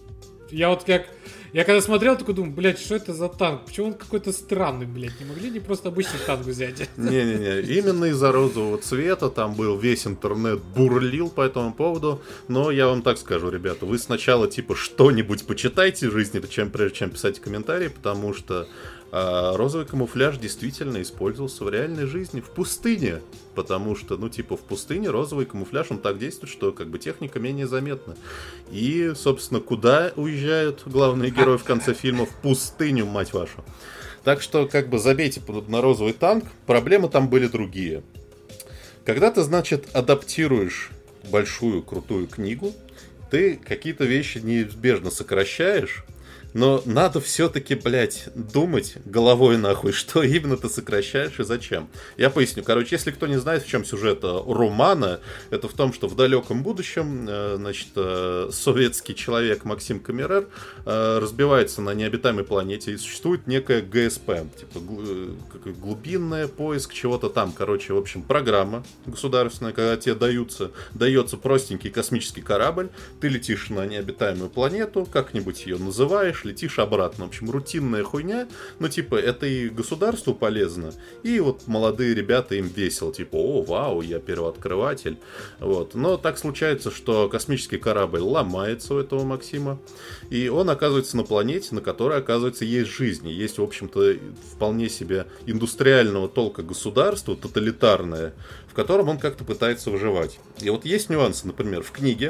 Я вот как... Я когда смотрел, такой думаю, блядь, что это за танк? Почему он какой-то странный, блядь? Не могли не просто обычный танк взять? Не-не-не, именно из-за розового цвета там был весь интернет бурлил по этому поводу. Но я вам так скажу, ребята, вы сначала типа что-нибудь почитайте в жизни, чем, прежде чем писать комментарии, потому что а, розовый камуфляж действительно использовался в реальной жизни в пустыне. Потому что, ну, типа, в пустыне розовый камуфляж, он так действует, что, как бы, техника менее заметна. И, собственно, куда уезжают главные герои в конце фильма? В пустыню, мать вашу. Так что, как бы, забейте на розовый танк. Проблемы там были другие. Когда ты, значит, адаптируешь большую, крутую книгу, ты какие-то вещи неизбежно сокращаешь, но надо все-таки, блядь, думать головой нахуй, что именно ты сокращаешь и зачем. Я поясню. Короче, если кто не знает, в чем сюжет романа, это в том, что в далеком будущем, значит, советский человек Максим Камерер разбивается на необитаемой планете, и существует некая ГСП, типа глубинный поиск чего-то там. Короче, в общем, программа государственная, когда тебе даются, дается простенький космический корабль, ты летишь на необитаемую планету, как-нибудь ее называешь, летишь обратно. В общем, рутинная хуйня, но типа это и государству полезно, и вот молодые ребята им весело, типа, о, вау, я первооткрыватель. Вот. Но так случается, что космический корабль ломается у этого Максима, и он оказывается на планете, на которой, оказывается, есть жизнь, есть, в общем-то, вполне себе индустриального толка государство, тоталитарное, в котором он как-то пытается выживать. И вот есть нюансы, например, в книге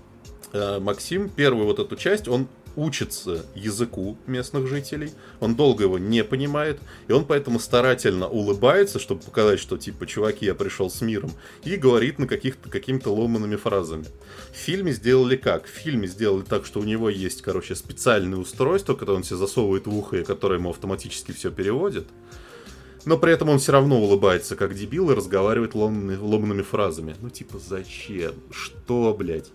Максим первую вот эту часть, он учится языку местных жителей, он долго его не понимает, и он поэтому старательно улыбается, чтобы показать, что типа, чуваки, я пришел с миром, и говорит на каких-то какими-то ломаными фразами. В фильме сделали как? В фильме сделали так, что у него есть, короче, специальное устройство, которое он себе засовывает в ухо, и которое ему автоматически все переводит, но при этом он все равно улыбается как дебил и разговаривает ломанными, ломанными фразами. Ну типа, зачем? Что, блядь?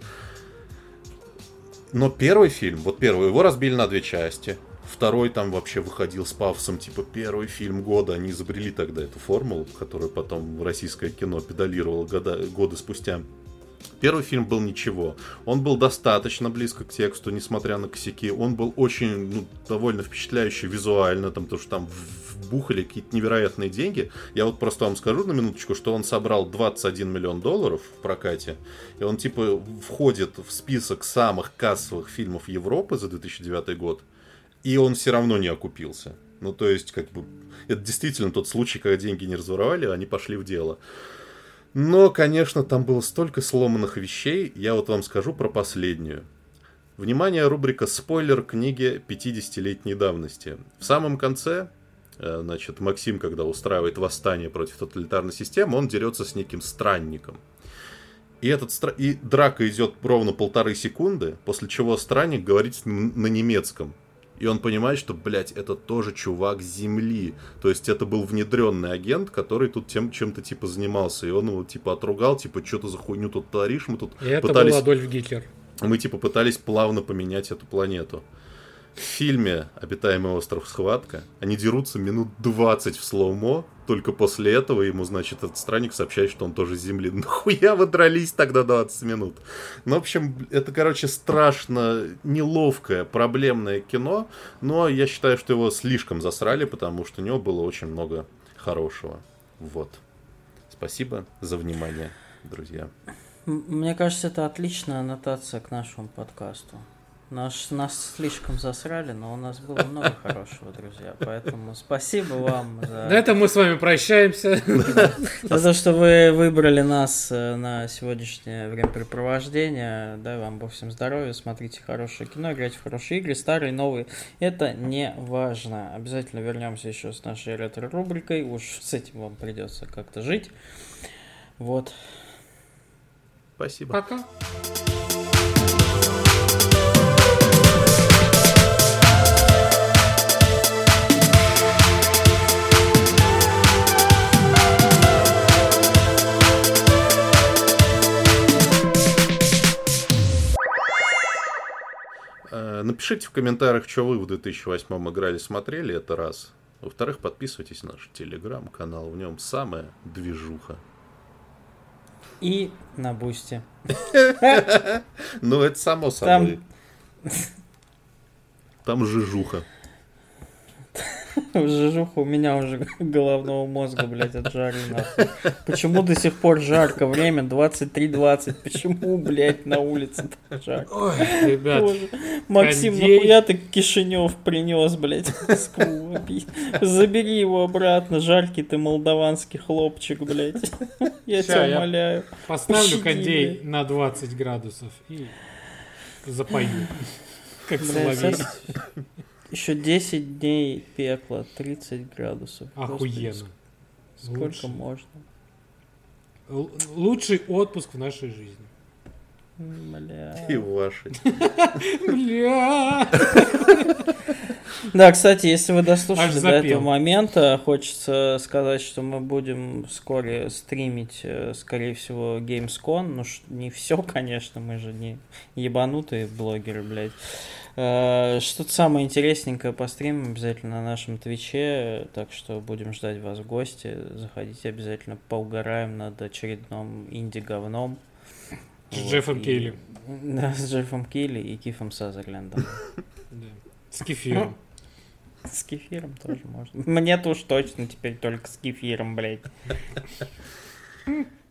Но первый фильм, вот первый, его разбили на две части. Второй там вообще выходил с пафосом, типа, первый фильм года. Они изобрели тогда эту формулу, которую потом российское кино педалировало года, годы спустя. Первый фильм был ничего. Он был достаточно близко к тексту, несмотря на косяки. Он был очень, ну, довольно впечатляющий визуально, там, потому что там вбухали какие-то невероятные деньги. Я вот просто вам скажу на минуточку, что он собрал двадцать один миллион долларов в прокате. И он, типа, входит в список самых кассовых фильмов Европы за две тысячи девятый год. И он все равно не окупился. Ну, то есть, как бы, это действительно тот случай, когда деньги не разворовали, а они пошли в дело. Но, конечно, там было столько сломанных вещей, я вот вам скажу про последнюю. Внимание, рубрика «Спойлер» книги пятидесятилетней давности. В самом конце, значит, Максим, когда устраивает восстание против тоталитарной системы, он дерется с неким странником. И, этот стра... и драка идет ровно полторы секунды, после чего странник говорит с ним на немецком. И он понимает, что, блядь, это тоже чувак с Земли. То есть это был внедренный агент, который тут тем чем-то типа занимался. И он его типа отругал, типа, что ты за хуйню тут творишь? Мы тут и это пытались... был Адольф Гитлер. Мы типа пытались плавно поменять эту планету. В фильме «Обитаемый остров. Схватка» они дерутся минут двадцать в слоумо. Только после этого ему, значит, этот странник сообщает, что он тоже с Земли. Нахуя вы дрались тогда двадцать минут? Ну, в общем, это, короче, страшно неловкое, проблемное кино. Но я считаю, что его слишком засрали, потому что у него было очень много хорошего. Вот. Спасибо за внимание, друзья. Мне кажется, это отличная аннотация к нашему подкасту. Наш, нас слишком засрали, но у нас было много хорошего, друзья. Поэтому спасибо вам за... На этом мы с вами прощаемся. За то, что вы выбрали нас на сегодняшнее времяпрепровождение. Дай вам Бог всем здоровья. Смотрите хорошее кино, играйте в хорошие игры, старые, новые. Это не важно. Обязательно вернемся еще с нашей ретро-рубрикой. Уж с этим вам придется как-то жить. Вот. Спасибо. Пока. Напишите в комментариях, что вы в две тысячи восьмом играли, смотрели, это раз. Во-вторых, подписывайтесь на наш телеграм-канал, в нем самая движуха. И на Бусти. Ну, это само собой. Там жижуха. Жижуха у меня уже головного мозга, блядь, от жары, нахуй. Почему до сих пор жарко? Время двадцать три двадцать. Почему, блядь, на улице так жарко? Ой, ребят. Боже. Максим, кондей. нахуя ты Кишинев принес, блядь, в Москву? Забери его обратно, жаркий ты молдаванский хлопчик, блядь. Я Ща, тебя я умоляю. Поставлю Пощади, кондей блядь. на двадцать градусов и запою. Как Блядь, соловей. сейчас еще десять дней пекла, тридцать градусов. Охуенно. Господи, сколько Лучше. можно? Л- Лучший отпуск в нашей жизни. Бля. И ваши. Бля. Да, кстати, если вы дослушали Аж до запел. этого момента, хочется сказать, что мы будем вскоре стримить, э, скорее всего, Gamescom. Ну, ш- не все, конечно, мы же не ебанутые блогеры, блядь. Э, Что-то самое интересненькое постримим обязательно на нашем Твиче, так что будем ждать вас в гости. Заходите обязательно, поугараем над очередным инди-говном. С Вот, Джеффом и- Кейли. Да, с Джеффом Кейли и Кифом Сазерлендом. Да. С кефиром. С кефиром тоже можно. Мне-то уж точно теперь только с кефиром, блядь.